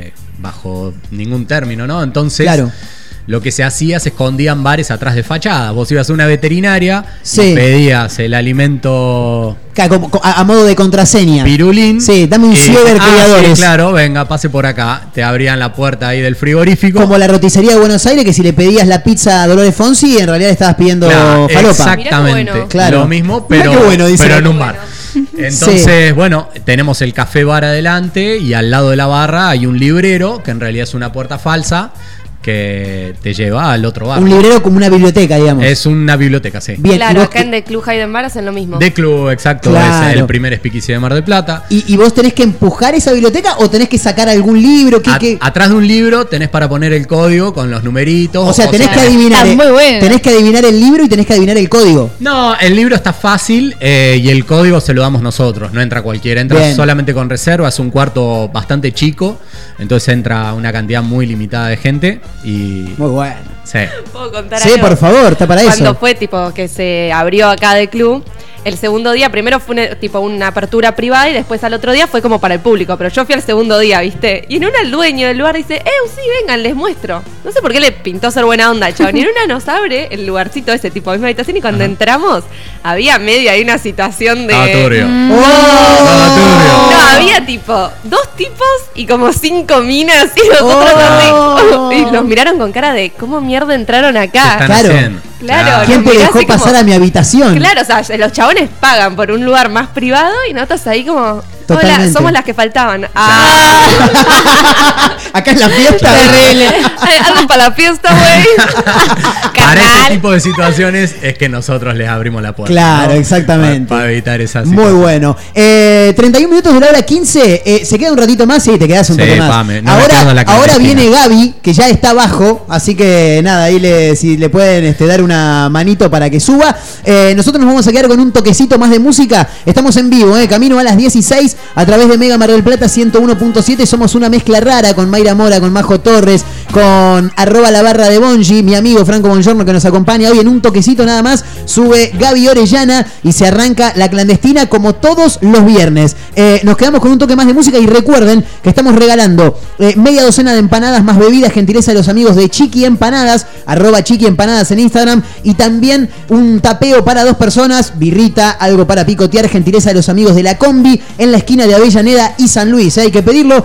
bajo ningún término, ¿no? Entonces, claro, lo que se hacía, se escondían bares atrás de fachadas. Vos ibas a una veterinaria y pedías el alimento... A modo de contraseña. Pirulín. Sí, dame un Ciber Criadores. Sí, claro, venga, pase por acá. Te abrían la puerta ahí del frigorífico. Como la roticería de Buenos Aires, que si le pedías la pizza a Dolores Fonsi, en realidad le estabas pidiendo falopa. Exactamente. Bueno. Claro. Lo mismo, pero en un bar. Entonces, bueno, tenemos el café bar adelante y al lado de la barra hay un librero, que en realidad es una puerta falsa, que te lleva al otro bar. Un librero como una biblioteca, digamos. Es una biblioteca, sí. Bien, claro, acá en The Club Hayden Bar hacen lo mismo. The Club, exacto, claro. Es el primer speakeasy de Mar del Plata. ¿Y vos tenés que empujar esa biblioteca o tenés que sacar algún libro? Atrás de un libro tenés para poner el código con los numeritos. O sea, tenés que adivinar. Tenés que adivinar el libro y tenés que adivinar el código. No, el libro está fácil y el código se lo damos nosotros. No entra cualquiera, entra solamente con reserva. Es un cuarto bastante chico, entonces entra una cantidad muy limitada de gente. Y muy bueno. Sí. ¿Puedo contar algo? Por favor, está para eso. Cuando fue tipo que se abrió acá The Club, el segundo día primero fue una apertura privada y después al otro día fue como para el público, pero yo fui al segundo día, ¿viste? Y en una el dueño del lugar dice, sí, vengan, les muestro. No sé por qué le pintó ser buena onda al chabón. Y en una nos abre el lugarcito ese tipo de misma habitación y cuando entramos había medio ahí una situación de... turbio. No, había tipo 2 tipos y como 5 minas y nosotros así. Y los miraron con cara de ¿cómo mierda entraron acá? Claro. ¿Quién te dejó pasar a mi habitación? Claro, o sea, los chabones pagan por un lugar más privado y nosotros ahí como... Totalmente. Hola, somos las que faltaban. Acá es la fiesta. Andan para la fiesta, güey. Para ese tipo de situaciones es que nosotros les abrimos la puerta. Claro, ¿no? Exactamente. Para evitar esa situación. Muy bueno. 31 minutos de la hora 15. ¿Se queda un ratito más? Sí, te quedas un toque más. Pame, no ahora viene Gaby, que ya está abajo. Así que nada, ahí si le pueden dar una manito para que suba. Nosotros nos vamos a quedar con un toquecito más de música. Estamos en vivo, camino a las 16 a través de Mega Mar del Plata 101.7. Somos una mezcla rara con Mayra Mora, con Majo Torres, con @la barra de Bonji, mi amigo Franco Bongiorno que nos acompaña hoy en un toquecito nada más. Sube Gaby Orellana y se arranca La Clandestina como todos los viernes. Nos quedamos con un toque más de música y recuerden que estamos regalando media docena de empanadas más bebidas, gentileza de los amigos de Chiqui Empanadas, @Chiqui Empanadas en Instagram, y también un tapeo para 2 personas, birrita, algo para picotear, gentileza de los amigos de La Combi en la esquina de Avellaneda y San Luis. Hay que pedirlo,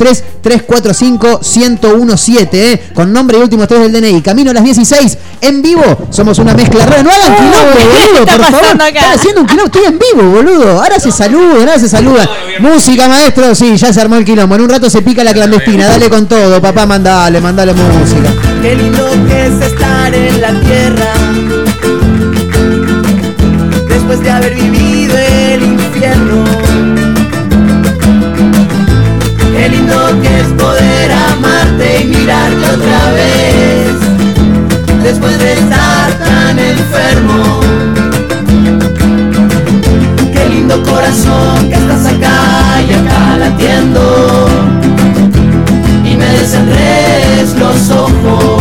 223-345-1017, con nombre y últimos 3 del DNI. Camino a las 16, en vivo. Somos una mezcla rara. No hagan quilombo, boludo, por favor. Están haciendo un quilombo, estoy en vivo, boludo. Ahora se saluda. Música, maestro, sí, ya se armó el quilombo. En un rato se pica La Clandestina. Dale con todo, papá, mandale música. Qué lindo que es estar en la tierra después de haber vivido el infierno. Qué lindo que es poder amarte y mirarte otra vez después de estar tan enfermo. Qué lindo corazón que estás acá y acá latiendo y me desenredes los ojos.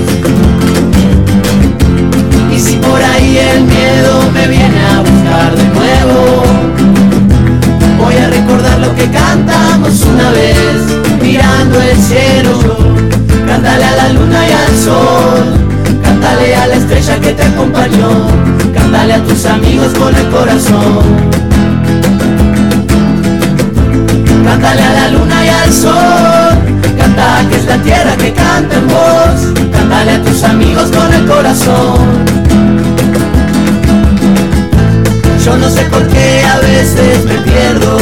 Y si por ahí el miedo me viene a buscar de nuevo, voy a recordar lo que cantamos una vez mirando el cielo. Cántale acompañó. Cántale a tus amigos con el corazón. Cántale a la luna y al sol. Canta que es la tierra que canta en vos. Cántale a tus amigos con el corazón. Yo no sé por qué a veces me pierdo.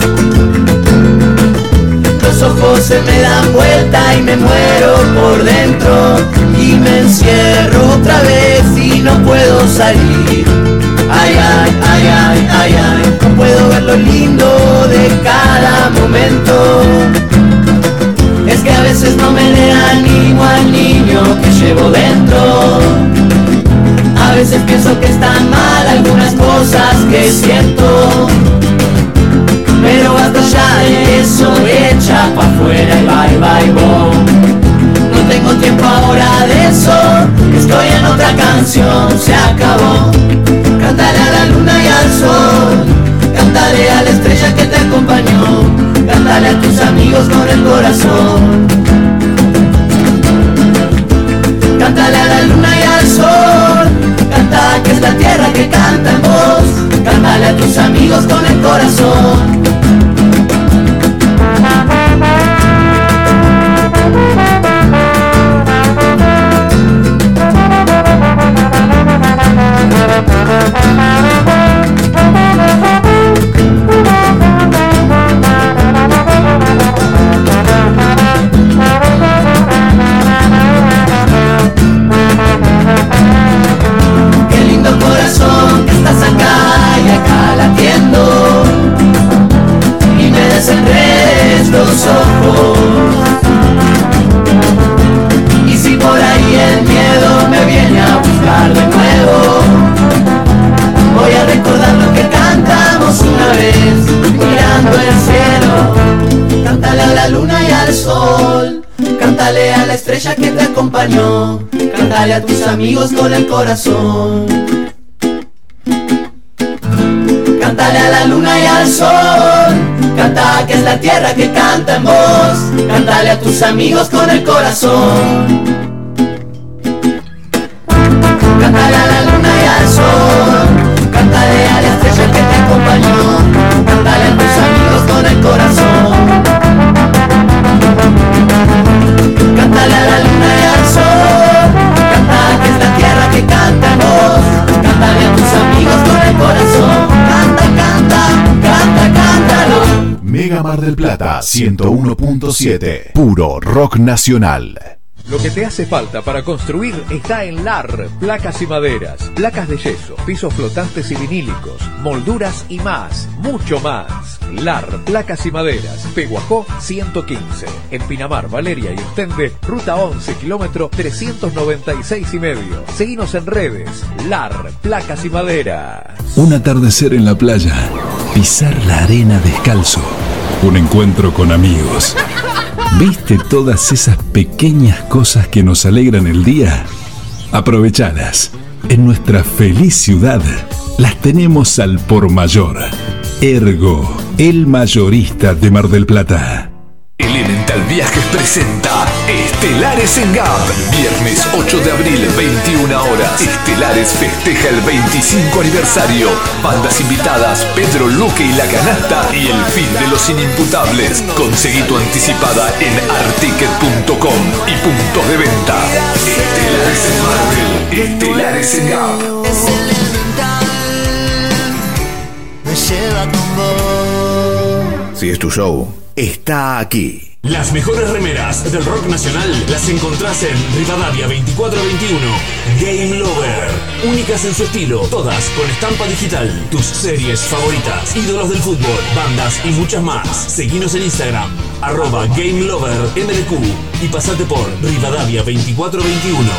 Los ojos se me dan vuelta y me muero por dentro. Y me encierro otra vez y no puedo salir. Ay, ay, ay, ay, ay, ay. No puedo ver lo lindo de cada momento. Es que a veces no me le animo al niño que llevo dentro. A veces pienso que están mal algunas cosas que siento. Pero basta ya de eso, echa pa' afuera y bye bye boom. No tengo tiempo ahora de eso, estoy en otra canción, se acabó. Cántale a la luna y al sol, cántale a la estrella que te acompañó, cántale a tus amigos con el corazón. Cántale a la luna y al sol, canta que es la tierra que canta en vos, cántale a tus amigos con el corazón. Qué lindo corazón que estás acá y acá latiendo, y me desenredes los ojos. Y si por ahí el miedo me viene a buscar de nuevo, voy a recordar lo que cantamos una vez, mirando el cielo. Cántale a la luna y al sol, cántale a la estrella que te acompañó, cántale a tus amigos con el corazón. Cántale a la luna y al sol, canta que es la tierra que canta en vos, cántale a tus amigos con el corazón. Cántale a la luna y al sol, cántale a la estrella que te acompañó, cántale a tus amigos con el corazón. Cántale a la luna y al sol, canta que es la tierra que canta en vos, cántale a tus amigos con el corazón. Canta, canta, canta, cántalo. Mega Mar del Plata 101.7, puro rock nacional. Lo que te hace falta para construir está en LAR Placas y Maderas, placas de yeso, pisos flotantes y vinílicos, molduras y más, mucho más. LAR Placas y Maderas, Peguajó 115, en Pinamar, Valeria y Ostende, ruta 11, kilómetro 396 y medio. Seguinos en redes, LAR Placas y Maderas. Un atardecer en la playa, pisar la arena descalzo, un encuentro con amigos. ¿Viste todas esas pequeñas cosas que nos alegran el día? Aprovechalas. En nuestra feliz ciudad las tenemos al por mayor. Ergo, el mayorista de Mar del Plata. Elemental Viajes presenta Estelares en GAP. Viernes 8 de abril, 21 horas. Estelares festeja el 25 aniversario. Bandas invitadas, Pedro Luque y La Canasta y el fin de los inimputables. Conseguí tu anticipada en articket.com y puntos de venta. Estelares en Marvel, Estelares en GAP. Es elemental, me lleva con vos. Si es tu show, está aquí. Las mejores remeras del rock nacional las encontrás en Rivadavia 2421. Game Lover. Únicas en su estilo, todas con estampa digital. Tus series favoritas, ídolos del fútbol, bandas y muchas más. Seguinos en Instagram, @GameLoverMDQ y pasate por Rivadavia 2421.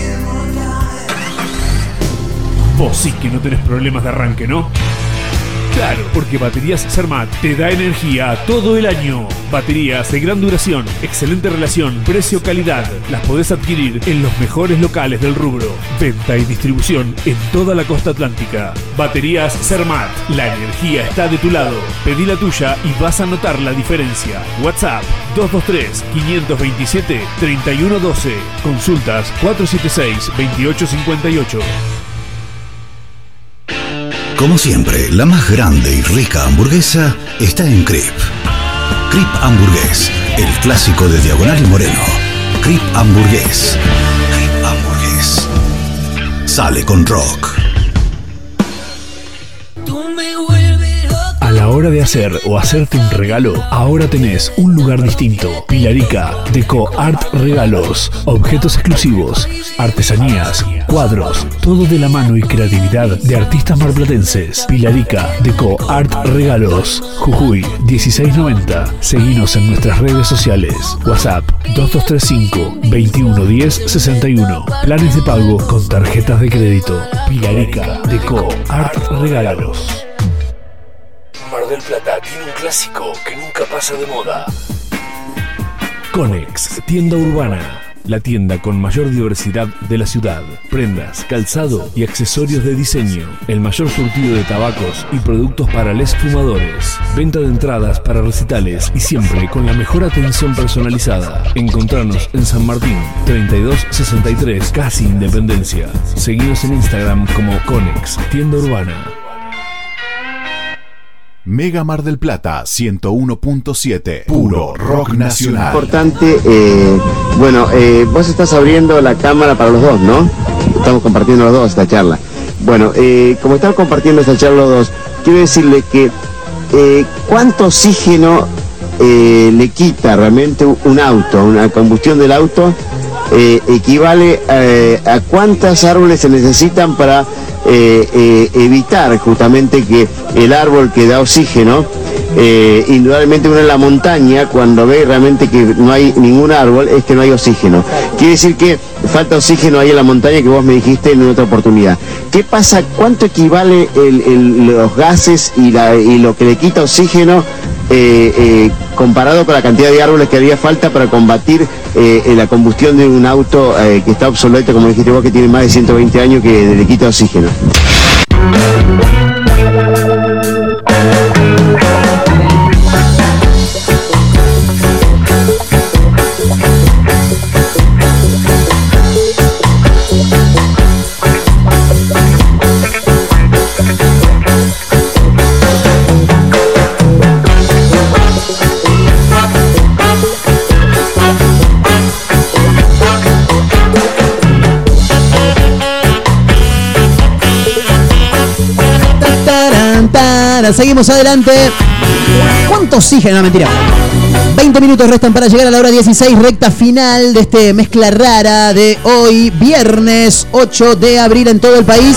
Vos sí que no tenés problemas de arranque, ¿no? Claro, porque Baterías Zermatt te da energía todo el año. Baterías de gran duración, excelente relación, precio-calidad. Las podés adquirir en los mejores locales del rubro. Venta y distribución en toda la costa atlántica. Baterías Zermatt, la energía está de tu lado. Pedí la tuya y vas a notar la diferencia. WhatsApp 223-527-3112. Consultas 476-2858. Como siempre, la más grande y rica hamburguesa está en Crip. Crip Hamburgués, el clásico de Diagonal y Moreno. Crip Hamburgués. Crip Hamburgués. Sale con rock. A la hora de hacer o hacerte un regalo, ahora tenés un lugar distinto. Pilarica Deco Art Regalos. Objetos exclusivos, artesanías, cuadros, todo de la mano y creatividad de artistas marplatenses. Pilarica Deco Art Regalos. Jujuy 1690. Seguinos en nuestras redes sociales. WhatsApp 2235-211061. Planes de pago con tarjetas de crédito. Pilarica Deco Art Regalos. Mar del Plata tiene un clásico que nunca pasa de moda. Conex, tienda urbana. La tienda con mayor diversidad de la ciudad. Prendas, calzado y accesorios de diseño. El mayor surtido de tabacos y productos para les fumadores. Venta de entradas para recitales y siempre con la mejor atención personalizada. Encontranos en San Martín, 3263, casi Independencia. Seguinos en Instagram como Conex, tienda urbana. Mega Mar del Plata 101.7, puro rock nacional. Importante, vos estás abriendo la cámara para los dos, ¿no? Estamos compartiendo los dos esta charla. Bueno, como estamos compartiendo esta charla los dos, quiero decirle que ¿cuánto oxígeno le quita realmente un auto, una combustión del auto? Equivale a cuántos árboles se necesitan para evitar justamente que el árbol que da oxígeno, indudablemente uno en la montaña, cuando ve realmente que no hay ningún árbol, es que no hay oxígeno. Quiere decir que falta oxígeno ahí en la montaña, que vos me dijiste en otra oportunidad. ¿Qué pasa? ¿Cuánto equivale los gases y lo que le quita oxígeno comparado con la cantidad de árboles que haría falta para combatir la combustión de un auto que está obsoleto, como dijiste vos, que tiene más de 120 años, que le quita oxígeno? Seguimos adelante. ¿Cuánto oxígeno? No, mentira. 20 minutos restan para llegar a la hora 16, recta final de este mezcla rara de hoy, viernes 8 de abril en todo el país.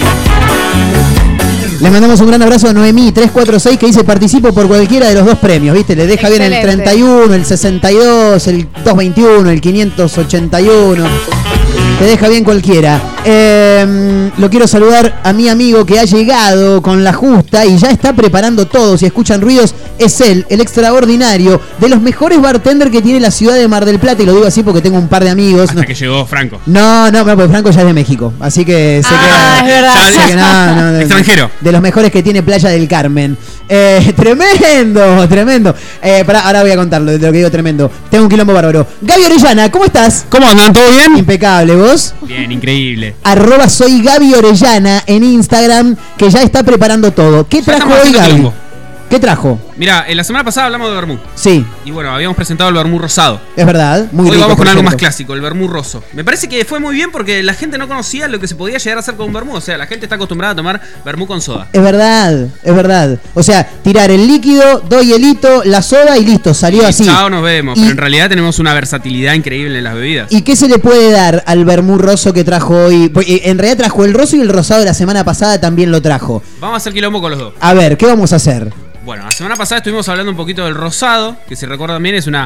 Le mandamos un gran abrazo a Noemí 346, que dice: participo por cualquiera de los dos premios, ¿viste? Le deja bien el 31, el 62, el 221, el 581. Te deja bien cualquiera. Lo quiero saludar a mi amigo que ha llegado con la justa y ya está preparando todo. Si escuchan ruidos, es él, el extraordinario, de los mejores bartenders que tiene la ciudad de Mar del Plata. Y lo digo así porque tengo un par de amigos. Hasta que llegó Franco. No, porque Franco ya es de México. Así que sé que... Es verdad. Sé que no, extranjero. De los mejores que tiene Playa del Carmen. Tremendo. Ahora voy a contarlo, de lo que digo tremendo. Tengo un quilombo bárbaro. Gaby Orellana, ¿cómo estás? ¿Cómo andan? ¿Todo bien? Impecable, ¿vos? Bien, increíble. @soy Gaby Orellana en Instagram, que ya está preparando todo. ¿Qué trajo hoy, Gaby? ¿Qué trajo? Mirá, la semana pasada hablamos de vermú. Sí. Y bueno, habíamos presentado el vermú rosado. Es verdad, muy Hoy rico, vamos con algo cierto. más clásico, el vermú roso. Me parece que fue muy bien porque la gente no conocía lo que se podía llegar a hacer con un vermú. O sea, la gente está acostumbrada a tomar vermú con soda. Es verdad. O sea, tirar el líquido, 2 hielitos, la soda y listo, salió así. Chao, nos vemos. Pero en realidad tenemos una versatilidad increíble en las bebidas. ¿Y qué se le puede dar al vermú roso que trajo hoy? En realidad trajo el roso y el rosado de la semana pasada también lo trajo. Vamos a hacer quilombo con los dos. A ver, ¿qué vamos a hacer? Bueno, la semana pasada estuvimos hablando un poquito del rosado, que si recuerdan bien es una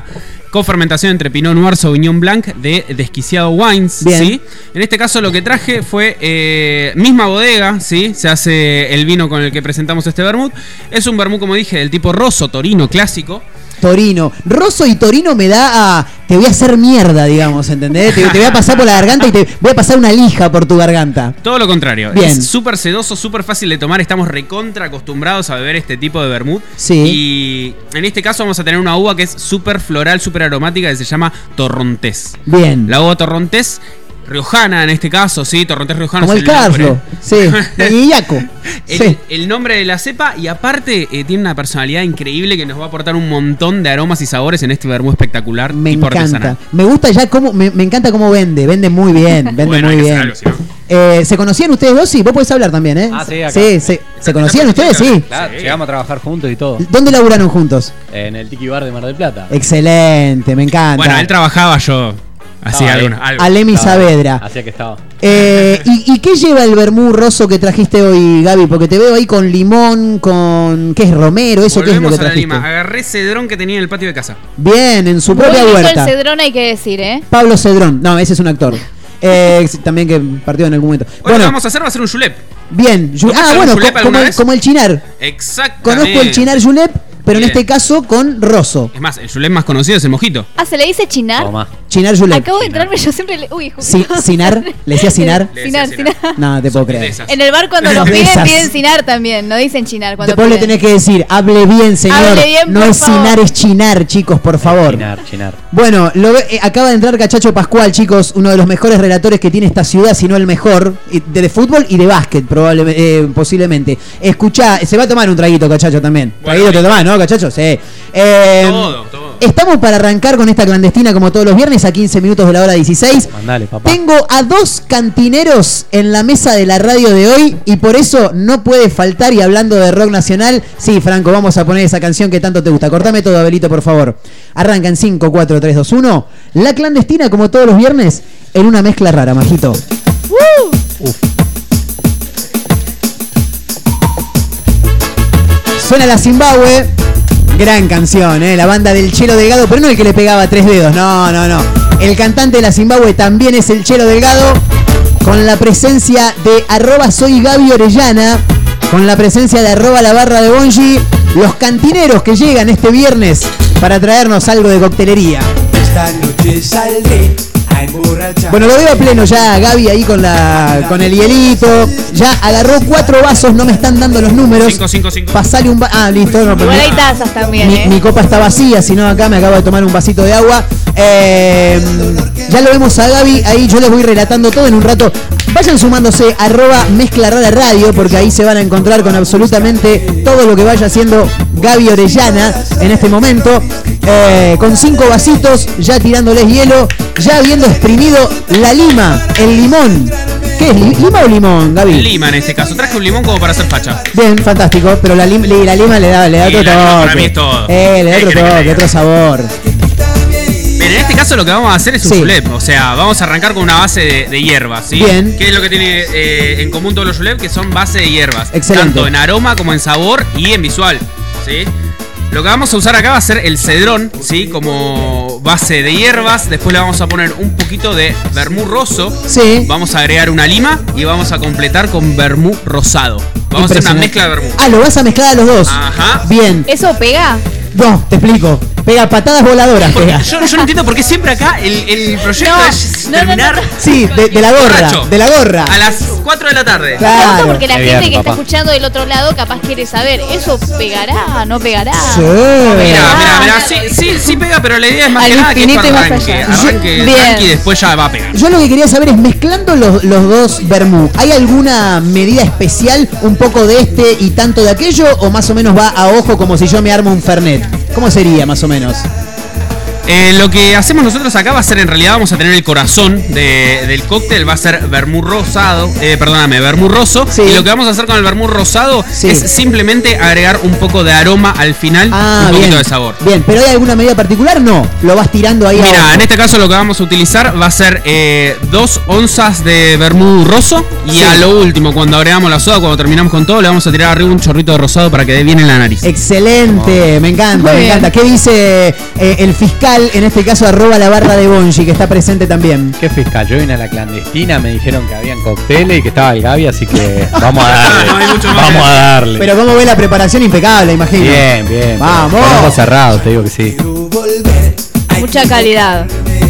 cofermentación entre Pinot Noir, Sauvignon Blanc de Desquiciado Wines. Bien. ¿Sí? En este caso lo que traje fue misma bodega, ¿sí? Se hace el vino con el que presentamos este vermut. Es un vermut, como dije, del tipo rosso, torino, clásico. Torino. Rosso y Torino me da a... Te voy a hacer mierda, digamos, ¿entendés? Te voy a pasar por la garganta y te voy a pasar una lija por tu garganta. Todo lo contrario. Bien. Es súper sedoso, súper fácil de tomar. Estamos recontra acostumbrados a beber este tipo de vermut. Sí. Y en este caso vamos a tener una uva que es súper floral, súper aromática, que se llama Torrontés. Bien. La uva Torrontés, riojana en este caso, ¿sí? Torrontés riojano. Como es el Carlo. nombre. Sí. De Illaco. Sí. El nombre de la cepa, y aparte tiene una personalidad increíble que nos va a aportar un montón de aromas y sabores en este vermut espectacular. Me tipo encanta. artesanal. Me gusta ya cómo... Me encanta cómo vende. Vende muy bien. Vende Bueno, muy hay que bien. hacer algo, si no. ¿Se conocían ustedes dos? Sí, vos podés hablar también, ¿eh? Ah, sí, acá. Sí, ¿se conocían ustedes? Sí. Claro, llegamos a trabajar juntos y todo. ¿Dónde laburaron juntos? En el Tiki Bar de Mar del Plata. Excelente, me encanta. Bueno, él trabajaba, yo hacía algo. Alemi Saavedra. Hacía que estaba. ¿Y qué lleva el vermú rosso que trajiste hoy, Gaby? Porque te veo ahí con limón, con... ¿Qué es? Romero, ¿eso qué es lo que Volvemos a la trajiste? lima. Agarré cedrón que tenía en el patio de casa. Bien, en su Muy propia lindo huerta. el Cedrón, hay que decir, ¿eh? Pablo Cedrón. No, ese es un actor. También que partió en algún momento. Hoy lo que vamos a hacer va a ser un julep. Bien. ¿Tomaste Bueno, un julep alguna vez? como el chinar. Exactamente. Conozco el chinar julep, pero en Bien. este caso con rosso. Es más, el julep más conocido es el mojito. Ah, ¿se le dice chinar? Chinar julep. Acabo de entrarme, yo siempre le... Uy, Cinar. ¿Le decía cinar? Cinar. No, te puedo creer. En el bar cuando Sos los de piden, esas. piden cinar también, no dicen chinar cuando Después le piden. tenés que decir, hable bien, señor. Hable bien, no por es favor. cinar, es chinar, chicos, por favor. Chinar. Bueno, acaba de entrar Cachacho Pascual, chicos, uno de los mejores relatores que tiene esta ciudad, si no el mejor, de fútbol y de básquet, probablemente, posiblemente. Escuchá, se va a tomar un traguito, Cachacho, también. Traguito te tomás, ¿no, Cachacho? Sí. Todo. Estamos para arrancar con esta clandestina como todos los viernes a 15 minutos de la hora 16. Mandale, papá. Tengo a dos cantineros en la mesa de la radio de hoy y por eso no puede faltar, y hablando de rock nacional, sí, Franco, vamos a poner esa canción que tanto te gusta. Cortame todo, Abelito, por favor. Arranca en 5, 4, 3, 2, 1. La clandestina como todos los viernes en una mezcla rara, Majito. Suena la Zimbabue. Gran canción, la banda del Chelo Delgado, pero no el que le pegaba 3 dedos, no. El cantante de la Zimbabue también es el Chelo Delgado, con la presencia de @soyGabyOrellana, con la presencia de @la barra de Bonji, los cantineros que llegan este viernes para traernos algo de coctelería. Esta noche saldré a emborrachar. Bueno, lo veo a pleno ya, Gaby ahí con el hielito. Ya agarró 4 vasos, no me están dando los números. 5. Pasale un vaso. Ah, listo. No, Igual hay tazas también, mi copa está vacía, si no acá me acabo de tomar un vasito de agua. Ya lo vemos a Gaby, ahí yo les voy relatando todo en un rato. Vayan sumándose @mezcla rara radio, porque ahí se van a encontrar con absolutamente todo lo que vaya haciendo Gaby Orellana en este momento. Con 5 vasitos, ya tirándoles hielo, ya habiendo exprimido la lima, el limón. ¿Qué es? ¿Lima o limón, Gaby? Lima en este caso. Traje un limón como para hacer facha. Bien, fantástico, pero la lima le da Y otro la lima para mí toque. es todo. Le da ¿Qué otro querés que toque, diga? otro sabor. Bien, en este caso lo que vamos a hacer es un julep. O sea, vamos a arrancar con una base de hierbas, ¿sí? Bien. ¿Qué es lo que tiene en común todos los julep? Que son base de hierbas. Excelente. Tanto en aroma como en sabor y en visual, ¿sí? Lo que vamos a usar acá va a ser el cedrón, ¿sí? Como base de hierbas. Después le vamos a poner un poquito de vermú rosso. Sí. Vamos a agregar una lima y vamos a completar con vermú rosado. Vamos a hacer una mezcla de vermú. Ah, lo vas a mezclar a los dos. Ajá. Bien. ¿Eso pega? No, te explico. Pega patadas voladoras, pega. Yo no entiendo por qué siempre acá el proyecto es terminar. Sí, de la gorra. borracho. De la gorra. A las 4 de la tarde. Claro. Porque la Qué gente bien, que está papá. escuchando del otro lado capaz quiere saber, ¿eso pegará? ¿No pegará? Sí. Mira, sí pega, pero la idea es más Al que nada que infinito y más arranque. allá. Arranque Bien. tranqui y después ya va a pegar. Yo lo que quería saber es, mezclando los dos vermú, ¿hay alguna medida especial, un poco de este y tanto de aquello, o más o menos va a ojo como si yo me armo un fernet? ¿Cómo sería más o menos? Lo que hacemos nosotros acá va a ser, en realidad vamos a tener el corazón del cóctel, va a ser vermú rosado, vermú roso. Y lo que vamos a hacer con el vermú rosado es simplemente agregar un poco de aroma al final, un poquito bien. de sabor. Bien, pero ¿hay alguna medida particular? No, lo vas tirando ahí. Mira, abajo. en este caso lo que vamos a utilizar va a ser 2 onzas de vermú roso. Y Sí. a lo último, cuando agregamos la soda, cuando terminamos con todo, le vamos a tirar arriba un chorrito de rosado para que dé bien en la nariz. Excelente, me encanta, Muy me bien. encanta. ¿Qué dice el fiscal fiscal, en este caso @la de Bonji, que está presente también. ¿Qué fiscal? Yo vine a la clandestina, me dijeron que habían cócteles y que estaba el Gaby, así que vamos a darle. Vamos a darle. Pero cómo ve la preparación impecable, imagino. Bien, bien. Vamos. Con ojos cerrados, te digo que sí. Mucha calidad.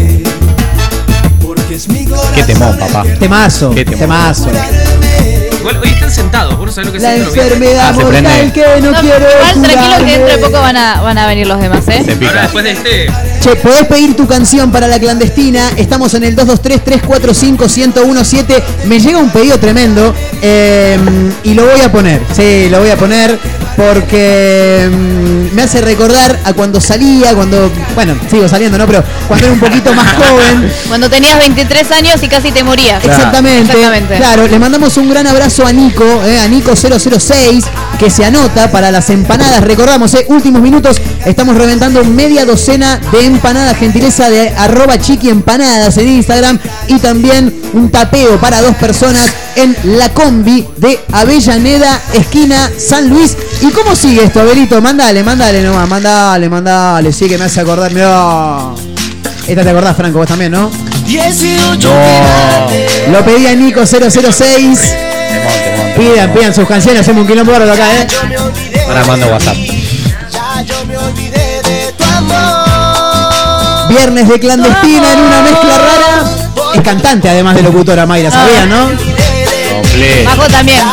Qué temón, papá. Temazo, Qué temón. temazo. Igual hoy están sentados, vos no sabés lo que es La esto, lo vi. enfermedad se mortal prende. que no quiero Igual tranquilo que curarme. dentro de poco van a venir los demás, ¿eh? Se Ahora pica. después de este. Che, podés pedir tu canción para la clandestina. Estamos en el 223-345-1017. Me llega un pedido tremendo y lo voy a poner. Sí, lo voy a poner porque me hace recordar a cuando salía, bueno, sigo saliendo, ¿no? Pero cuando era un poquito más joven. Cuando tenías 23 años y casi te morías. Exactamente. Claro, le mandamos un gran abrazo a Nico, a Nico006, que se anota para las empanadas. Recordamos, últimos minutos, estamos reventando media docena de empanadas, gentileza de @chiquiempanadas en Instagram, y también un tapeo para 2 personas en la combi de Avellaneda, esquina San Luis. ¿Y cómo sigue esto, Abelito? Mándale nomás, mándale, sí, que me hace acordar. Mirá. Esta te acordás, Franco, vos también, ¿no? 18 Lo pedía Nico006. Pidan sus canciones, hacemos un quilombo bárbaro acá, Ahora mando WhatsApp. Viernes de clandestina en una mezcla rara. Es cantante además de locutora, Mayra, ¿sabían, no? Completo. Majo también.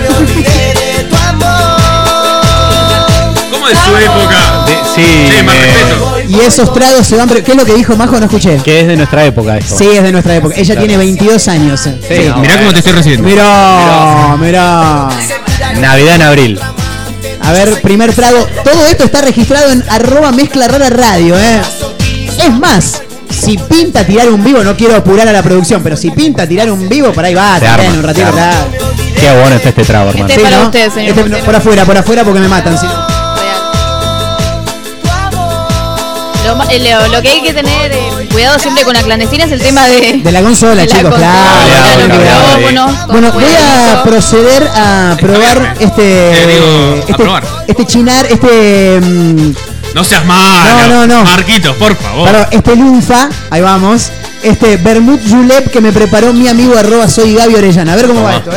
¿Cómo de su época? Sí, más respeto. Y esos tragos se van... ¿Qué es lo que dijo Majo? No escuché. Que es de nuestra época esto. Sí, es de nuestra época. Ella Claro. tiene 22 años. Sí. Mirá cómo te estoy recibiendo. Mirá. Navidad en abril. A ver, primer trago. Todo esto está registrado en @mezcla rara radio, Es más, si pinta tirar un vivo, no quiero apurar a la producción, pero si pinta tirar un vivo, por ahí va, Se también, arma, un ratito. se arma. Claro. Qué bueno está este trago, hermano. Este es para ¿no? usted, señor. Este, no, por afuera, porque me matan. ¿sí? Lo que hay que tener cuidado siempre con la clandestina es el tema de De la consola, chicos, claro. los Cableado, micrófonos. todo Bueno, voy a cuidado. proceder a probar a probar. este chinar, este... No seas malo. No. Marquitos, por favor. Perdón, este lunfa, ahí vamos. Este vermut julep que me preparó mi amigo @soy Gaby Orellana. A ver cómo va esto,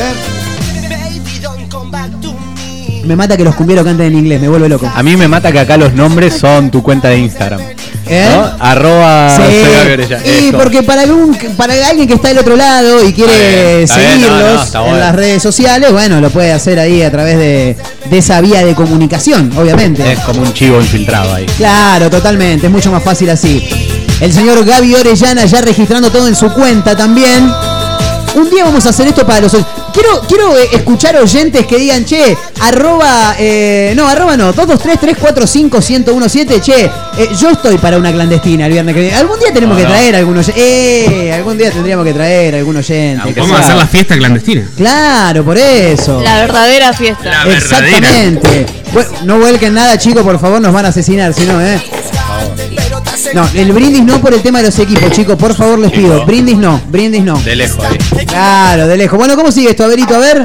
Me mata que los cumbieros canten en inglés, me vuelve loco. A mí me mata que acá los nombres son tu cuenta de Instagram. ¿No? Sí. Soy Gaby Orellana. Y Eso. porque para alguien que está del otro lado y quiere Está bien, seguirlos está en bueno. las redes sociales, bueno, lo puede hacer ahí a través de esa vía de comunicación, obviamente. Es como un chivo infiltrado ahí. Claro, totalmente, es mucho más fácil así. El señor Gaby Orellana ya registrando todo en su cuenta también. Un día vamos a hacer esto para los... Quiero escuchar oyentes que digan, che, no, 223-345-1017, che, yo estoy para una clandestina el viernes que viene. Algún día tenemos que traer algunos algún día tendríamos que traer algún oyente. Vamos a hacer la fiesta clandestina. Claro, por eso. La verdadera fiesta. La verdadera. Exactamente. Bueno, no vuelquen nada, chicos, por favor, nos van a asesinar, si no, No, el brindis no por el tema de los equipos, chicos, por favor les pido. Brindis no. De lejos ahí. Claro, de lejos. Bueno, ¿cómo sigue esto, Averito? A ver.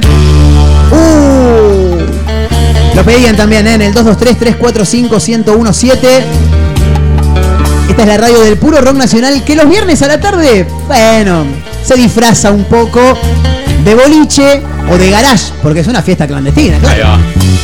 Lo pedían también, en el 223-345-1017. Esta es la radio del puro rock nacional, que los viernes a la tarde, bueno, se disfraza un poco de boliche o de garage, porque es una fiesta clandestina, claro. Ahí va.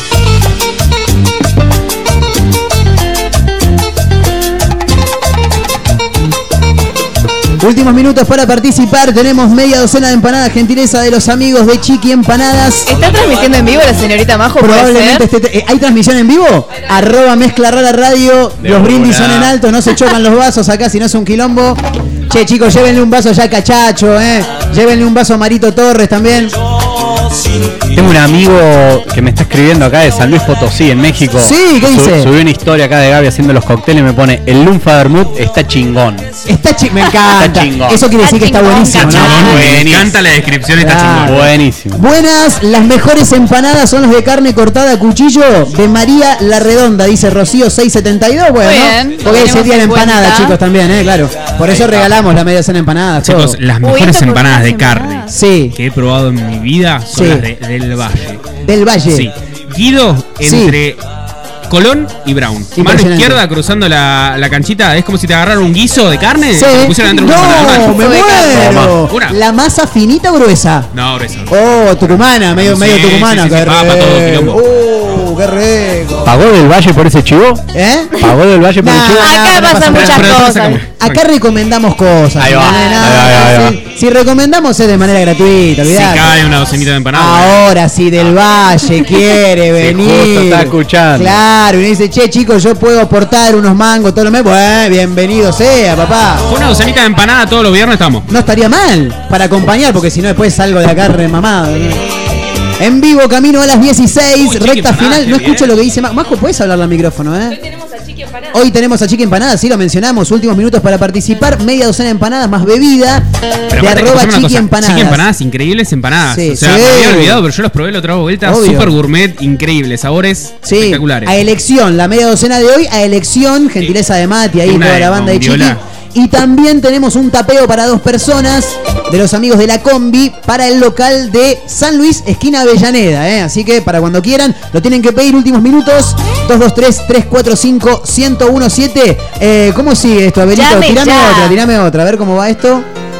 Últimos minutos para participar. Tenemos media docena de empanadas, gentileza de los amigos de Chiqui Empanadas. ¿Está transmitiendo en vivo la señorita Majo? ¿Puede Probablemente ser? ¿hay transmisión en vivo? @mezcla rara radio. De Los brindis una. son en alto, no se chocan los vasos acá, si no es un quilombo. Che, chicos, llévenle un vaso ya a Cachacho, Llévenle un vaso a Marito Torres también. Tengo un amigo que me está escribiendo acá de San Luis Potosí, en México. Sí, ¿qué dice? Subí una historia acá de Gaby haciendo los cócteles y me pone: el Lunfa Vermut está chingón. Me encanta. Está chingón. Eso quiere decir que está buenísimo, Está ¿no? chingón. Me Buenísimo. encanta la descripción, está Claro. chingón. Buenísimo. Buenas, las mejores empanadas son las de carne cortada a cuchillo de María La Redonda, dice Rocío 672. Bueno, Muy bien, porque lo ese día la tenemos en empanada, cuenta. chicos, también, claro. Por eso regalamos la media cena empanadas. Chicos, todo. las Uy, mejores esto con empanadas unas de carne empanadas. Sí, que he probado en mi vida son Sí. las del Valle. del Valle. Sí. Guido entre Colón y Brown. Mano Impresionante. izquierda cruzando la canchita. Es como si te agarraran un guiso de carne y Sí. te pusieran dentro de una No, banana. me muero. Una. ¿La masa finita o gruesa? No, gruesa. Oh, tucumana, medio tucumana. sí, Qué va para todo quilombo. qué rico. ¿Pagó del Valle por ese chivo? ¿Eh? ¿Pagó del Valle por el chivo? Acá pasan muchas cosas. Acá recomendamos cosas. Ahí va, ahí va. Si recomendamos es de manera gratuita, Si olvidate. cae una docenita de empanadas. Ahora, si del Valle quiere venir. justo está escuchando. Claro, y me dice, che, chicos, yo puedo aportar unos mangos todos los meses. Bueno, bienvenido sea, papá. Con una docenita de empanada todos los viernes estamos. No estaría mal para acompañar, porque si no después salgo de acá remamado, ¿no? En vivo, camino a las 16, Uy, recta chiqui empanada, final. qué No bien. escucho lo que dice Majo, ¿puedes hablarle al micrófono, eh? Hoy tenemos a Chiqui Empanada, sí lo mencionamos. Últimos minutos para participar. Media docena de empanadas más bebida. Pero de aparte, arroba escuchame una Chiqui cosa, Empanadas. Chiqui empanadas, increíbles empanadas. Sí, o sea, sí. me había olvidado, pero yo los probé la otra vuelta. Obvio. Super gourmet, increíbles, sabores Sí, espectaculares. a elección, la media docena de hoy, a elección, gentileza de Mati, ahí Una toda de la banda de Chiqui. Bondiola. Y también tenemos un tapeo para 2 personas de los amigos de la Combi para el local de San Luis, esquina Avellaneda, ¿eh? Así que para cuando quieran, lo tienen que pedir últimos minutos. 223-345-1017. ¿Cómo sigue esto, Abelito? Llame ya. Tirame otra, a ver cómo va esto.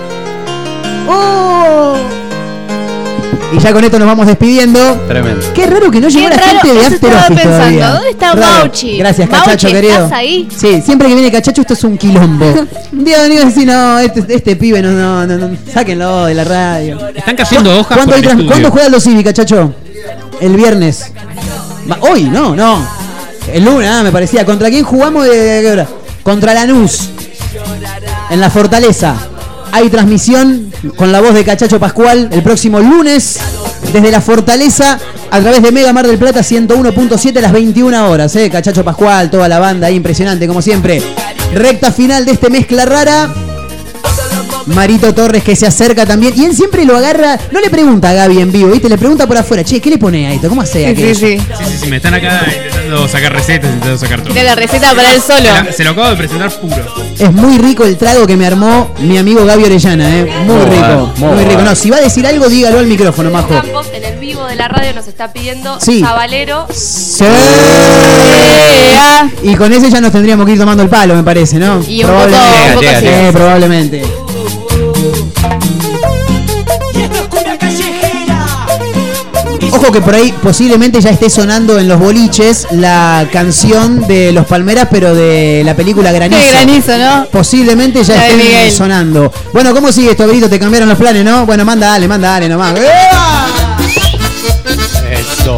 ¡Oh! Y ya con esto nos vamos despidiendo. Tremendo. Qué raro que no llegó Qué la raro, gente de eso After estaba Office pensando. todavía. ¿Dónde está Raro. Mauchi? Gracias, Mauchi, Cachacho, querido. ¿estás ahí? Sí, siempre que viene Cachacho esto es un quilombo. Un día venimos a decir, no, este pibe no, sáquenlo de la radio. Están cayendo hojas por el estudio. ¿Cuándo juega los Civi, Cachacho? El viernes. Hoy, no. El lunes, me parecía. ¿Contra quién jugamos de qué hora? Contra Lanús. En la Fortaleza. Hay transmisión con la voz de Cachacho Pascual el próximo lunes desde la Fortaleza a través de Mega Mar del Plata 101.7 a las 21 horas. Cachacho Pascual, toda la banda ahí, impresionante como siempre. Recta final de este Mezcla Rara. Marito Torres que se acerca también. Y él siempre lo agarra. No le pregunta a Gaby en vivo, ¿viste? Le pregunta por afuera. Che, ¿qué le pone a esto? ¿Cómo hace aquello? Sí, me están acá intentando sacar recetas, intentando sacar todo. Tiene la receta para él solo. Se lo acabo de presentar puro. Es muy rico el trago que me armó mi amigo Gaby Orellana, Muy rico, muy rico. No, si va a decir algo, dígalo al micrófono, Majo. Campos en el vivo de la radio nos está pidiendo Sí. Sabalero. Sí. Y con ese ya nos tendríamos que ir tomando el palo, me parece, ¿no? Y un poco Sí, probablemente. Ojo que por ahí posiblemente ya esté sonando en los boliches la canción de Los Palmeras, pero de la película Granizo. Qué granizo, ¿no? Posiblemente ya La de estén Miguel. sonando. Bueno, ¿cómo sigue esto, Brito? Te cambiaron los planes, ¿no? Bueno, dale nomás. Eso.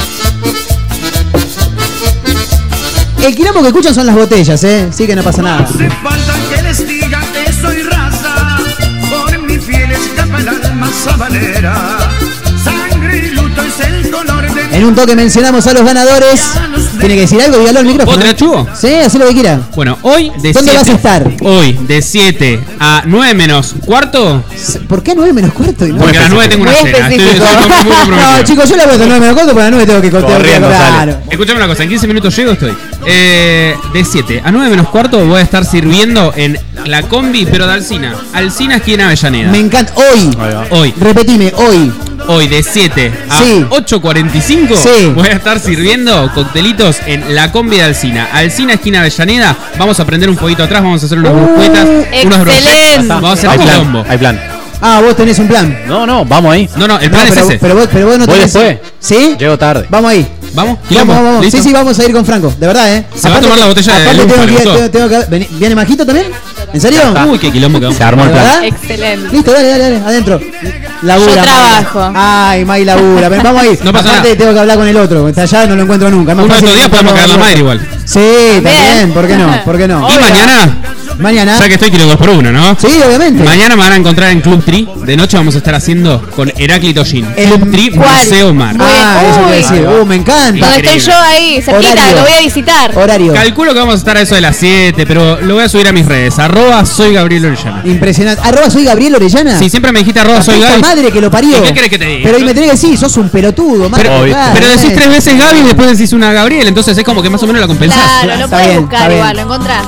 El quilombo que escuchan son las botellas, sí que no pasa nada. Hace falta que les diga que soy raza, por mi fiel escapa el alma sabanera. Sangre y luto es el color de En un toque mencionamos a los ganadores. Tiene que decir algo, dígalo al micrófono. ¿Vos te la chubo? Sí, haz lo que quiera. Bueno, hoy de ¿Dónde 7. vas a estar? Hoy de 7 a 9 menos cuarto. ¿Por qué a 9 menos cuarto? Porque a las 9 tengo una Muy cena. específico. No, chicos, yo la voy a 9 menos cuarto, pero a las 9 tengo que Corriendo, claro. Escúchame una cosa, en 15 minutos llego, estoy. De 7 a 9 menos cuarto voy a estar sirviendo en la combi, pero de Alsina. Alsina, esquina Avellaneda. Me encanta. Hoy. Repetime, hoy. Hoy de 7 a Sí. 8:45 Sí. voy a estar sirviendo coctelitos en la combi de Alsina. Alsina, esquina Avellaneda. Vamos a prender un fueguito atrás, vamos a hacer unos brusquetas, unos brochettes. Vamos a hacer Hay quilombo. plan, hay plan. Ah, vos tenés un plan. No, vamos ahí. No, el plan es pero, ese. pero vos no Voy tenés. después. ¿Sí? Llego tarde. Vamos ahí. ¿Vamos? ¿Quilombo? Vamos. ¿Listo? Sí, vamos a ir con Franco. De verdad, Se va a tomar la botella de aparte Lufa, tengo ¿le que, gustó? tengo que ¿Viene Majito también? ¿En serio? Uy, qué quilombo que vamos. Se armó el ¿De plan. verdad? Excelente. Listo, dale, adentro. Labura, Yo trabajo. May. Ay, May labura. Pero vamos a ir. No pasa Aparte nada. tengo que hablar con el otro. Está allá, no lo encuentro nunca. Es más Uno de fácil estos días podemos caer encontrarlo la madre al igual. otro. Sí, también. ¿Por qué no? ¿Por qué no? Y mañana, ya que estoy, quiero 2 por 1, ¿no? Sí, obviamente. Mañana me van a encontrar en Club Tri. De noche vamos a estar haciendo con Heráclito Gin. El- Club Tri, ¿Cuál? Museo Mar. Ah, eso te decir. Me encanta. Donde estoy yo ahí, cerquita, Horario. lo voy a visitar. Horario. Calculo que vamos a estar a eso de las 7, pero lo voy a subir a mis redes. @soy Gabriel Orellana. Impresionante. @soy Gabriel Orellana. Sí, siempre me dijiste @soy La puta Gaby. madre que lo parió. ¿Y qué querés que te diga? Pero y me tenés que decir, sos un pelotudo, Marco, Pero, claro, pero decís 3 veces Gaby y después decís una Gabriel, entonces es como que más o menos la compensás. Claro, lo Está puedes bien, buscar está igual, bien. lo encontrás.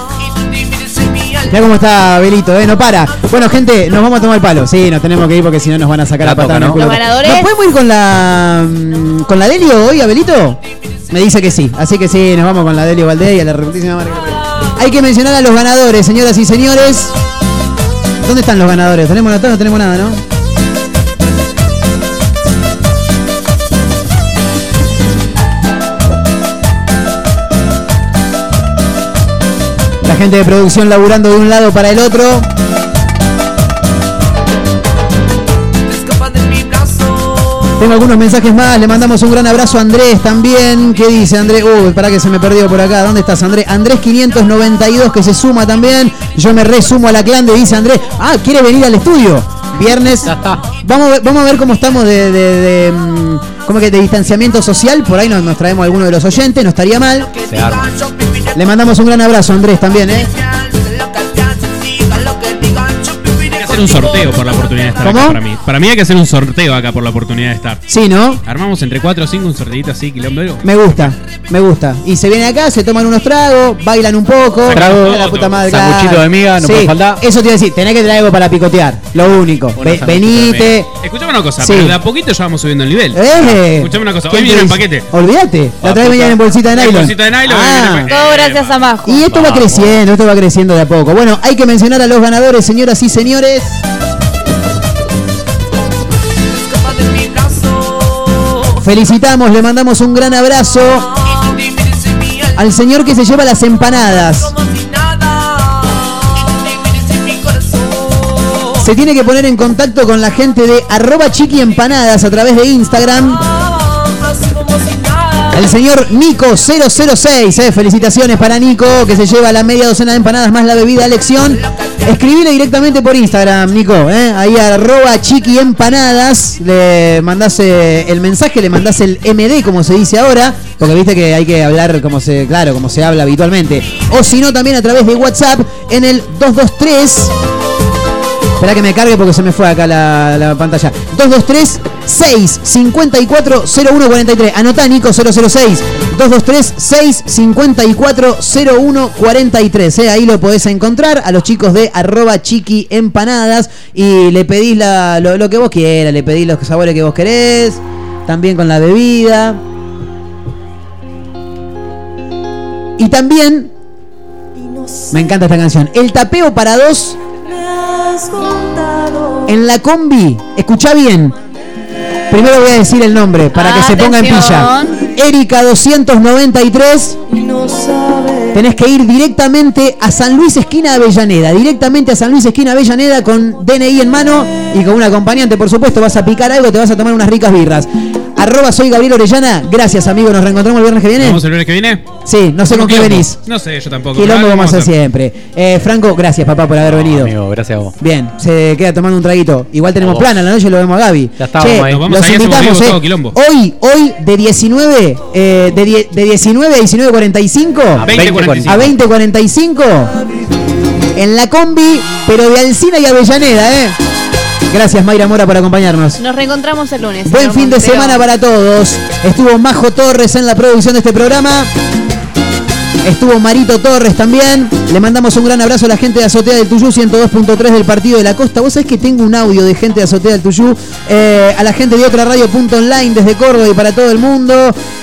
Mirá cómo está Belito, no para. Bueno, gente, nos vamos a tomar el palo. Sí, nos tenemos que ir porque si no nos van a sacar La la patada toca, en el ¿no? culo. Los ganadores. ¿Nos podemos ir con la Delio hoy, Abelito? Me dice que sí. Así que sí, nos vamos con la Delio Valdés y a la reputísima marca. Hay que mencionar a los ganadores, señoras y señores. ¿Dónde están los ganadores? ¿Tenemos nada? No tenemos nada, ¿no? La gente de producción laburando de un lado para el otro. Tengo algunos mensajes más, le mandamos un gran abrazo a Andrés también. ¿Qué dice Andrés? Pará que se me perdió por acá. ¿Dónde estás, Andrés? Andrés 592 que se suma también. Yo me resumo a la Clande, dice Andrés. ¿Quiere venir al estudio? Viernes. Ya está. Vamos a ver cómo estamos de distanciamiento social. Por ahí nos traemos a alguno de los oyentes, no estaría mal. Se arma. Le mandamos un gran abrazo a Andrés también, Un sorteo por la oportunidad de estar ¿Cómo? acá para mí. Para mí hay que hacer un sorteo acá por la oportunidad de estar. Sí, ¿no? Armamos entre 4 o 5 un sorteito así, quilombo. Me gusta. Y se viene acá, se toman unos tragos, bailan un poco. Trago, la puta madre, sanguchito de miga, no puede faltar. Eso te iba a decir, tenés que traer algo para picotear. Lo único. Venite. Escuchame una cosa, Sí. pero de a poquito ya vamos subiendo el nivel. Escuchame una cosa, hoy ¿Quién viene te en dice? paquete. Olvídate. La otra vez venían en bolsita de nylon. Bolsita de nylon. Todo gracias a Majo. Y esto va creciendo de a poco. Bueno, hay que mencionar a los ganadores, señoras y señores. Felicitamos, le mandamos un gran abrazo al señor que se lleva las empanadas. Se tiene que poner en contacto con la gente de @chiquiempanadas a través de Instagram. El señor Nico006, felicitaciones para Nico, que se lleva la media docena de empanadas más la bebida a elección. Escribile directamente por Instagram, Nico, ahí @chiquiempanadas, le mandás el mensaje, le mandás el MD, como se dice ahora, porque viste que hay que hablar como se habla habitualmente. O si no, también a través de WhatsApp en el 223. Espera que me cargue porque se me fue acá la pantalla. 223-654-0143. Anotá, Nico 006. 223-654-0143. Ahí lo podés encontrar a los chicos de @chiquiempanadas y le pedís lo que vos quieras, le pedís los sabores que vos querés, también con la bebida. Y también, me encanta esta canción, el tapeo para dos. En la combi, escuchá bien. Primero voy a decir el nombre para que se ponga en pilla. Erika 293. Tenés que ir directamente a San Luis esquina Avellaneda. Directamente a San Luis esquina Avellaneda con DNI en mano y con un acompañante, por supuesto. Vas a picar algo, te vas a tomar unas ricas birras. @soy Gabriel Orellana. Gracias, amigo. Nos reencontramos el viernes que viene. ¿Vamos el viernes que viene? Sí, no sé con qué venís. No sé, yo tampoco. Quilombo vamos a hacer siempre. Franco, gracias, papá, por haber venido. Amigo, gracias a vos. Bien, se queda tomando un traguito. Igual tenemos plan a la noche, lo vemos a Gaby. Ya estamos ahí. Nos vamos los ahí, invitamos, todo quilombo. Hoy de 19 a 19:45 a 20:45. a 20:45 en la combi, pero de Alsina y Avellaneda, Gracias, Mayra Mora, por acompañarnos. Nos reencontramos el lunes. Buen fin de semana para todos. Estuvo Majo Torres en la producción de este programa. Estuvo Marito Torres también. Le mandamos un gran abrazo a la gente de Azotea del Tuyú, 102.3 del Partido de la Costa. Vos sabés que tengo un audio de gente de Azotea del Tuyú. A la gente de otra radio.online desde Córdoba y para todo el mundo.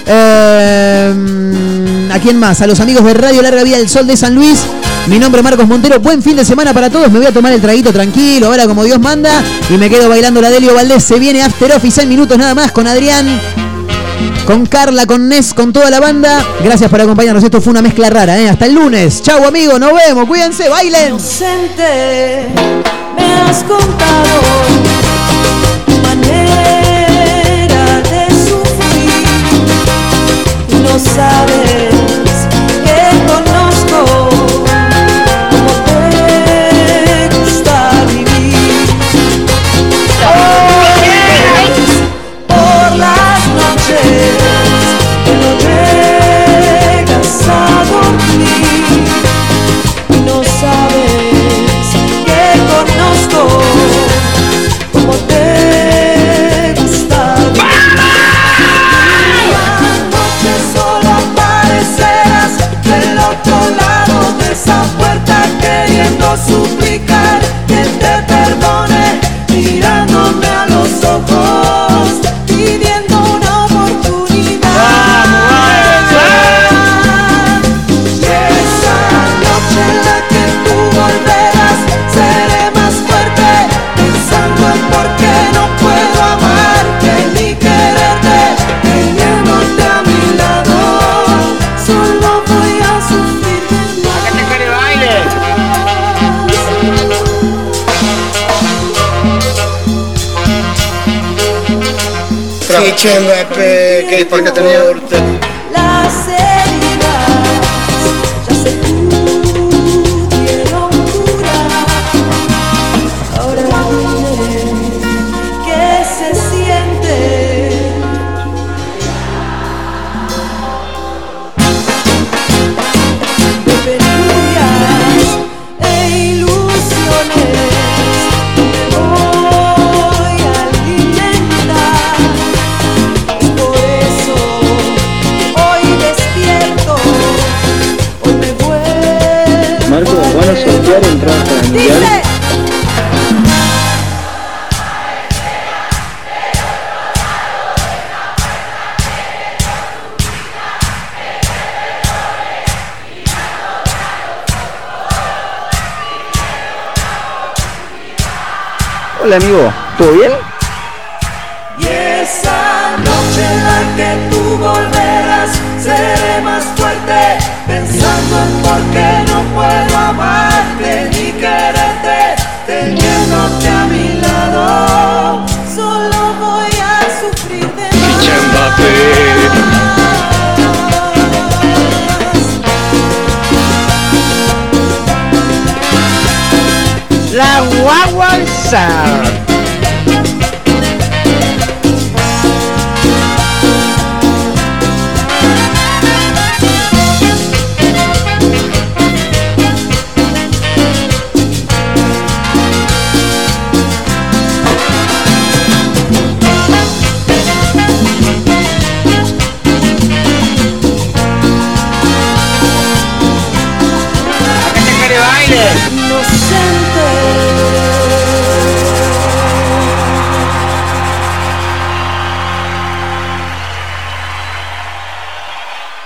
¿A quién más? A los amigos de Radio Larga Vida del Sol de San Luis. Mi nombre es Marcos Montero. Buen fin de semana para todos. Me voy a tomar el traguito tranquilo, ahora como Dios manda. Y me quedo bailando la Delio Valdés. Se viene After Office en minutos nada más con Adrián, con Carla, con Nes, con toda la banda. Gracias por acompañarnos. Esto fue una mezcla rara, Hasta el lunes. Chau, amigos. Nos vemos. Cuídense. Bailen. Inocente, me has contado tu manera de sufrir. No sabes que conozco cómo te gusta vivir. Por las noches que no llegas a dormir y no sabes que conozco cómo te gusta vivir. La noche solo aparece Ficha Mbappé, que porque tenía Las heridas ya se pudieron curar. Ahora diré qué se siente. De penurias e ilusiones me voy a alimentar. Es por eso que hoy despierto, hoy me vuelvo. Marco, ¿van a sortear entradas para el mundial? Hola amigo, ¿todo bien? Y esa noche en la que tú volverás, seré más fuerte, pensando en por qué no puedo amarte ni quererte, teniéndote a mi lado. Solo voy a sufrir de Ficha Mbappé. La guaguanza. No